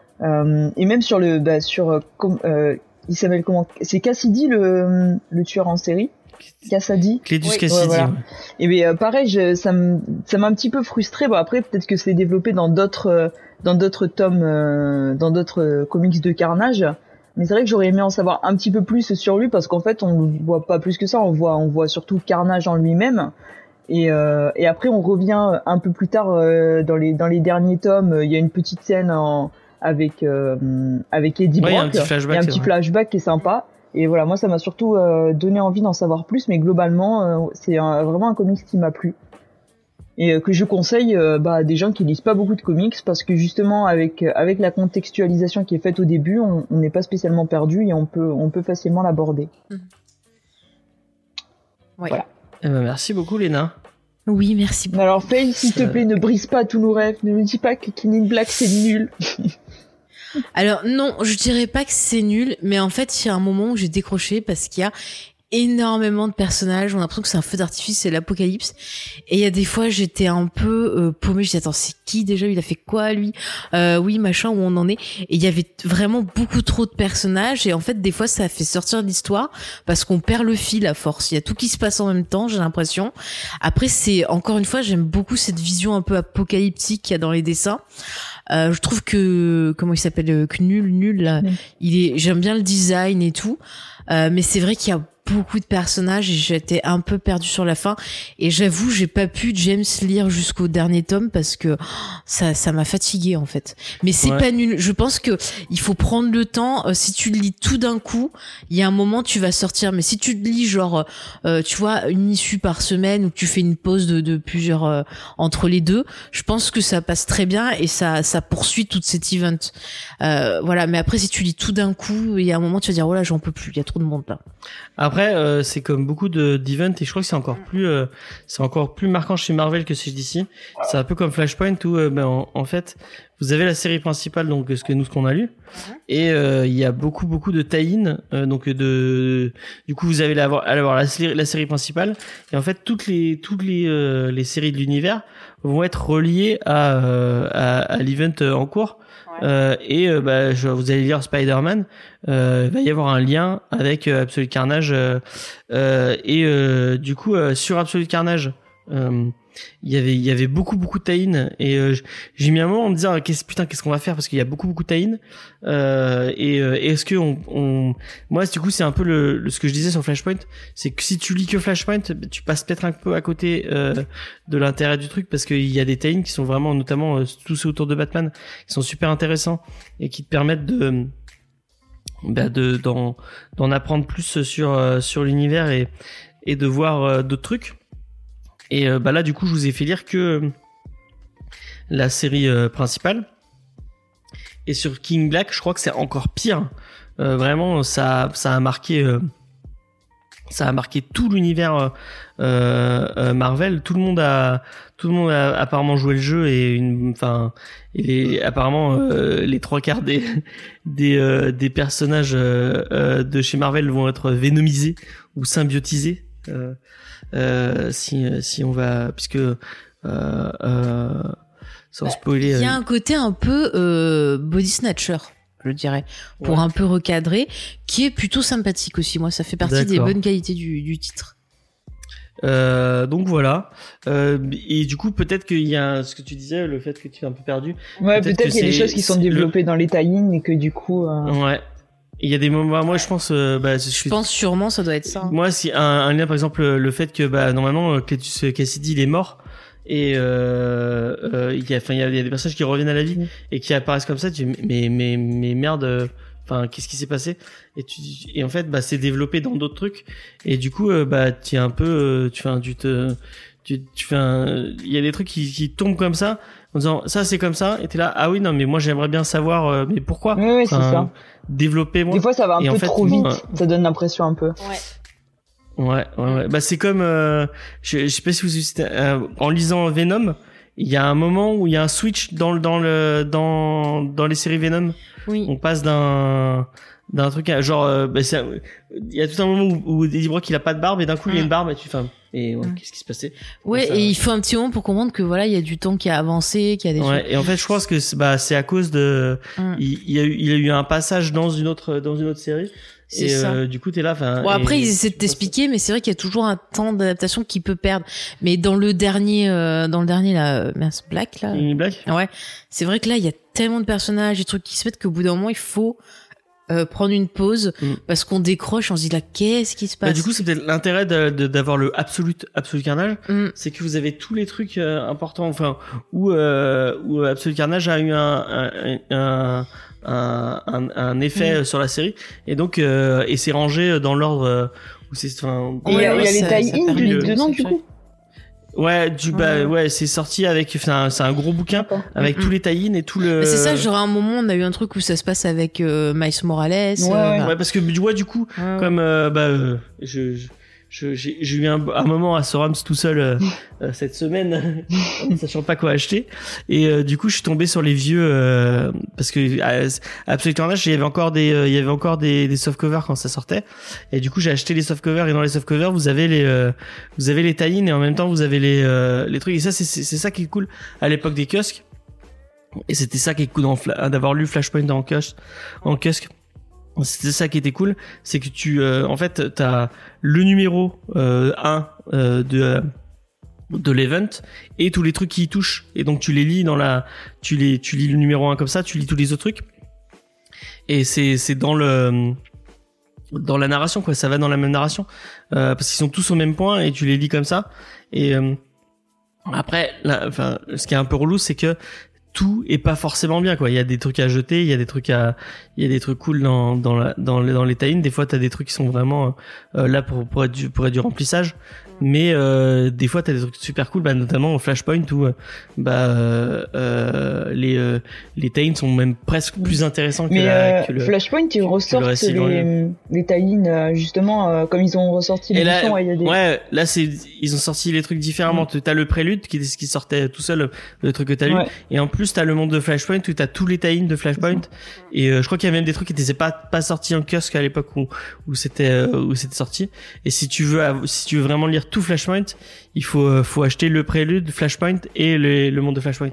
Euh, et même sur le, bah, sur, euh, com, euh, il s'appelle comment? C'est Cassidy le, le tueur en série. Cassidy. Clédus Oui. Cassidy. Ouais, voilà. ouais. Et bien, euh, pareil, je, ça me, ça m'a un petit peu frustré. Bon, après, peut-être que c'est développé dans d'autres, euh, dans d'autres tomes, euh, dans d'autres euh, comics de Carnage. Mais c'est vrai que j'aurais aimé en savoir un petit peu plus sur lui parce qu'en fait, on voit pas plus que ça. On voit, on voit surtout Carnage en lui-même. Et, euh, et après, on revient un peu plus tard euh, dans les, dans les derniers tomes. Il y a une petite scène en, avec, euh, avec Eddie Ouais, il y a un Brock. petit flashback, Il y a un c'est petit vrai. flashback qui est sympa. Et voilà, moi, ça m'a surtout euh, donné envie d'en savoir plus. Mais globalement, euh, c'est un, vraiment un comics qui m'a plu. Et euh, que je conseille euh, bah, à des gens qui lisent pas beaucoup de comics parce que justement, avec, avec la contextualisation qui est faite au début, on on n'est pas spécialement perdu et on peut, on peut facilement l'aborder. Ouais. Voilà. Eh ben, merci beaucoup, Léna. Oui, merci beaucoup. Alors Faye, s'il te Ça- plaît, ne brise pas tous nos rêves. Ne nous dis pas que King in Black c'est nul. Alors non, je dirais pas que c'est nul, mais en fait, il y a un moment où j'ai décroché parce qu'il y a énormément de personnages, on a l'impression que c'est un feu d'artifice, c'est l'apocalypse, et il y a des fois j'étais un peu euh, paumée, je disais attends c'est qui déjà, il a fait quoi lui, euh, oui machin, où on en est, et il y avait vraiment beaucoup trop de personnages, et en fait des fois ça fait sortir l'histoire parce qu'on perd le fil à force, il y a tout qui se passe en même temps, j'ai l'impression. Après c'est, encore une fois, j'aime beaucoup cette vision un peu apocalyptique qu'il y a dans les dessins. Euh, je trouve que, comment il s'appelle, Knull, nul là, Mm. il est, j'aime bien le design et tout, euh, mais c'est vrai qu'il y a beaucoup de personnages et j'étais un peu perdue sur la fin, et j'avoue j'ai pas pu James lire jusqu'au dernier tome parce que oh, ça ça m'a fatiguée en fait, mais c'est Ouais. pas nul. Je pense que il faut prendre le temps. Euh, si tu le lis tout d'un coup, il y a un moment tu vas sortir, mais si tu te lis genre euh, tu vois une issue par semaine ou que tu fais une pause de, de plusieurs euh, entre les deux, je pense que ça passe très bien et ça ça poursuit toute cet event. Euh, voilà, mais après si tu lis tout d'un coup, il y a un moment tu vas dire oh là j'en peux plus, il y a trop de monde là. Après, euh, c'est comme beaucoup de d'events, et je crois que c'est encore plus, euh, c'est encore plus marquant chez Marvel que chez D C. C'est un peu comme Flashpoint où, euh, ben, en, en fait, vous avez la série principale, donc ce que nous ce qu'on a lu, et euh, il y a beaucoup beaucoup de tie-in, euh, donc de, du coup vous avez la, alors la série, la série principale, et en fait toutes les toutes les euh, les séries de l'univers vont être reliées à euh, à, à l'event en cours. Euh, et euh, bah, je, vous allez lire Spider-Man, euh, il va y avoir un lien avec euh, Absolute Carnage, euh, euh, et euh, du coup euh, sur Absolute Carnage, euh, il y avait il y avait beaucoup beaucoup de tie-in, et euh, j'ai mis un moment à me dire qu'est-ce putain qu'est-ce qu'on va faire parce qu'il y a beaucoup beaucoup de tie-in, euh, et euh, est-ce que on, on moi du coup c'est un peu le, le ce que je disais sur Flashpoint, c'est que si tu lis que Flashpoint tu passes peut-être un peu à côté euh, de l'intérêt du truc, parce qu'il y a des tie-in qui sont vraiment, notamment euh, tous ceux autour de Batman, qui sont super intéressants et qui te permettent de bah de d'en d'en apprendre plus sur euh, sur l'univers et et de voir euh, d'autres trucs. Et euh, bah là du coup je vous ai fait lire que euh, la série euh, principale, et sur King Black je crois que c'est encore pire. Euh, vraiment ça ça a marqué euh, ça a marqué tout l'univers euh, euh, Marvel. Tout le monde a tout le monde a apparemment joué le jeu, et une enfin et les apparemment euh, les trois quarts des des euh, des personnages euh, euh, de chez Marvel vont être vénomisés ou symbiotisés. Euh, Euh, si si on va, puisque euh, euh, sans Bah, spoiler, il y a euh, un côté un peu euh, body snatcher, je dirais, pour Ouais. un peu recadrer, qui est plutôt sympathique aussi. Moi, ça fait partie des D'accord. bonnes qualités du, du titre. euh, donc voilà. Euh, et du coup peut-être qu'il y a ce que tu disais, le fait que tu es un peu perdu. Ouais, Peut-être peut-être que qu'il y a des c'est- choses qui sont c'est le- développées dans les tie-in et que du coup. euh, Ouais. Il y a des moments. Moi je pense. Euh, bah, je, Je suis- pense sûrement ça doit être ça. hein. Moi, si un, un lien, par exemple, le fait que bah normalement euh, Cletus Cassidy il est mort, et euh, euh, il y a, enfin il y a, il y a des personnages qui reviennent à la vie Mm. et qui apparaissent comme ça. Tu dis, mais mais mais merde, euh, enfin qu'est-ce qui s'est passé? Et tu et en fait bah c'est développé dans d'autres trucs, et du coup euh, bah tu es un peu, euh, tu fais un, tu te tu tu fais un, il y a des trucs qui qui tombent comme ça en disant ça c'est comme ça, et t'es là ah oui non mais moi j'aimerais bien savoir euh, mais pourquoi? Ouais, ouais, c'est Enfin, ça. Développer moi. Des fois, ça va un Et peu en fait, trop moi, vite. Ça donne l'impression un peu. Ouais, ouais, ouais. Bah c'est comme, euh, je, je sais pas si vous c'était, euh, en lisant Venom, il y a un moment où il y a un switch dans le dans le dans dans les séries Venom. Oui. On passe d'un d'un truc à, genre, euh, bah, c'est, il y a tout un moment où, où Eddie Brock il a pas de barbe, et d'un coup il y a une barbe, et tu fais, et ouais, Mm. qu'est-ce qui se passait? Ouais, Ça- et il faut un petit moment pour comprendre que voilà, il y a du temps qui a avancé, qu'il y a des Ouais, et en fait je pense que c'est, bah c'est à cause de, Mm. il, il y a eu il y a eu un passage dans une autre dans une autre série. C'est Et ça. euh, du coup t'es là, enfin. Bon, après, et- ils essaient de t'expliquer, mais c'est vrai qu'il y a toujours un temps d'adaptation qui peut perdre. Mais dans le dernier, euh, dans le dernier, là, euh, mince, Black, là. Une blague. Ouais. C'est vrai que là, il y a tellement de personnages, des trucs qui se mettent qu'au bout d'un moment, il faut, euh, prendre une pause, Mm. parce qu'on décroche, on se dit là, qu'est-ce qui se passe? Bah, du coup, c'est peut-être l'intérêt de, de- d'avoir le Absolute, Absolute Carnage, Mm. c'est que vous avez tous les trucs euh, importants, enfin, où, euh, où Absolute Carnage a eu un, un, un, un, un, un effet Mm. sur la série, et donc, euh, et c'est rangé dans l'ordre euh, où c'est, enfin, Et il y a, Ouais, il y a ouais, les ça- ça tie-in permet du- de- dedans, du coup. ouais, du, bah, Ouais. ouais, c'est sorti avec, c'est un, c'est un gros bouquin D'accord. avec Mm, tous mm. les tie-in et tout le. Mais c'est ça, genre à un moment, on a eu un truc où ça se passe avec euh, Miles Morales. Ouais, euh, ouais. Ouais, parce que du, ouais, du coup, ouais. comme, euh, bah, euh, je, je, je, j'ai, j'ai eu un, un moment à Sorams tout seul euh, euh, cette semaine, ne sachant pas quoi acheter. Et euh, du coup, je suis tombé sur les vieux euh, parce que à, à Absolute Carnage, il y avait encore des, euh, il y avait encore des, des softcovers quand ça sortait. Et du coup, j'ai acheté les softcovers et dans les softcovers, vous avez les, euh, vous avez les tie-in et en même temps, vous avez les, euh, les trucs. Et ça, c'est, c'est, c'est ça qui est cool à l'époque des kiosques. Et c'était ça qui est cool d'avoir lu Flashpoint en kiosque, en kiosque. C'était ça qui était cool, c'est que tu, euh, en fait, t'as le numéro euh, un euh, de euh, de l'event et tous les trucs qui y touchent. Et donc tu les lis dans la, tu les, tu lis le numéro un comme ça, tu lis tous les autres trucs. Et c'est c'est dans le dans la narration quoi, ça va dans la même narration euh, parce qu'ils sont tous au même point et tu les lis comme ça. Et euh, après, là, enfin, ce qui est un peu relou, c'est que tout est pas forcément bien quoi. Il y a des trucs à jeter, il y a des trucs à, il y a des trucs cool dans dans la, dans les dans les tie-in. Des fois t'as des trucs qui sont vraiment euh, là pour pour être du pour être du remplissage. Mais euh, des fois t'as des trucs super cool, bah notamment au Flashpoint où euh, bah euh, euh, les euh, les tie-in sont même presque plus intéressants que, mais la, euh, que le Flashpoint ils ressortent le les les tie-in euh, justement euh, comme ils ont ressorti les là, il y a des ouais, là c'est ils ont sorti les trucs différemment. Mmh. T'as le prélude qui qui sortait tout seul, le truc que t'as lu, ouais. Et en plus t'as le monde de Flashpoint où t'as tous les tie-in de Flashpoint. Mmh. Et euh, je crois qu'il y a même des trucs qui n'étaient pas pas sortis en kiosque à l'époque où où c'était euh, où c'était sorti. Et si tu veux si tu veux vraiment lire tout Flashpoint, il faut euh, faut acheter le prélude Flashpoint et le, le monde de Flashpoint.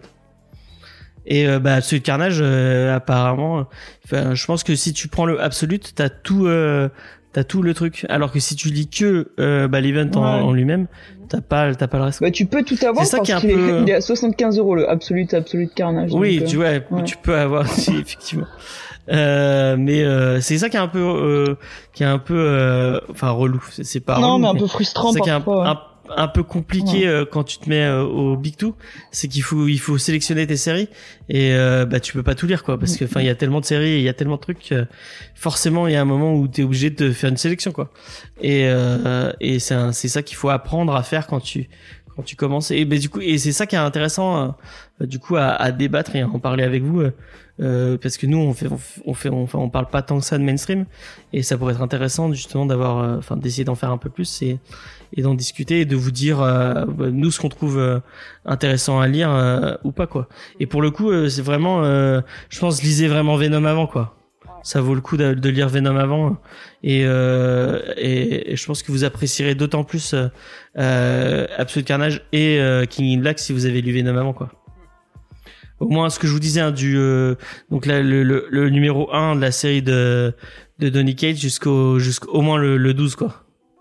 Et euh, bah Absolute Carnage euh, apparemment, enfin je pense que si tu prends le Absolute, t'as tout euh, t'as tout le truc. Alors que si tu lis que euh, bah l'event ouais. en, en lui-même, t'as pas t'as pas le reste. Bah tu peux tout avoir parce qu'il peu... est, est à soixante-quinze euros le Absolute Absolute Carnage. Oui, donc, tu vois, ouais. Tu peux avoir effectivement. Euh, mais euh, c'est ça qui est un peu euh, qui est un peu euh, enfin relou, c'est, c'est pas non relou, mais un peu frustrant c'est parfois, un, ouais. un, un peu compliqué ouais. euh, quand tu te mets euh, au Big Two, c'est qu'il faut il faut sélectionner tes séries et euh, bah tu peux pas tout lire quoi parce que enfin il y a tellement de séries et il y a tellement de trucs euh, forcément il y a un moment où t'es obligé de faire une sélection quoi et euh, et c'est un, c'est ça qu'il faut apprendre à faire quand tu quand tu commences et ben du coup et c'est ça qui est intéressant euh, du coup à, à débattre et à en parler avec vous euh, Euh, parce que nous on fait on fait on, enfin on parle pas tant que ça de mainstream et ça pourrait être intéressant justement d'avoir enfin euh, d'essayer d'en faire un peu plus et et d'en discuter et de vous dire euh, nous ce qu'on trouve euh, intéressant à lire euh, ou pas quoi. Et pour le coup euh, c'est vraiment euh, je pense lisez vraiment Venom avant quoi. Ça vaut le coup de, de lire Venom avant et, euh, et et je pense que vous apprécierez d'autant plus euh, euh, Absolute Carnage et euh, King in Black si vous avez lu Venom avant quoi. Au moins ce que je vous disais hein, du euh, donc là le, le le numéro un de la série de de Donny Cates jusqu'au jusqu'au moins le, le douze quoi.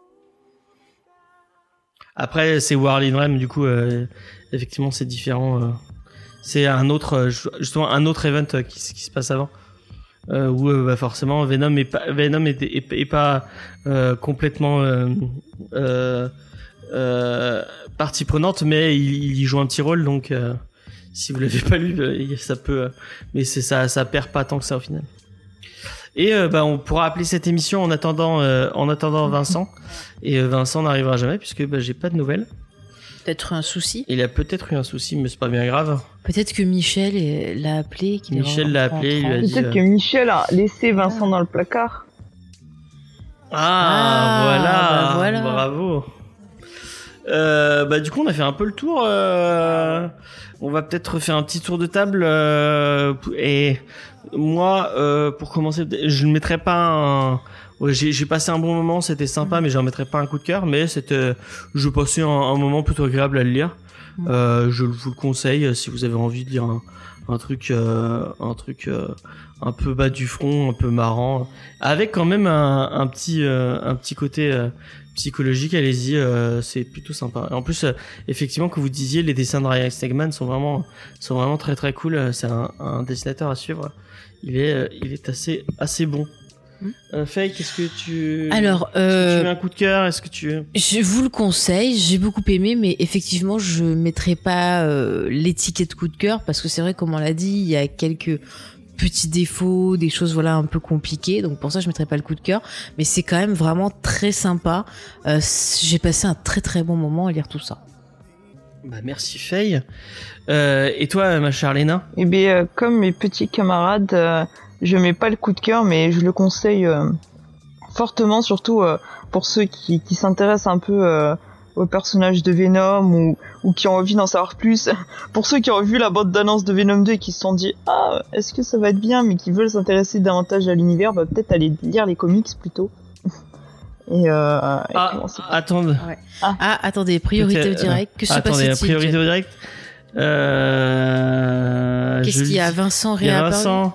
Après c'est War in Rem du coup euh, effectivement c'est différent euh, c'est un autre justement un autre event euh, qui qui se passe avant euh, où euh, bah forcément Venom est pas Venom est est, est pas euh, complètement euh, euh, euh, partie prenante mais il, il y joue un petit rôle donc euh, si vous l'avez pas lu, ça peut, mais c'est ça, ça perd pas tant que ça au final. Et euh, bah on pourra appeler cette émission en attendant, euh, en attendant Vincent. Et euh, Vincent n'arrivera jamais puisque bah, j'ai pas de nouvelles. Peut-être un souci. Il a peut-être eu un souci, mais c'est pas bien grave. Peut-être que Michel l'a appelé. Qu'il Michel l'a appelé, il lui a dit. Peut-être que Michel a laissé Vincent dans le placard. Ah, ah voilà, bah voilà, bravo. Euh, bah du coup on a fait un peu le tour. Euh... On va peut-être faire un petit tour de table euh, et moi, euh, pour commencer, je ne mettrai pas un. Ouais, j'ai, j'ai passé un bon moment, c'était sympa, mais j'en mettrai pas un coup de cœur. Mais c'était, je passais un, un moment plutôt agréable à le lire. Euh, je vous le conseille si vous avez envie de lire un, un truc, euh, un truc euh, un peu bas du front, un peu marrant, avec quand même un, un petit, euh, un petit côté. Euh, psychologique, allez-y, euh, c'est plutôt sympa. Et en plus, euh, effectivement, que vous disiez, les dessins de Ryan Stegman sont vraiment, sont vraiment très très cool. C'est un, un dessinateur à suivre. Il est, euh, il est assez, assez bon. Mmh. Euh, Faye, qu'est-ce que tu, alors, est-ce euh, que tu mets un coup de cœur, est-ce que tu, je vous le conseille, j'ai beaucoup aimé, mais effectivement, je mettrai pas euh, l'étiquette coup de cœur parce que c'est vrai, comme on l'a dit, il y a quelques petits défauts, des choses voilà un peu compliquées, donc pour ça je mettrai pas le coup de cœur, mais c'est quand même vraiment très sympa. Euh, j'ai passé un très très bon moment à lire tout ça. Bah merci Faye. Euh, et toi ma chère Léna? Eh bien euh, comme mes petits camarades, euh, je mets pas le coup de cœur, mais je le conseille euh, fortement, surtout euh, pour ceux qui, qui s'intéressent un peu euh, au personnage de Venom ou, ou qui ont envie d'en savoir plus. Pour ceux qui ont vu la bande d'annonce de Venom deux et qui se sont dit « Ah, est-ce que ça va être bien ?» mais qui veulent s'intéresser davantage à l'univers, bah, peut-être aller lire les comics plutôt. Et, euh, et ah, attendez. Ouais. Ah. ah, attendez, priorité Peut-être, au direct. Que se attendez, passe-t-il? priorité au direct. Euh... Qu'est-ce qu'il y a? Vincent réapparu. Vincent.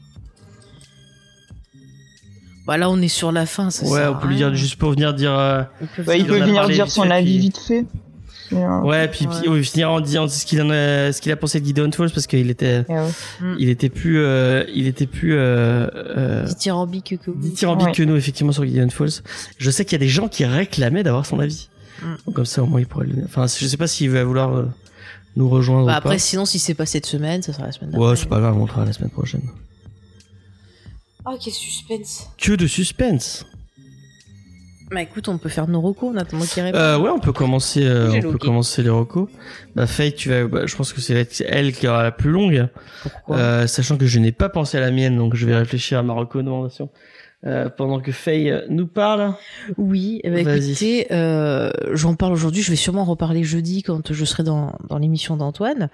Bah là, on est sur la fin, ça. Ouais, on peut lui dire juste pour venir dire. Euh, il peut, bah, il peut venir dire son avis vite fait. Euh, ouais, puis, ouais. puis oui, finir en disant ce qu'il en a, ce qu'il a pensé de Gideon Falls parce qu'il était, ouais. il était plus, euh, il était plus, euh, euh, dithyrambique que, dithyrambique ouais. que nous effectivement sur Gideon Falls. Je sais qu'il y a des gens qui réclamaient d'avoir son avis. Mm. Donc, comme ça, au moins, il pourrait. Le... Enfin, je sais pas s'il va vouloir euh, nous rejoindre. Bah, ou après, pas. sinon, si c'est pas cette semaine, ça sera la semaine d'après. Ouais, c'est pas grave, on le fera la semaine prochaine. Oh, quel suspense. Que de suspense. Bah écoute, on peut faire nos recos, on attend qu'il réponde. Euh, ouais, on peut commencer, euh, on peut commencer les recos. Bah, Faye, tu vas, bah, je pense que c'est elle qui aura la plus longue. Pourquoi euh, sachant que je n'ai pas pensé à la mienne, donc je vais réfléchir à ma recommandation. Euh, pendant que Faye nous parle. Oui, bah, écoutez, euh, j'en parle aujourd'hui, je vais sûrement en reparler jeudi quand je serai dans, dans l'émission d'Antoine.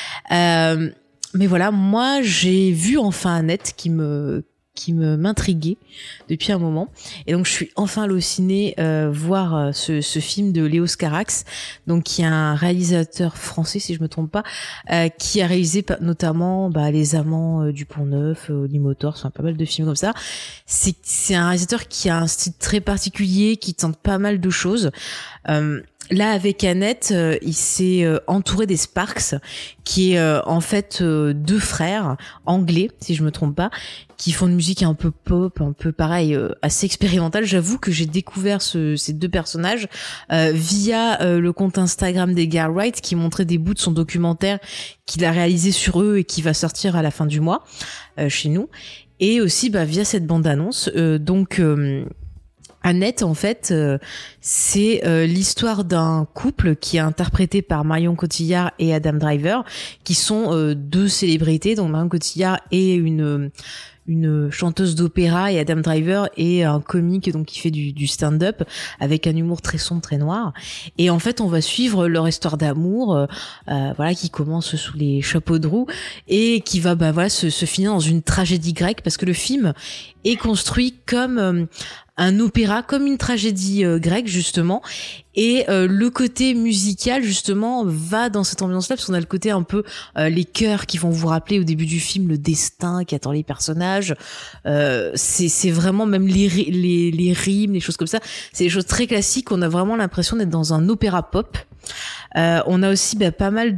Euh, mais voilà, moi, j'ai vu enfin Annette qui me, qui me m'intriguait depuis un moment, et donc je suis enfin allée au ciné euh, voir euh, ce, ce film de Léos Carax, donc qui est un réalisateur français si je me trompe pas, euh, qui a réalisé notamment bah, Les Amants euh, du Pont-Neuf, euh, Limotor, enfin pas mal de films comme ça. C'est c'est un réalisateur qui a un style très particulier, qui tente pas mal de choses. Euh, Là, avec Annette, euh, il s'est euh, entouré des Sparks, qui est euh, en fait euh, deux frères anglais, si je me trompe pas, qui font une musique un peu pop, un peu pareil, euh, assez expérimentale. J'avoue que j'ai découvert ce, ces deux personnages euh, via euh, le compte Instagram d'Edgar Wright, qui montrait des bouts de son documentaire qu'il a réalisé sur eux et qui va sortir à la fin du mois euh, chez nous, et aussi bah, via cette bande-annonce. Euh, donc... Euh, Annette, en fait, euh, c'est euh, l'histoire d'un couple qui est interprété par Marion Cotillard et Adam Driver, qui sont euh, deux célébrités. Donc Marion Cotillard est une une chanteuse d'opéra et Adam Driver est un comique donc qui fait du, du stand-up avec un humour très sombre, très noir. Et en fait, on va suivre leur histoire d'amour, euh, voilà, qui commence sous les chapeaux de roue et qui va bah voilà se, se finir dans une tragédie grecque, parce que le film est construit comme euh, un opéra, comme une tragédie euh, grecque justement, et euh, le côté musical justement va dans cette ambiance-là, parce qu'on a le côté un peu euh, les chœurs qui vont vous rappeler au début du film le destin qui attend les personnages. Euh, c'est c'est vraiment même les les les rimes, les choses comme ça, c'est des choses très classiques. On a vraiment l'impression d'être dans un opéra pop. Euh, on a aussi bah, pas mal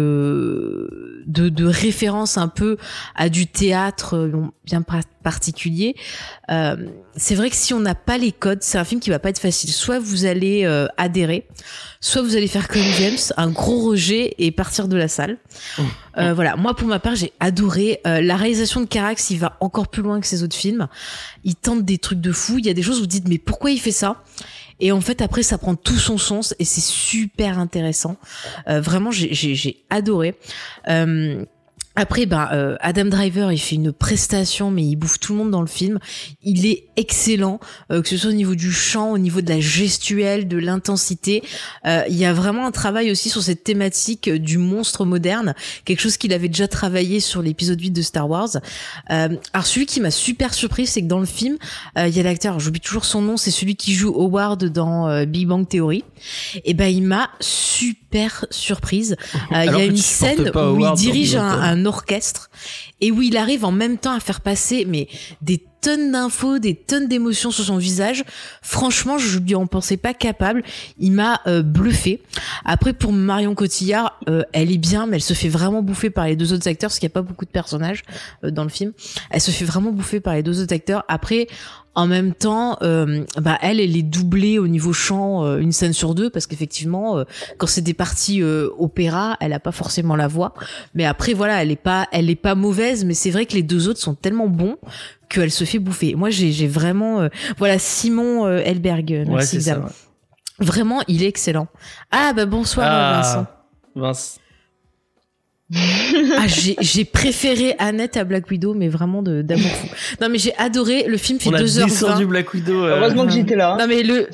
de, de de références un peu à du théâtre bien particulier. Euh, c'est vrai que si on n'a pas les codes, c'est un film qui va pas être facile. Soit vous allez euh, adhérer, soit vous allez faire comme James, un gros rejet et partir de la salle. Euh, voilà. Moi, pour ma part, j'ai adoré. Euh, la réalisation de Carax, il va encore plus loin que ses autres films. Il tente des trucs de fou. Il y a des choses où vous dites mais pourquoi il fait ça? Et en fait, après, ça prend tout son sens et c'est super intéressant. Euh, vraiment, j'ai, j'ai, j'ai adoré. Euh, Après, ben, euh, Adam Driver, il fait une prestation, mais il bouffe tout le monde dans le film. Il est excellent, euh, que ce soit au niveau du chant, au niveau de la gestuelle, de l'intensité. Euh, il y a vraiment un travail aussi sur cette thématique du monstre moderne, quelque chose qu'il avait déjà travaillé sur l'épisode huit de Star Wars. Euh, alors celui qui m'a super surpris, c'est que dans le film, euh, il y a l'acteur, j'oublie toujours son nom, c'est celui qui joue Howard dans euh, Big Bang Theory. Et ben, il m'a super surprise. Euh, il y a une scène où Howard il dirige un, un orchestre et où il arrive en même temps à faire passer mais des tonnes d'infos, des tonnes d'émotions sur son visage. Franchement, je lui en pensais pas capable. Il m'a euh, bluffé. Après, pour Marion Cotillard, euh, elle est bien, mais elle se fait vraiment bouffer par les deux autres acteurs, parce qu'il y a pas beaucoup de personnages euh, dans le film. Elle se fait vraiment bouffer par les deux autres acteurs. Après, en même temps, euh, bah elle, elle est doublée au niveau chant euh, une scène sur deux, parce qu'effectivement, euh, quand c'est des parties euh, opéra, elle a pas forcément la voix. Mais après, voilà, elle est pas, elle est pas mauvaise. Mais c'est vrai que les deux autres sont tellement bons qu'elle se fait bouffer. Moi, j'ai, j'ai vraiment, euh, voilà, Simon euh, Helberg. Merci, ouais, c'est ça, ouais. Vraiment, il est excellent. Ah bah bonsoir, ah, Vincent. Vince. Ah, j'ai, j'ai préféré Annette à Black Widow, mais vraiment de, d'amour fou. Non, mais j'ai adoré. Le film fait On a deux heures vingt. descendu Black Widow. euh, Heureusement que j'étais là. hein. Non, mais le.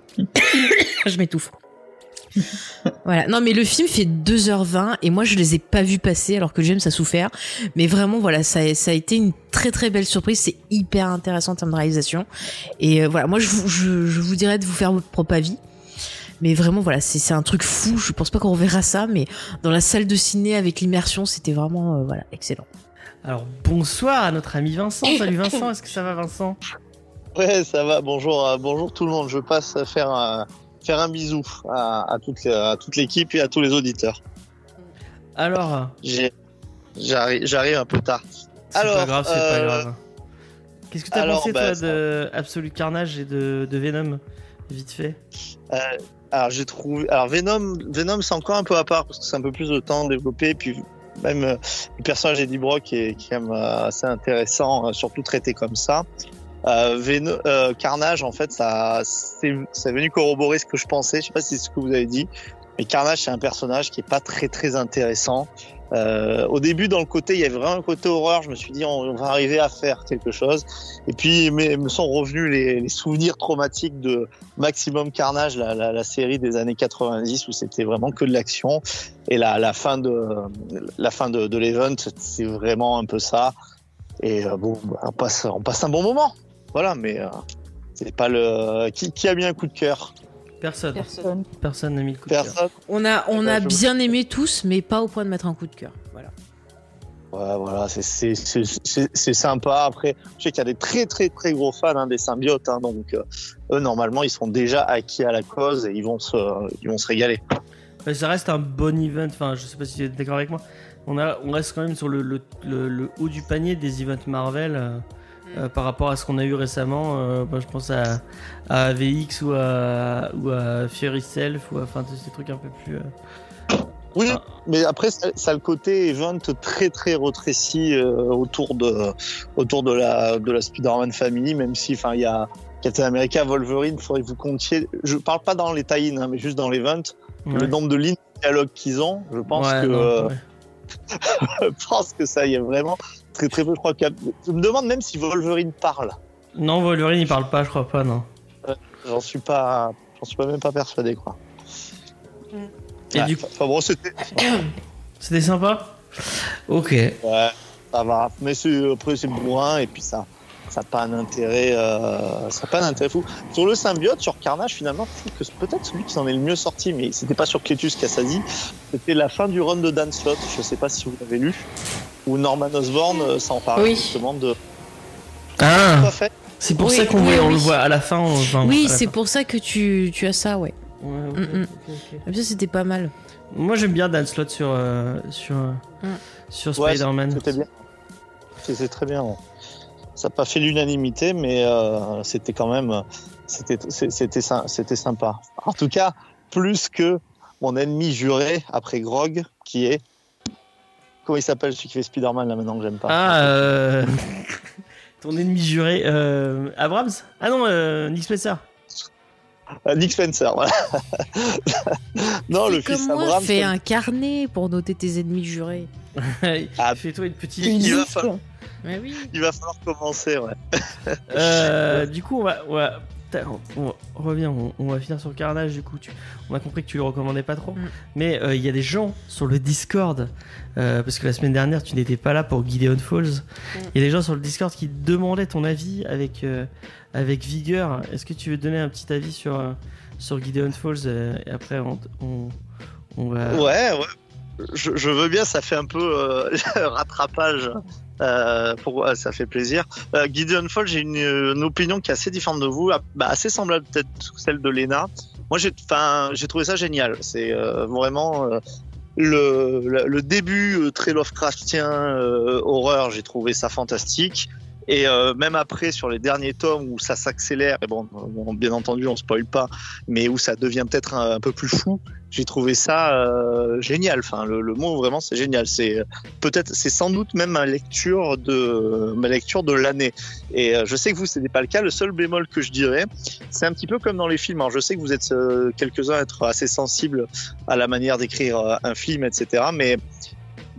Je m'étouffe. Voilà. Non, mais le film fait deux heures vingt et moi, je les ai pas vus passer alors que James a souffert. Mais vraiment, voilà, ça, a- ça a été une très très belle surprise. C'est hyper intéressant en termes de réalisation. Et euh, voilà, moi, je vous, je, je vous dirais de vous faire votre propre avis. Mais vraiment, voilà, c'est, c'est un truc fou. Je pense pas qu'on reverra ça, mais dans la salle de ciné avec l'immersion, c'était vraiment, euh, voilà, excellent. Alors bonsoir à notre ami Vincent. Salut Vincent, est-ce que ça va Vincent? Ouais, ça va. Bonjour, euh, bonjour tout le monde. Je passe à faire un, faire un bisou à, à, toute, à toute l'équipe et à tous les auditeurs. Alors, J'ai, j'arrive, j'arrive un peu tard. c'est Alors, pas grave, c'est euh, pas grave. Qu'est-ce que t'as alors, pensé bah, toi ça- de Absolute Carnage et de, de Venom, vite fait? Euh, alors j'ai trouvé. Alors Venom, Venom, c'est encore un peu à part parce que c'est un peu plus de temps développé. Et puis même euh, le personnage d'Eddie Brock est, qui est quand même euh, assez intéressant, euh, surtout traité comme ça. Euh, Venom, euh, Carnage, en fait, ça, c'est, c'est venu corroborer ce que je pensais. Je sais pas si c'est ce que vous avez dit, mais Carnage, c'est un personnage qui est pas très très intéressant. Euh, au début, dans le côté, il y avait vraiment un côté horreur. Je me suis dit, on, on va arriver à faire quelque chose. Et puis, mais, me sont revenus les, les souvenirs traumatiques de Maximum Carnage, la, la, la série des années quatre-vingt-dix, où c'était vraiment que de l'action. Et la, la fin de la fin de, de l'event, c'est vraiment un peu ça. Et euh, bon, bah, on passe, on passe un bon moment. Voilà, mais euh, c'est pas le qui, qui a mis un coup de cœur. Personne. Personne. Personne n'a mis le coup de cœur. Personne. On a, on Eh ben, a je- bien aimé tous, mais pas au point de mettre un coup de cœur. Voilà. Ouais, voilà, c'est c'est c'est c'est c'est sympa. Après, je sais qu'il y a des très très très gros fans hein, des symbiotes, hein, donc euh, eux normalement ils sont déjà acquis à la cause et ils vont se ils vont se régaler. Ouais, ça reste un bon event. Enfin, je sais pas si tu es d'accord avec moi. On a, on reste quand même sur le, le, le, le haut du panier des events Marvel euh, euh, par rapport à ce qu'on a eu récemment. Euh, moi, je pense à, à A V X ou à, ou à Fury Self ou à, enfin tous ces trucs un peu plus. euh, Oui, Ah. mais après ça, ça a le côté event très très rétréci euh, autour de autour de la de la Spider-Man Family, même si enfin il y a Captain America, Wolverine, il faudrait que vous comptiez. Je parle pas dans les tie-in, hein, mais juste dans l'event, ouais. le nombre de lignes de dialogue qu'ils ont. Je pense Ouais, que non, euh, ouais. je pense que ça y est vraiment très très peu. Je crois que je me demande même si Wolverine parle. Non, Wolverine il parle pas, je crois pas, non. J'en suis pas, j'en suis pas même pas persuadé quoi. Et Ouais, du coup, enfin bon, c'était, c'était sympa. Ok. ouais, ça va. Mais c'est, après c'est bourrin et puis ça, ça n'a pas un intérêt, euh, ça a pas un intérêt fou. Sur le symbiote, sur Carnage, finalement, je trouve que c'est peut-être celui qui s'en est le mieux sorti, mais c'était pas sur Cletus Cassidy. C'était la fin du run de Dan Slott. Je sais pas si vous l'avez lu, où Norman Osborn euh, s'en parle Oui. justement de. Ah, Pas fait. c'est pour Oui, ça qu'on oui, voit- on oui. le voit à la fin. on- enfin, Oui, à la c'est fin. pour ça que tu, tu as ça, ouais. Ouais, ok, Mm, mm. ok, ok. Comme ça, c'était pas mal. Moi j'aime bien Dan Slott sur euh, sur euh, Mm. sur Ouais, Spider-Man. C'était bien. C'était très bien. Ouais. Ça n'a pas fait l'unanimité, mais euh, c'était quand même, c'était, c'était, sy- c'était sympa. En tout cas, plus que mon ennemi juré après Grog, qui est, comment il s'appelle celui qui fait Spider-Man là maintenant que j'aime pas. Ah, euh... ton ennemi juré, euh... Abrams? Ah non, euh, Nick Spencer. Euh, Nick Spencer, voilà. non, le Fais fils comme moi, Abrams. fais un carnet pour noter tes ennemis jurés. Ah. Fais-toi une petite. Il va, liste. falloir, Mais oui. il va falloir commencer, ouais. Euh, du coup, on va, on va- t'as- on va- on revient, on, on va finir sur Carnage. Du coup, tu- on a compris que tu le recommandais pas trop, Mm. mais euh, il y a des gens sur le Discord, euh, parce que la semaine dernière tu n'étais pas là pour Gideon Falls. Il y a des gens sur le Discord qui demandaient ton avis avec euh, avec vigueur. Est-ce que tu veux donner un petit avis sur euh, sur Gideon Falls euh, et après on, on, on va. Ouais, ouais. Je, je veux bien, ça fait un peu euh, rattrapage. Euh, pour, euh, ça fait plaisir. Euh, Gideon Falls, j'ai une, une opinion qui est assez différente de vous, bah, assez semblable peut-être à celle de Léna. Moi, j'ai, enfin, j'ai trouvé ça génial. C'est euh, vraiment euh, le, le, le début euh, très Lovecraftien, euh, horreur. J'ai trouvé ça fantastique. Et euh, même après, sur les derniers tomes où ça s'accélère, et bon, bon, bien entendu, on spoil pas, mais où ça devient peut-être un, un peu plus fou, j'ai trouvé ça euh, génial. Enfin, le, le mot vraiment, c'est génial. C'est peut-être, c'est sans doute même ma lecture de ma lecture de l'année. Et euh, je sais que vous, ce n'est pas le cas. Le seul bémol que je dirais, c'est un petit peu comme dans les films. Alors, je sais que vous êtes euh, quelques-uns à être assez sensibles à la manière d'écrire euh, un film, et cetera. Mais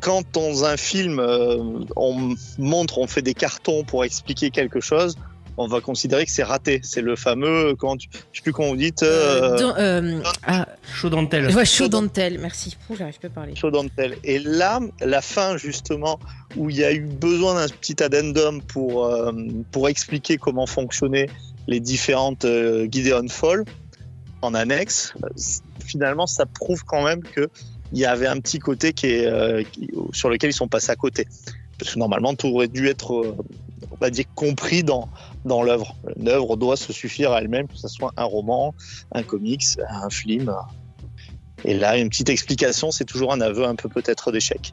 quand dans un film euh, on montre, on fait des cartons pour expliquer quelque chose, on va considérer que c'est raté. C'est le fameux, comment tu, je sais plus comment vous dites. Euh, Dans, euh, ah, Chaud dans le tel. ouais, chaud dans le tel, merci. Ouh, j'arrive pas à parler. Chaud dans le tel. Et là, la fin justement, où il y a eu besoin d'un petit addendum pour euh, pour expliquer comment fonctionnaient les différentes euh, Gideon Fall en annexe, euh, finalement, ça prouve quand même que il y avait un petit côté qui est euh, qui, sur lequel ils sont passés à côté. Parce que normalement, tout aurait dû être, euh, on va dire, compris dans dans l'œuvre. L'œuvre doit se suffire à elle-même, que ce soit un roman, un comics, un film. Et là, une petite explication, c'est toujours un aveu un peu peut-être d'échec.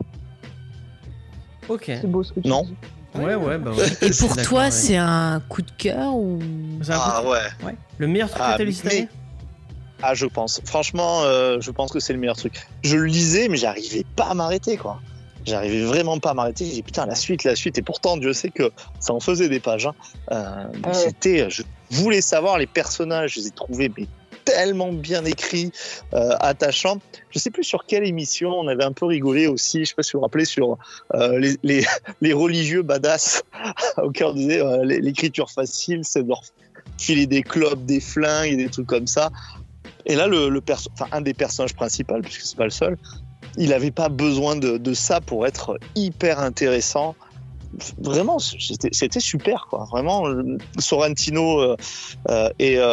Ok. C'est beau ce que tu Non. dis. Ouais, ouais, bah ouais. Et Je suis pour d'accord, toi, ouais. c'est un coup de cœur ou C'est un coup Ah de- ouais. ouais. Le meilleur truc Ah, que t'as lu cette mais- année Ah, je pense. Franchement, euh, je pense que c'est le meilleur truc. Je le lisais, mais j'arrivais pas à m'arrêter, quoi. J'arrivais vraiment pas à m'arrêter. J'ai dit putain, la suite, la suite. Et pourtant, Dieu sait que ça en faisait des pages. Hein. Euh, mais Ouais. C'était, je voulais savoir les personnages. Je les ai trouvés mais tellement bien écrits, euh, attachants. Je sais plus sur quelle émission on avait un peu rigolé aussi. Je sais pas si vous vous rappelez sur euh, les, les, les religieux badass auxquels on disait euh, l'écriture facile, c'est de leur filer des clopes, des flingues et des trucs comme ça. Et là, le, le perso- enfin, un des personnages principaux, puisque c'est pas le seul, il n'avait pas besoin de, de ça pour être hyper intéressant. Vraiment, c'était, c'était super, quoi. Vraiment, Sorrentino euh, euh, et, euh,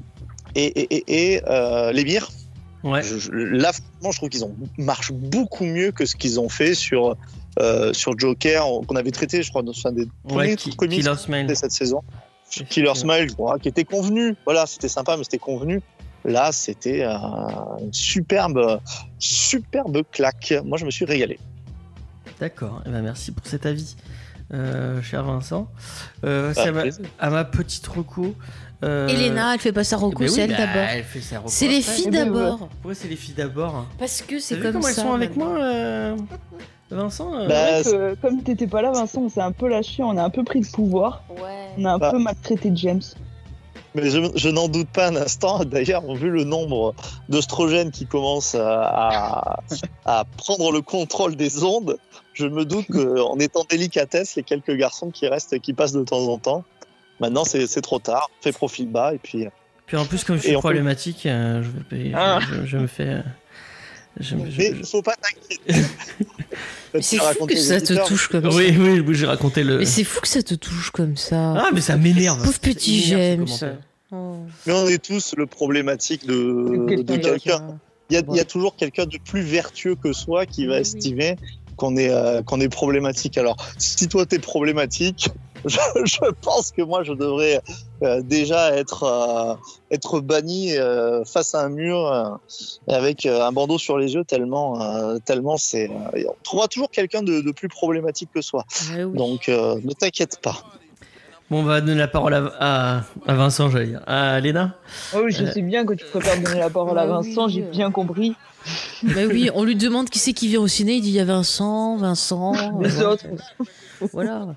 et, et, et, et euh, Lemire, Ouais. je, je, là, franchement, je trouve qu'ils ont, marchent beaucoup mieux que ce qu'ils ont fait sur, euh, sur Joker, qu'on avait traité, je crois, dans un des premiers Ouais, qui, comics Killer Smile. de cette saison. Killer Smile, bon, qui était convenu. Voilà, c'était sympa, mais c'était convenu. Là, c'était euh, une superbe, superbe claque. Moi, je me suis régalé. D'accord. Eh ben, merci pour cet avis, euh, cher Vincent. Euh, Bah, c'est à, ma, plaisir. à ma petite reco. Euh... Elena, elle fait pas sa eh reco, ben c'est oui, elle bah, d'abord. Elle fait sa reco C'est les après. filles Eh ben, d'abord. Pourquoi c'est les filles d'abord? Parce que T'as c'est vu comme comment ça. elles sont avec maintenant. moi, euh, Vincent euh, Bah, C'est vrai que, comme t'étais pas là, Vincent, on s'est un peu lâché, on a un peu pris le pouvoir, Ouais. on a un Bah. peu maltraité James. Mais je, je n'en doute pas un instant. D'ailleurs, vu le nombre d'oestrogènes qui commencent à, à, à prendre le contrôle des ondes, je me doute qu'en étant délicatesse, les quelques garçons qui restent, qui passent de temps en temps, maintenant c'est, c'est trop tard. On fait profil bas et puis. Puis en plus, comme je suis Et on peut- problématique, euh, je, vais payer- je- Ah. je, je me fais. euh, je, je- Mais je- il faut pas t'inquiéter. Mais c'est fou que ça te touche comme ça. Oui, oui, oui, j'ai raconté le. Mais c'est fou que ça te touche comme ça. Ah, mais ça m'énerve. Pauvre petit Ça m'énerve, James. ce commentaire. Oh. Mais on est tous le problématique de, Quelqu'un de quelqu'un. Il y, a, il y a toujours quelqu'un de plus vertueux que soi qui va Oui, oui. estimer qu'on est, euh, qu'on est problématique. Alors, si toi t'es problématique, je, je pense que moi je devrais euh, déjà être, euh, être banni euh, face à un mur euh, avec euh, un bandeau sur les yeux tellement, euh, tellement c'est. Euh, on trouvera toujours quelqu'un de, de plus problématique que soi. Ouais, oui. Donc, euh, ne t'inquiète pas. Bon, on va donner la parole à, à, à Vincent, j'allais dire. À Léna. Oh, je Euh. sais bien que tu préfères donner la parole à Bah oui, Vincent, j'ai euh. bien compris. Bah oui, on lui demande qui c'est qui vient au ciné, il dit il y a Vincent, Vincent. Les voilà. autres. Voilà.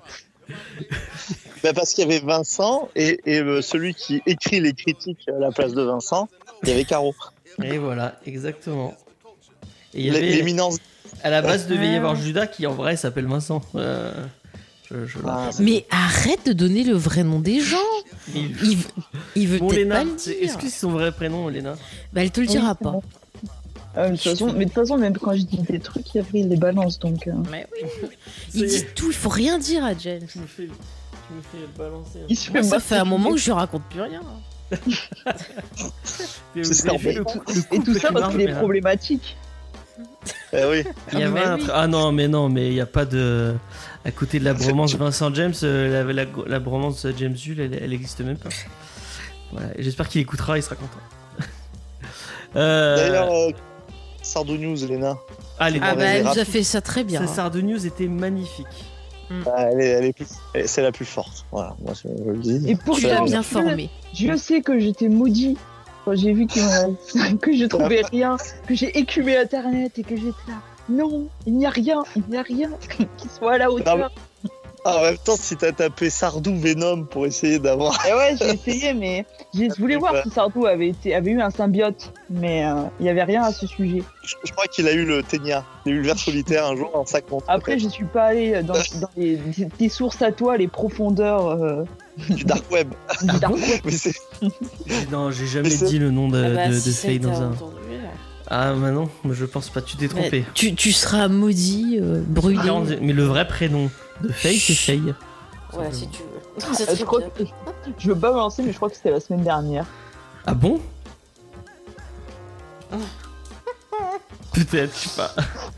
Ben parce qu'il y avait Vincent et, et euh, celui qui écrit les critiques à la place de Vincent, il y avait Caro. Et voilà, exactement. Et il y L'é- avait, L'éminence. à la base, devait y Ah. avoir Judas qui en vrai s'appelle Vincent. Euh, je, je Ah, Mais arrête de donner le vrai nom des gens. Il- Il, v- il veut Bon, peut-être Léna, pas le c'est- dire. est-ce que c'est son vrai prénom, Léna? Bah, elle te le Oui, dira c'est pas. bon. Euh, de toute façon, mais de toute façon, même quand je dis des trucs, après il les balance donc. euh, Mais oui. Il dit tout, il faut rien dire à James. Tu me fais, tu me fais balancer. Il se Moi, ça masser fait un les moment yeux. que je lui raconte plus rien. Vous C'est avez vu ça, le, mais- coup- le Et couple tout ça qui parce marche, qu'il est mais là, problématique. Eh oui. il y avait Mais un oui. tra- Ah non, mais non, mais il n'y a pas de. À côté de la bromance Vincent James, euh, la, la, la bromance James Jules, elle, elle existe même pas. Voilà. Et j'espère qu'il écoutera, il sera content. euh... D'ailleurs, euh, Sardou News, Léna. ah, les Ah Ouais, bah, elle les nous a rap- fait ça très bien. Sa Sardou News était magnifique. Ah, elle est, elle est plus, elle- c'est la plus forte. Voilà, moi je, je le dis. Et Tu pourtant, l'as Je- bien je- formé. Je sais que j'étais maudit quand j'ai vu qu'il m'a- que je trouvais rien, que j'ai écumé internet et que j'étais là. Non, il n'y a rien, il n'y a rien qui soit à la hauteur. Ah, en même temps, si t'as tapé Sardou Venom pour essayer d'avoir. Et ouais, j'ai essayé, mais j'ai- je voulais voir si Sardou avait, été, avait eu un symbiote, mais euh, il y avait rien à ce sujet. Je, je crois qu'il a eu le Ténia. Il a eu le ver solitaire un jour dans sa compte. Après, je suis pas allé dans, dans les, tes sources à toi, les profondeurs euh, Du dark web. du dark web. Mais c'est. Non, j'ai jamais Mais c'est- dit le nom de, Ah bah, de, de si ça, Faye t'as dans un. entendu, là. Ah, bah non, mais je pense pas, tu t'es trompé. Mais tu, tu seras maudit, euh, brûlé. Mais le vrai prénom de Faye, c'est Faye. Ouais, si tu veux. Euh, je, crois que, je veux pas me lancer, mais je crois que c'était la semaine dernière. Ah bon? Peut-être, je sais pas.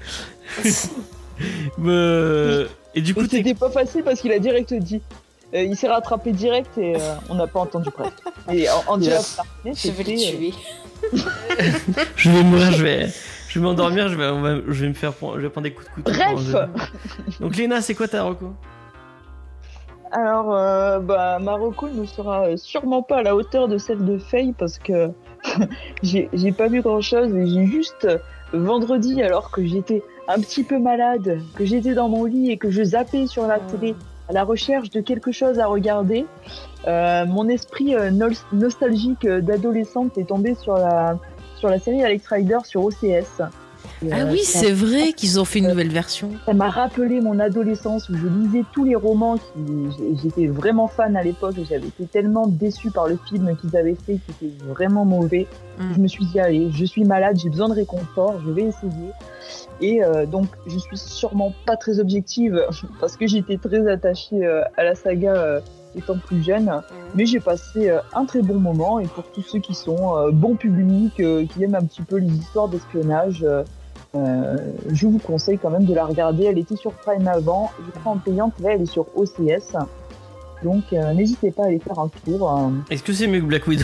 Mais... Et du coup, Mais t'es... c'était pas facile parce qu'il a direct dit. Euh, il s'est rattrapé direct et euh, on n'a pas entendu presque. Et en, en déjà, Je vais le tuer. je vais mourir, je vais, je vais m'endormir, je vais, on va- je vais me faire prendre, je vais prendre des coups de couteau. Bref. Donc Léna, c'est quoi ta reco? Alors, euh, bah, ma reco ne sera sûrement pas à la hauteur de celle de Faye parce que j'ai j'ai pas vu grand chose et j'ai juste vendredi, alors que j'étais un petit peu malade, que j'étais dans mon lit et que je zappais sur la télé à la recherche de quelque chose à regarder, euh, mon esprit euh, nol- nostalgique euh, d'adolescente est tombé sur la, sur la série Alex Rider sur O C S. Et, Ah euh, oui, ça- c'est vrai qu'ils ont fait une nouvelle version. Ça m'a rappelé mon adolescence où je lisais tous les romans. Qui, j'ai- j'étais vraiment fan à l'époque et j'avais été tellement déçue par le film qu'ils avaient fait qui était vraiment mauvais. Mm. Je me suis dit, allez, je suis malade, j'ai besoin de réconfort, je vais essayer. Et euh, donc, je suis sûrement pas très objective parce que j'étais très attachée euh, à la saga euh, étant plus jeune. Mais j'ai passé euh, un très bon moment et pour tous ceux qui sont euh, bons publics, euh, qui aiment un petit peu les histoires d'espionnage, euh, euh, je vous conseille quand même de la regarder. Elle était sur Prime avant, je crois en payante, là elle est sur O C S. Donc euh, n'hésitez pas à aller faire un tour. euh. Est-ce que c'est mieux que Black Widow?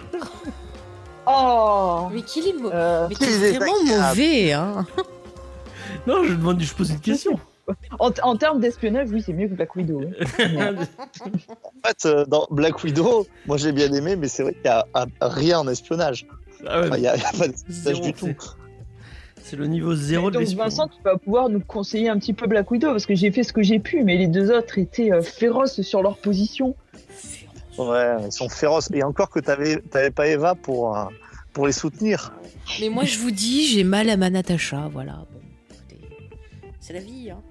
Oh Mais qu'il est mauvais. Euh, Mais t'es Il est vraiment agréable. mauvais, hein. Non, je demande, je pose une question. en, en termes d'espionnage, oui, c'est mieux que Black Widow. hein. En fait, euh, dans Black Widow, moi j'ai bien aimé, mais c'est vrai qu'il y a ah, rien en espionnage. Ah ouais, Enfin, il y a, il y a pas d'espionnage zéro, du tout. c'est- C'est le niveau zéro Et de donc l'espion. Vincent, tu vas pouvoir nous conseiller un petit peu Black Widow parce que j'ai fait ce que j'ai pu, mais les deux autres étaient euh, féroces sur leur position. Ouais, ils sont féroces. Et encore que t'avais, t'avais pas Eva pour, euh, pour les soutenir. Mais moi, je vous dis, j'ai mal à ma Natacha, voilà. Bon, écoutez, c'est la vie, hein.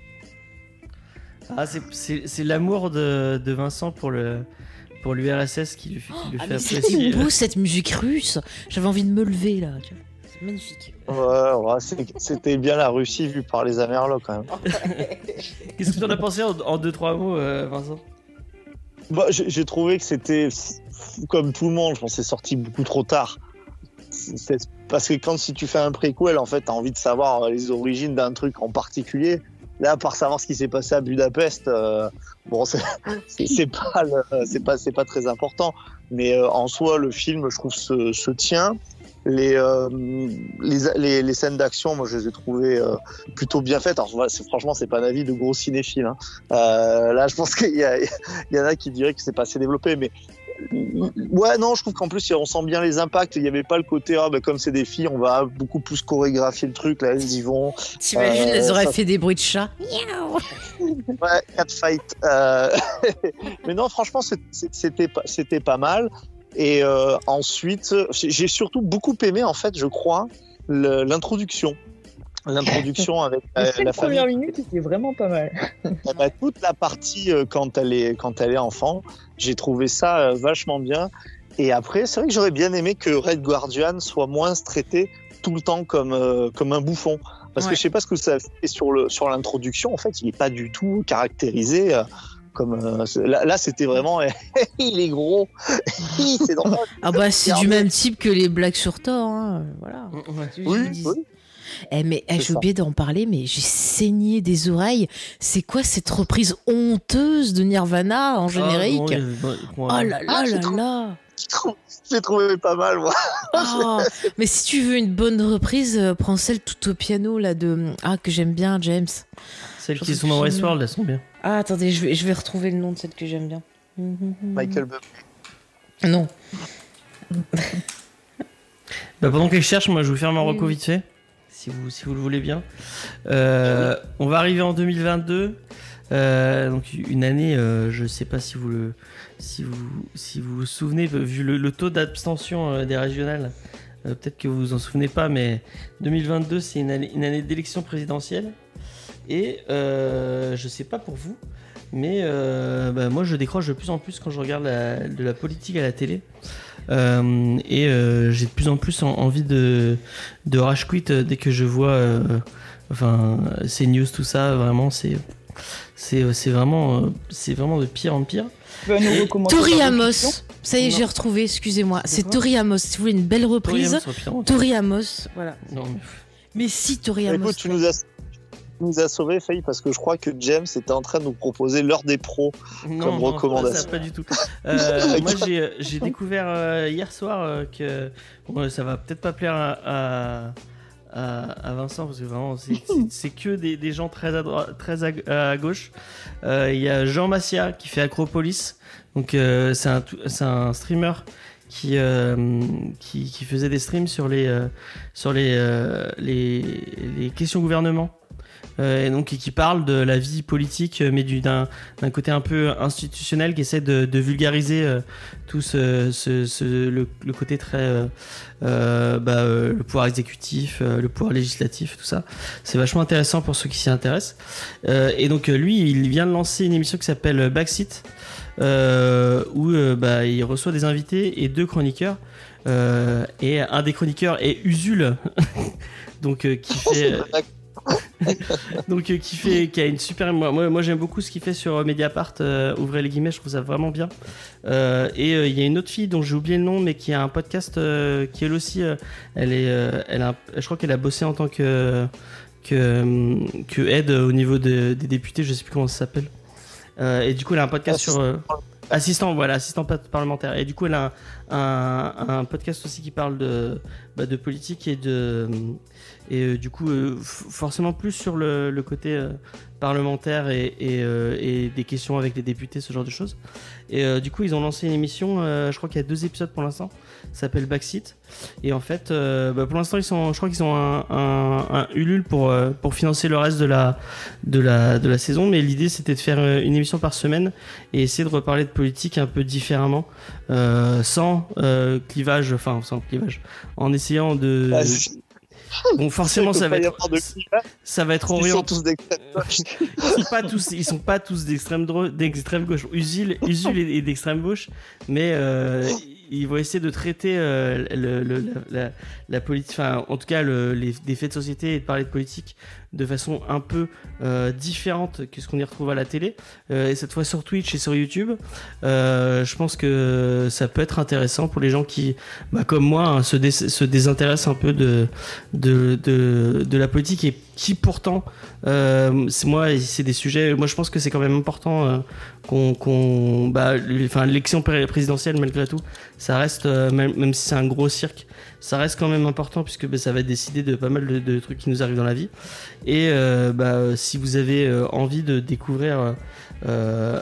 Ah, c'est, c'est, c'est l'amour de, de Vincent pour le pour l'U R S S qui lui fait, qui lui Ah, fait mais apprécier. c'était beau cette musique russe. J'avais envie de me lever là. tu vois. C'est magnifique. Ouais, ouais, c'est- c'était bien la Russie vue par les Amerlocs quand même. Qu'est-ce que tu en as pensé en, en deux trois mots, euh, Vincent? Bah, j'ai, j'ai trouvé que c'était f- comme tout le monde. Je pense que c'est sorti beaucoup trop tard. C'est- c'est- parce que quand si tu fais un préquel, en fait, t'as envie de savoir les origines d'un truc en particulier. Là, à part savoir ce qui s'est passé à Budapest, euh, bon, c'est, c'est, c'est pas, le- c'est pas, c'est pas très important. Mais euh, en soi, le film, je trouve, se, se tient. Les, euh, les, les, les scènes d'action, moi, je les ai trouvées euh, plutôt bien faites. Alors, voilà, c'est, franchement, c'est pas un avis de gros cinéphile. Hein. Euh, là, je pense qu'il y, a, il y en a qui diraient que c'est pas assez développé, mais ouais, non, je trouve qu'en plus, on sent bien les impacts. Il n'y avait pas le côté, ah, ben, comme c'est des filles, on va beaucoup plus chorégraphier le truc. Là, elles y vont. T'imagines, Euh, elles auraient ça- fait des bruits de chat. Ouais, catfight. Euh... mais non, franchement, c'est- c'est- c'était pas, c'était pas mal. Et euh, ensuite, j'ai j'ai surtout beaucoup aimé, en fait, je crois, le- l'introduction. L'introduction avec Les euh, cinq la famille. premières minutes étaient vraiment pas mal. Eh ben, toute la partie euh, quand elle est quand elle est enfant, j'ai trouvé ça euh, vachement bien. Et après, c'est vrai que j'aurais bien aimé que Red Guardian soit moins traité tout le temps comme euh, comme un bouffon. Parce Ouais. que je sais pas ce que ça fait sur le sur l'introduction. En fait, il est pas du tout caractérisé euh, comme euh, c'est- là, là c'était vraiment il est gros, c'est drôle. Ah bah c'est du Regardez. même type que les blagues sur Thor, hein. Voilà. Je vous Oui, dis. oui. Eh mais eh, C'est j'ai ça. oublié d'en parler, mais j'ai saigné des oreilles. C'est quoi cette reprise honteuse de Nirvana en générique? Ah, bon, bon, bon, Oh là là Ah, j'ai là trouvé- là. J'ai trouvé pas mal, moi. Ah, mais si tu veux une bonne reprise, euh, prends celle tout au piano là de ah que j'aime bien, James. Celles Je qui trouve sont dans que c'est Westworld, elles sont bien. Ah attendez, je vais je vais retrouver le nom de celle que j'aime bien. Michael Bublé. Non. Bah, pendant qu'elle cherche, moi je vais vous faire ma reco Oui. vite fait, si vous, si vous le voulez bien. Euh, on va arriver en deux mille vingt-deux Euh, donc une année, euh, je sais pas si vous le, si vous, si vous vous souvenez, vu le, le taux d'abstention euh, des régionales, euh, peut-être que vous vous en souvenez pas, mais deux mille vingt-deux c'est une année, une année d'élection présidentielle et euh, je sais pas pour vous, mais euh, bah, moi je décroche de plus en plus quand je regarde la, de la politique à la télé. Euh, et euh, j'ai de plus en plus en, envie de, de rage quit euh, dès que je vois euh, enfin ces news, tout ça. Vraiment c'est c'est, c'est vraiment euh, c'est vraiment de pire en pire. Et... Tori Amos, ça y est, non. J'ai retrouvé, excusez-moi, c'est, c'est Tori Amos. Si vous voulez une belle reprise, Tori Amos, voilà. Non, mais... mais si Tori Amos. Écoute, tu nous as nous a sauvé, Faye, parce que je crois que James était en train de nous proposer l'heure des pros non, comme non, recommandation. Ça, pas du tout. Euh, moi, j'ai, j'ai découvert euh, hier soir euh, que bon, ça va peut-être pas plaire à, à, à, à Vincent parce que vraiment, c'est, c'est, c'est que des, des gens très à droite, très à, à gauche. Il euh, y a Jean Massia qui fait Acropolis, donc euh, c'est un, c'est un streamer. Qui, euh, qui qui faisait des streams sur les euh, sur les, euh, les les questions gouvernement. Euh, et donc qui parle de la vie politique, mais du, d'un, d'un côté un peu institutionnel, qui essaie de, de vulgariser euh, tout ce, ce, ce le, le côté très euh, euh, bah, euh, le pouvoir exécutif, euh, le pouvoir législatif, tout ça. C'est vachement intéressant pour ceux qui s'y intéressent. Euh, et donc lui, il vient de lancer une émission qui s'appelle Backseat, euh, où euh, bah, il reçoit des invités et deux chroniqueurs. Euh, et un des chroniqueurs est Usul, donc euh, qui fait. donc euh, qui fait qui a une super moi moi, moi j'aime beaucoup ce qu'il fait sur Mediapart, euh, ouvrez les guillemets, je trouve ça vraiment bien. Euh, et il euh, y a une autre fille dont j'ai oublié le nom mais qui a un podcast euh, qui elle aussi euh, elle est euh, elle a, je crois qu'elle a bossé en tant que que que aide au niveau de, des députés, je sais plus comment ça s'appelle. Euh, et du coup elle a un podcast assistant. sur euh, assistant voilà assistant parlementaire, et du coup elle a un, un, un podcast aussi qui parle de bah, de politique et de et euh, du coup euh, f- forcément plus sur le, le côté euh, parlementaire et, et, euh, et des questions avec les députés, ce genre de choses. Et euh, du coup ils ont lancé une émission, euh, je crois qu'il y a deux épisodes pour l'instant, ça s'appelle Backseat, et en fait euh, bah, pour l'instant ils sont, je crois qu'ils ont un, un, un Ulule pour, euh, pour financer le reste de la, de, la, de la saison, mais l'idée c'était de faire une émission par semaine et essayer de reparler de politique un peu différemment, euh, sans euh, clivage, enfin sans clivage, en essayant de... Ah, bon, forcément, ça va, être, ça va être orienté. Ils sont tous d'extrême gauche. Ils sont pas tous, ils sont pas tous d'extrême, dro- d'extrême gauche. Usul, Usul est d'extrême gauche, mais euh, ils vont essayer de traiter euh, le, le, la, la, la politique, enfin, en tout cas, le, les, des faits de société et de parler de politique de façon un peu euh, différente que ce qu'on y retrouve à la télé, euh, et cette fois sur Twitch et sur YouTube. Euh, je pense que ça peut être intéressant pour les gens qui, bah, comme moi, hein, se, dé- se désintéressent un peu de, de, de, de la politique, et qui pourtant, euh, c'est, moi, c'est des sujets, moi je pense que c'est quand même important euh, qu'on, qu'on bah, enfin, l'élection présidentielle, malgré tout, ça reste, euh, même, même si c'est un gros cirque, ça reste quand même important, puisque bah, ça va décider de pas mal de, de trucs qui nous arrivent dans la vie. Et euh, bah, si vous avez euh, envie de découvrir euh,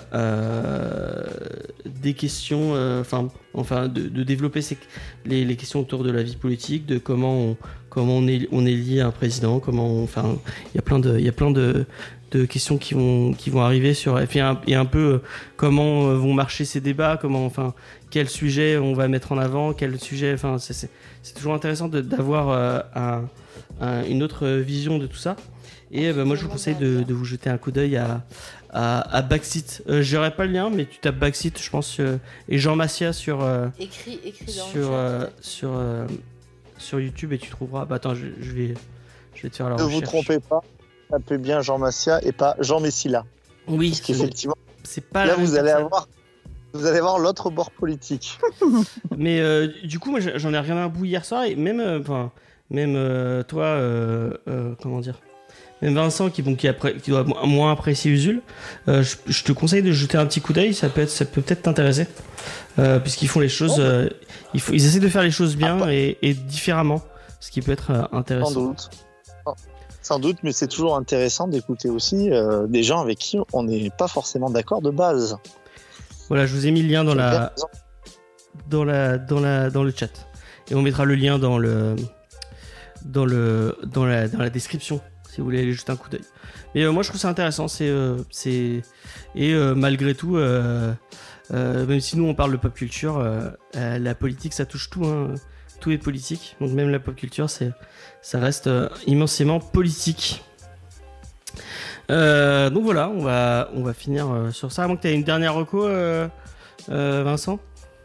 euh, des questions, enfin, euh, enfin, de, de développer ces, les, les questions autour de la vie politique, de comment on, comment on est, on est lié à un président, comment, enfin, il y a plein de, il y a plein de de questions qui vont qui vont arriver sur, et puis un, et un peu comment vont marcher ces débats, comment, enfin, quel sujet on va mettre en avant, quel sujet, enfin, c'est, c'est, c'est toujours intéressant de, d'avoir euh, un, un, une autre vision de tout ça. Et bah, moi je vous conseille de, de vous jeter un coup d'œil à, à, à Backseat. Euh, j'aurais pas le lien, mais tu tapes Backseat, je pense, euh, et Jean Massia sur euh, écrit, écrit dans sur euh, sur euh, sur YouTube, et tu trouveras. Bah attends, je, je vais je vais te faire la ne recherche. Ne vous trompez pas, tapez bien Jean Massia et pas Jean Messila. Oui, parce qu'effectivement, c'est pas là la vous même allez personne. avoir vous allez voir l'autre bord politique. Mais euh, du coup, moi j'en ai rien à bout hier soir, et même enfin euh, même euh, toi euh, euh, comment dire, même Vincent qui, bon, qui, après, qui doit moins apprécier Usul, euh, je, je te conseille de jeter un petit coup d'œil, ça peut, être, ça peut peut-être t'intéresser, euh, puisqu'ils font les choses, euh, ils, faut, ils essaient de faire les choses bien, ah, et, et différemment, ce qui peut être euh, intéressant. Sans doute. Sans doute, mais c'est toujours intéressant d'écouter aussi euh, des gens avec qui on n'est pas forcément d'accord de base. Voilà, je vous ai mis le lien dans la, dans la, dans la, dans le chat, et on mettra le lien dans le, dans le, dans la, dans la description, si vous voulez aller jeter un coup d'œil. Mais euh, moi je trouve ça intéressant, c'est euh, c'est et euh, malgré tout, euh, euh, même si nous on parle de pop culture, euh, euh, la politique ça touche tout, hein. Tout est politique, donc même la pop culture, c'est ça reste euh, immensément politique. Euh, donc voilà, on va on va finir euh, sur ça. À moins que tu aies une dernière reco, euh, euh, Vincent.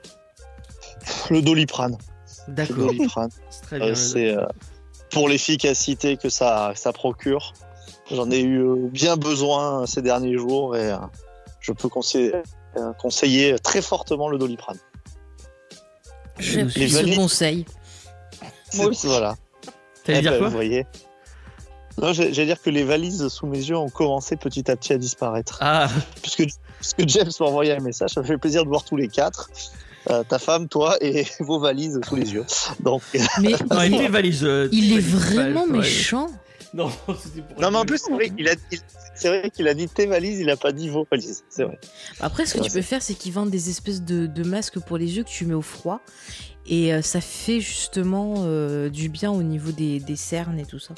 Le Doliprane. Le D'accord. Doliprane. C'est très bien. Euh, c'est euh, pour l'efficacité que ça, ça procure. J'en ai eu euh, bien besoin ces derniers jours et euh, je peux conseiller, euh, conseiller très fortement le Doliprane. J'appuie Les ce valises- conseil. Moi aussi. Voilà. T'allais Eh dire ben, quoi vous voyez. Non, j'ai- j'allais dire que les valises sous mes yeux ont commencé petit à petit à disparaître. Ah, Puisque, puisque James m'a envoyé un message, ça me fait plaisir de voir tous les quatre. Euh, ta femme, toi et vos valises sous les yeux. Donc, Mais non, et tes valises. euh, tes il est valises, vraiment ouais, ouais. méchant. Non, c'était pour non, mais en rigoler. plus, c'est vrai qu'il a, il- c'est vrai qu'il a dit tes valises, il a pas dit vos valises. C'est vrai. Après, ce que Ouais, tu c'est- peux faire, c'est qu'ils vendent des espèces de, de masques pour les yeux que tu mets au froid. Et euh, ça fait justement euh, du bien au niveau des, des cernes et tout ça.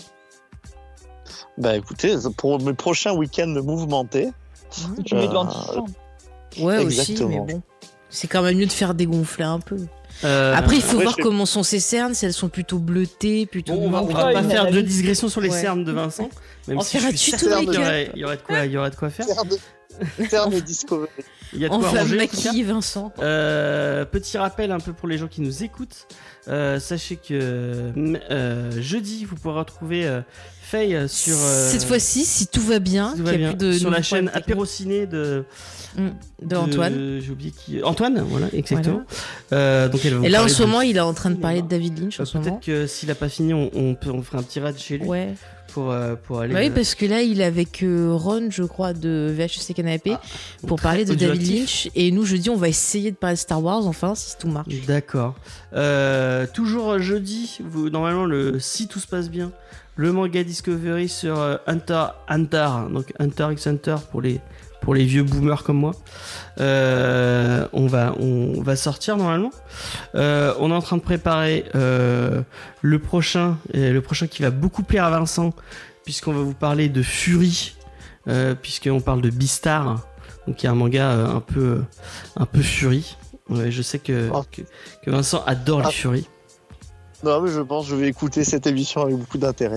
Bah écoutez, pour mes prochains week-ends mouvementés, Tu mets de Euh, l'anti-sang. Ouais, Exactement. aussi, mais bon. C'est quand même mieux de faire dégonfler un peu. Euh, Après, il faut ouais, voir je- comment sont ces cernes, si elles sont plutôt bleutées, plutôt Bon, on va, on noires. va Ouais, pas une faire de analyse. digression sur les Ouais. cernes de Vincent, même On si je fera suis un tuto certain qu'il y make-up. aurait, il y aurait de quoi, il y aurait de quoi faire. Cerne, Cerne et Discovery. Il y a de On quoi va ranger. en tout cas. maquiller Vincent. Euh, petit rappel un peu pour les gens qui nous écoutent. Euh, sachez que euh, jeudi, vous pourrez retrouver euh, Faye euh, sur. euh, Cette fois-ci, si tout va bien, si tout qu'il va y a bien, plus de sur la nouveaux chaîne problèmes techniques. Apérociné de, de Antoine. J'ai oublié qui. Antoine, voilà, exactement. Euh, donc elle va vous Et là, en parler ce de- moment, il est en train de parler de David Lynch. En Euh, ce moment. Peut-être que s'il a pas fini, on, on, peut, on fera un petit raid chez lui Ouais. pour, euh, pour aller. Bah oui, euh, parce que là, il est avec euh, Ron, je crois, de V H C Canapé, Ah, pour très parler de David audioactif. Lynch. Et nous, jeudi, on va essayer de parler de Star Wars, enfin, si tout marche. D'accord. Euh, toujours jeudi, vous, normalement, le, si tout se passe bien, le manga Discovery sur euh, Hunter Hunter, donc Hunter x Hunter pour les, pour les vieux boomers comme moi. Euh, on, va, on va sortir normalement. Euh, on est en train de préparer euh, le prochain, et le prochain qui va beaucoup plaire à Vincent, puisqu'on va vous parler de Fury, euh, puisqu'on parle de Beastar, donc il y a un manga euh, un peu, un peu Fury. Ouais, je sais que, Ah. que, que Vincent adore les Ah. Fury. Non, mais je pense que je vais écouter cette émission avec beaucoup d'intérêt.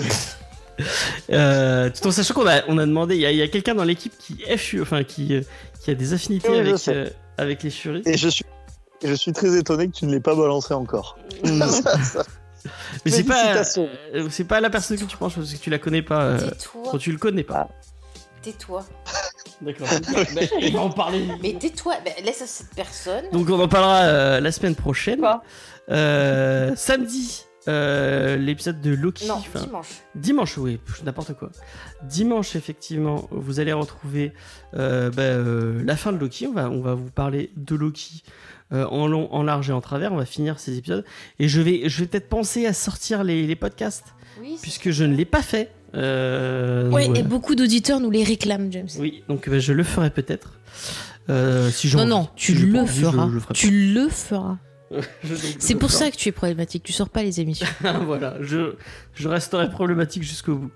Euh, tout en sachant qu'on a, on a demandé, il y a, il y a quelqu'un dans l'équipe qui est Fu- enfin qui, euh, qui a des affinités Oui, je avec, sais. euh, avec les Fury. Et je suis, et je suis très étonné que tu ne l'aies pas balancé encore. Non. Ça, ça- Mais c'est pas, Félicitations. euh, c'est pas la personne que tu penses parce que tu la connais pas. Euh, Tais-toi, quand tu le connais pas. tais-toi. D'accord. Il va en parler. Mais tais-toi, bah, laisse à cette personne. Donc on en parlera euh, la semaine prochaine. Quoi Euh, samedi, euh, l'épisode de Loki. Non, enfin, dimanche. Dimanche, oui, pff, n'importe quoi. Dimanche, effectivement, vous allez retrouver euh, bah, euh, la fin de Loki. On va, on va vous parler de Loki euh, en long, en large et en travers. On va finir ces épisodes. Et je vais, je vais peut-être penser à sortir les, les podcasts, Oui, c'est- puisque je ne l'ai pas fait. Euh, donc Ouais, voilà. et beaucoup d'auditeurs nous les réclament, James. Oui, donc bah, je le ferai peut-être. Euh, si j'ai Non, envie. non, tu Si j'ai pas le envie, je- feras. je le ferai Tu le feras. pas. Je- donc, je C'est le pour ferai. ça que tu es problématique. Tu sors pas les émissions. Voilà, je, je resterai problématique jusqu'au bout.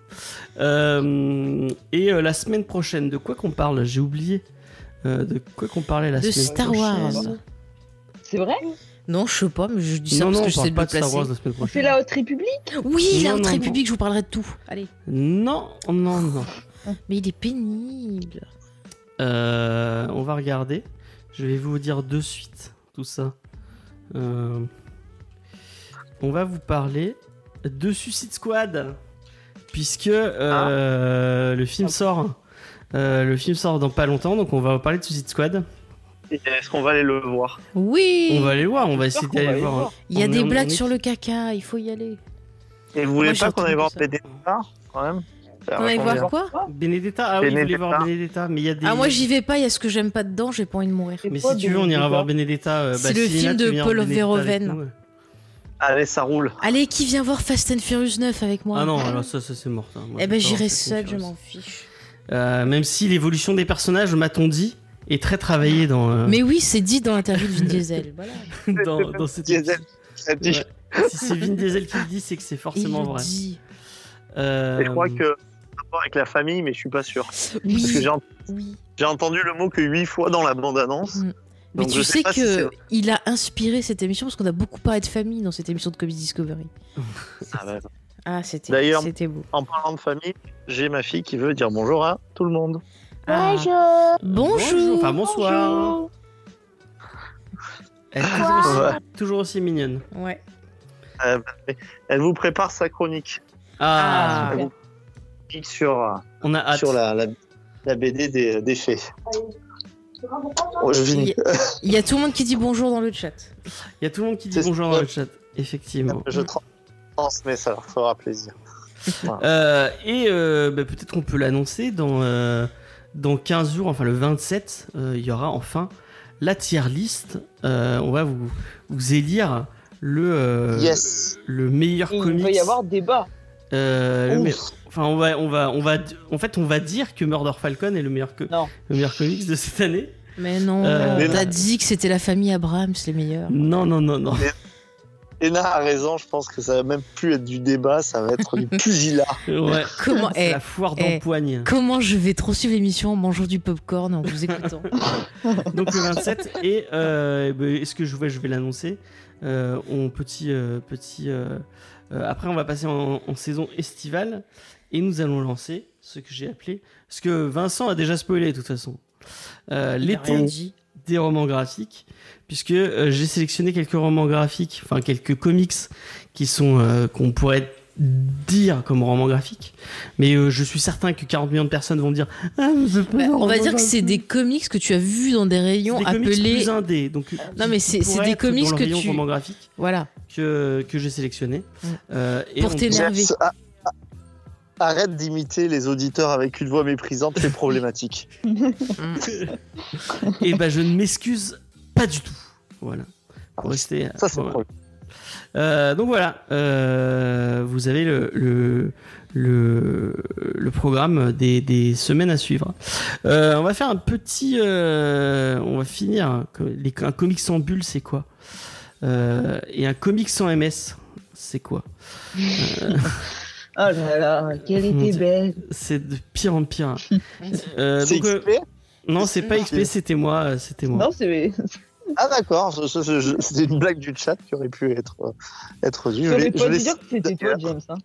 Euh, et euh, la semaine prochaine, de quoi qu'on parle? J'ai oublié. Euh, de quoi qu'on parlait la De semaine Star prochaine. Wars. C'est vrai? Non, je sais pas, mais je dis ça Non, parce non, que on je sais parle de pas le de Star placer. Wars la semaine On fait prochaine. la Haute République? Oui, la Non, Haute non, République, non. je vous parlerai de tout. Allez. Non, non, non. Mais il est pénible. Euh, on va regarder. Je vais vous dire de suite tout ça. Euh, on va vous parler de Suicide Squad, puisque euh, le film sort. Euh, le film sort dans pas longtemps, donc on va vous parler de Suicide Squad. Et Est-ce qu'on va aller le voir? Oui. On va aller voir, on va essayer qu'on va d'aller aller voir. voir. Il y a On est- des on blagues est- sur le caca, il faut y aller. Et vous voulez Moi, j'ai pas qu'on aille voir entendu ça. Benedetta quand même? On va y voir quoi? Benedetta, ah oui, vous voulez Benedetta. voir Benedetta, mais il y a des. Ah, moi j'y vais pas, il y a ce que j'aime pas dedans, j'ai pas envie de mourir. Mais Quoi, si tu veux, on ira Benedetta voir Benedetta. euh, bah, C'est le Célina, film tu de viens Paul voir Benedetta avec Verhoeven. nous, ouais. Allez, ça roule. Allez, qui vient voir Fast and Furious neuf avec moi? Ah non, alors ça, ça c'est mort. Ça. Moi, Eh je ben vais pas j'irai voir Fast and seul, je Furious. m'en fiche. Euh, même si l'évolution des personnages, m'a-t-on dit, est très travaillée dans, euh, Mais oui, c'est dit dans l'interview de Vin Diesel. Voilà. dans, dans cette Diesel. épisode. Ça dit- Ouais. Si c'est Vin Diesel qui le dit, c'est que c'est Et il forcément le vrai. dit. Euh... Et je crois que rapport avec la famille, mais je suis pas sûr. Oui. Parce que j'ai, ent- Oui. j'ai entendu le mot que huit fois dans la bande-annonce. Mm. Mais Donc tu je sais pas si que c'est- il a inspiré cette émission parce qu'on a beaucoup parlé de famille dans cette émission de Comedy Discovery. Ah, bah, Ah, c'était, D'ailleurs- c'était beau. en parlant de famille, j'ai ma fille qui veut dire bonjour à tout le monde. Ah. Bonjour. Bonjour. Enfin, bonsoir. Bonjour. Elle est toujours aussi, Ouais. toujours aussi mignonne. Ouais. Euh, elle vous prépare sa chronique. Ah, Ah. Elle vous chronique sur, euh, on a hâte. sur la, la, la B D des, des fées. Oh, je Il finis. y, il y a tout le monde qui dit bonjour dans le chat. Il y a tout le monde qui dit C'est bonjour ça. dans le chat. Effectivement. Je tra- transmets, ça leur fera plaisir. Euh, et euh, bah, peut-être qu'on peut l'annoncer dans, euh, dans quinze jours, enfin le vingt-sept, euh, il y aura enfin la tier list. Euh, on va vous, vous élire le, euh, Yes. le meilleur Et comics. il va y avoir débat. Euh, le Ouf. me- Enfin, on va, on va, on va, en fait, on va dire que Murder Falcon est le meilleur, co- Non. le meilleur comics de cette année. Mais non, Euh, Mais t'as non. dit que c'était la famille Abrams les meilleurs. Non, non, non, non. Ena a raison, je pense que ça va même plus être du débat, ça va être du pugilat. Ouais. Comment, C'est eh, la foire eh. d'empoigne. comment je vais trop suivre l'émission en mangeant du popcorn en vous écoutant. Donc le vingt-sept et euh, ben, est-ce que je vais, je vais l'annoncer. Euh, on petit euh, petit. euh, euh, après on va passer en, en saison estivale et nous allons lancer ce que j'ai appelé, ce que Vincent a déjà spoilé de toute façon. Euh, Il a rien L'été dit. des romans graphiques, puisque euh, j'ai sélectionné quelques romans graphiques, enfin quelques comics qui sont euh, qu'on pourrait dire comme romans graphiques, mais euh, je suis certain que quarante millions de personnes vont me dire ah, mais c'est pas Bah, un on va roman dire que c'est graphique. des comics que tu as vus dans des C'est rayons des comics appelés. plus indés, donc Non, mais c'est- c'est des comics dans le que rayon tu- roman graphique Voilà. que que j'ai sélectionné. Mm. Euh, et Pour on- t'énerver. James, a- a- arrête d'imiter les auditeurs avec une voix méprisante, c'est problématique. et ben je ne m'excuse pas du tout. Voilà. Pour rester. Ça, c'est voilà. problématique. Euh, donc voilà, euh, vous avez le, le, le, le programme des, des semaines à suivre. Euh, on va faire un petit... euh, on va finir. hein, les- un comics sans bulle, c'est quoi Euh, Et un comics sans M S, c'est quoi Oh là là, qu'elle Mon était Dieu. belle. C'est de pire en pire. Euh, C'est donc, euh, X P non, c'est pas X P, c'était moi. euh, C'était moi. Non, c'est. Ah d'accord, je- je- je- c'était une blague du chat qui aurait pu être, euh, être due. Je J'aurais l'ai- pas je dû l'ai- dire que c'était toi, James. Hein.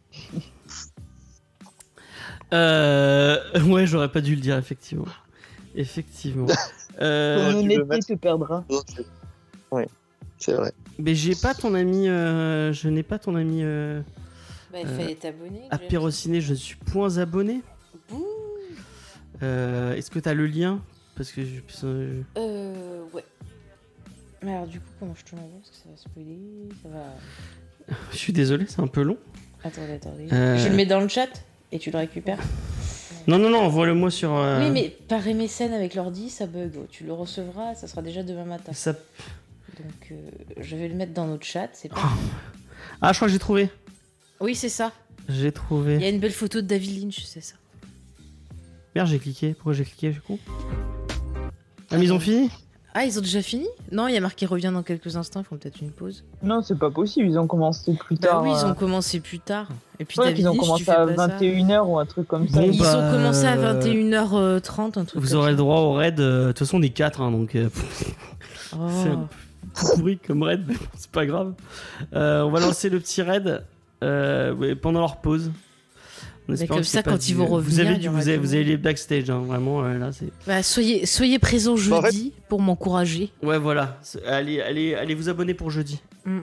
Euh, ouais, j'aurais pas dû le dire, effectivement. Effectivement. Euh, Ton tu veux honnêteté mettre- te perdra. Oui, c'est vrai. Mais j'ai pas ton ami, euh, je n'ai pas ton ami euh, Bah, il Euh, fallait t'abonner. à James. Pérociné, je ne suis point abonné. Bouh. Euh, Est-ce que t'as le lien Parce que je, euh, Euh, ouais. Mais alors, du coup, comment je te l'envoie? Parce que ça va spoiler. Ça va. je suis désolé, c'est un peu long. Attendez, attendez. Euh. Je le mets dans le chat et tu le récupères. Non, non, non, envoie-le moi sur. euh, Oui, mais par M S N avec l'ordi, ça bug. Tu le recevras, ça sera déjà demain matin. ça- Donc, euh, je vais le mettre dans notre chat. C'est pas. Ah, je crois que j'ai trouvé. Oui, c'est ça. J'ai Il y trouvé. a une belle photo de David Lynch, c'est ça. Merde, j'ai cliqué. Pourquoi j'ai cliqué, je suis con Ah, mais ils ont fini Ah, ils ont déjà fini? Non, il y a marqué revient dans quelques instants, ils font peut-être une pause. Non, c'est pas possible, ils ont commencé plus Bah tard. oui, ils euh, ont commencé plus tard. Et puis ouais, David ils ont Lynch, tu commencé fais à pas ça. vingt et une heures ou un truc comme ça. Bon, Ils bah, ont commencé à euh, vingt et une heures trente, un truc Vous comme aurez ça. le droit au raid. euh, De toute façon, on est quatre, hein, donc. euh, Oh. C'est un peu pourri comme raid, mais bon, c'est pas grave. Euh, on va lancer le petit raid euh, ouais, pendant leur pause. En espérant comme que c'est ça, pas quand du- ils vont vous revenir, avez, il y du- aura vous avez, tout vous le avez monde. les backstage, hein, vraiment. euh, là, c'est. Bah, soyez, soyez présents Bah, en fait- jeudi pour m'encourager. Ouais, voilà. C'est- Allez, allez, allez vous abonner pour jeudi.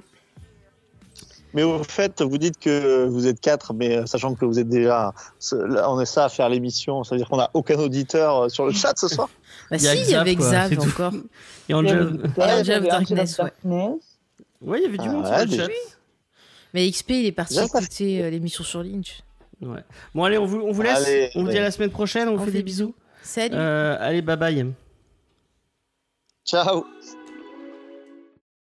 Mais au fait, vous dites que vous êtes quatre, mais euh, sachant que vous êtes déjà, ce- là, on est ça à faire l'émission, ça veut dire qu'on n'a aucun auditeur euh, sur le chat ce soir. Bah, Il y a si, il y avait Xav, quoi, Xav c'est tout. encore. Et Il y Angel. avait Angel il y avait of Darkness, Angel of Darkness. Ouais, il y avait du Ah, monde ouais, sur le des- chat. Mais X P, il est parti Bien, ça- écouter euh, l'émission sur Lynch. Ouais. Bon, allez, on vous, on vous laisse. Allez, on vous dit allez. à la semaine prochaine. On, vous fait des bisous. Salut. Euh, allez, bye bye. Ciao.